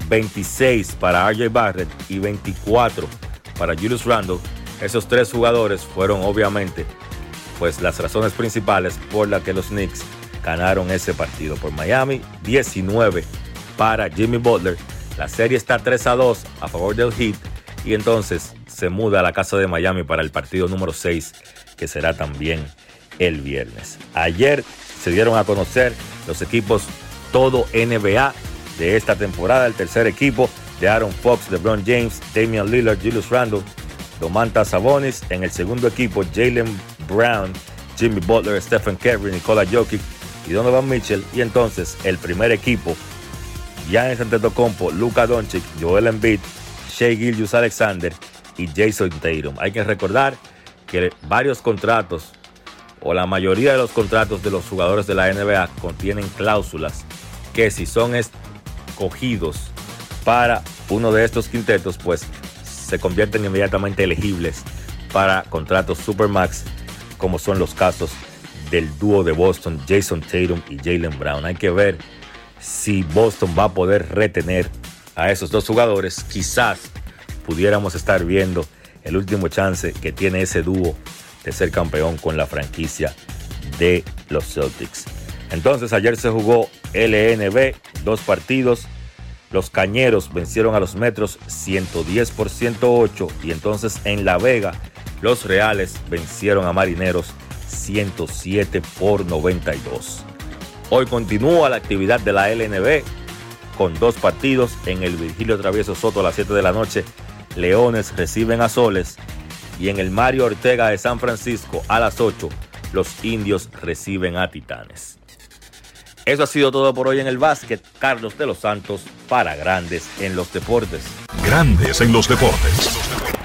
[SPEAKER 18] 26 para RJ Barrett y 24 para Julius Randle. Esos 3 jugadores fueron obviamente pues las razones principales por las que los Knicks ganaron ese partido. Por Miami, 19 para Jimmy Butler. La serie está 3-2 a favor del Heat y entonces se muda a la casa de Miami para el partido número 6, que será también el viernes. Ayer se dieron a conocer los equipos todo NBA de esta temporada. El tercer equipo de Aaron Fox, LeBron James, Damian Lillard, Julius Randle, Domantas Sabonis. En el segundo equipo, Jaylen Brown, Jimmy Butler, Stephen Curry, Nikola Jokic y Donovan Mitchell. Y entonces el primer equipo, Giannis Antetokounmpo, Luka Doncic, Joel Embiid, Shai Gilgeous-Alexander y Jason Tatum. Hay que recordar que varios contratos, o la mayoría de los contratos de los jugadores de la NBA, contienen cláusulas que si son escogidos para uno de estos quintetos, pues se convierten inmediatamente elegibles para contratos Supermax, como son los casos del dúo de Boston, Jason Tatum y Jaylen Brown. Hay que ver si Boston va a poder retener a esos dos jugadores. Quizás pudiéramos estar viendo el último chance que tiene ese dúo de ser campeón con la franquicia de los Celtics. Entonces ayer se jugó LNB, 2 partidos. Los Cañeros vencieron a los Metros 110-108 y entonces en La Vega los Reales vencieron a Marineros 107-92. Hoy continúa la actividad de la LNB con 2 partidos. En el Virgilio Travieso Soto a las 7 de la noche, Leones reciben a Soles, y en el Mario Ortega de San Francisco a las 8, los Indios reciben a Titanes. Eso ha sido todo por hoy en el básquet. Carlos de los Santos para Grandes en los Deportes.
[SPEAKER 1] Grandes en los Deportes.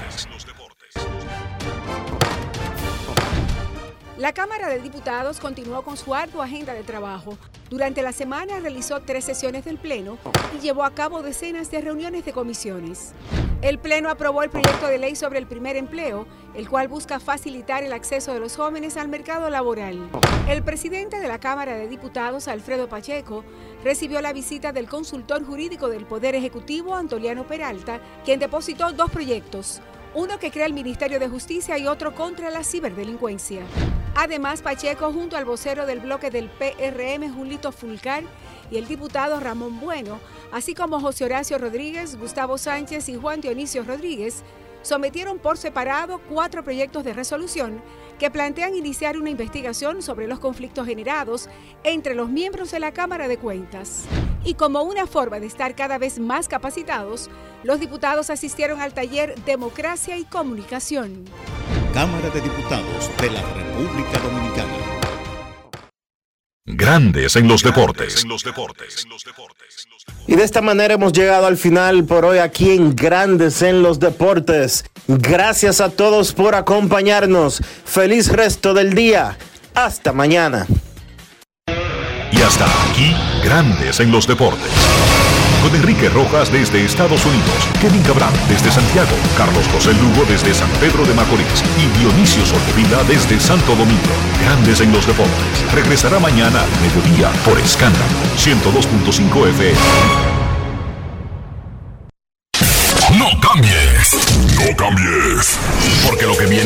[SPEAKER 19] La Cámara de Diputados continuó con su ardua agenda de trabajo. Durante la semana realizó 3 sesiones del Pleno y llevó a cabo decenas de reuniones de comisiones. El Pleno aprobó el proyecto de ley sobre el primer empleo, el cual busca facilitar el acceso de los jóvenes al mercado laboral. El presidente de la Cámara de Diputados, Alfredo Pacheco, recibió la visita del consultor jurídico del Poder Ejecutivo, Antoliano Peralta, quien depositó 2 proyectos, uno que crea el Ministerio de Justicia y otro contra la ciberdelincuencia. Además, Pacheco, junto al vocero del bloque del PRM, Julito Fulcar, y el diputado Ramón Bueno, así como José Horacio Rodríguez, Gustavo Sánchez y Juan Dionisio Rodríguez, sometieron por separado 4 proyectos de resolución que plantean iniciar una investigación sobre los conflictos generados entre los miembros de la Cámara de Cuentas. Y como una forma de estar cada vez más capacitados, los diputados asistieron al taller Democracia y Comunicación.
[SPEAKER 20] Cámara de Diputados de la República Dominicana.
[SPEAKER 1] Grandes en los deportes.
[SPEAKER 3] Y de esta manera hemos llegado al final por hoy aquí en Grandes en los Deportes. Gracias a todos por acompañarnos. Feliz resto del día. Hasta mañana.
[SPEAKER 1] Y hasta aquí, Grandes en los Deportes. Con Enrique Rojas desde Estados Unidos, Kevin Cabral desde Santiago, Carlos José Lugo desde San Pedro de Macorís y Dionisio Soltervila desde Santo Domingo. Grandes en los Deportes. Regresará mañana al mediodía por Escándalo 102.5 FM. No cambies. No cambies. Porque lo que viene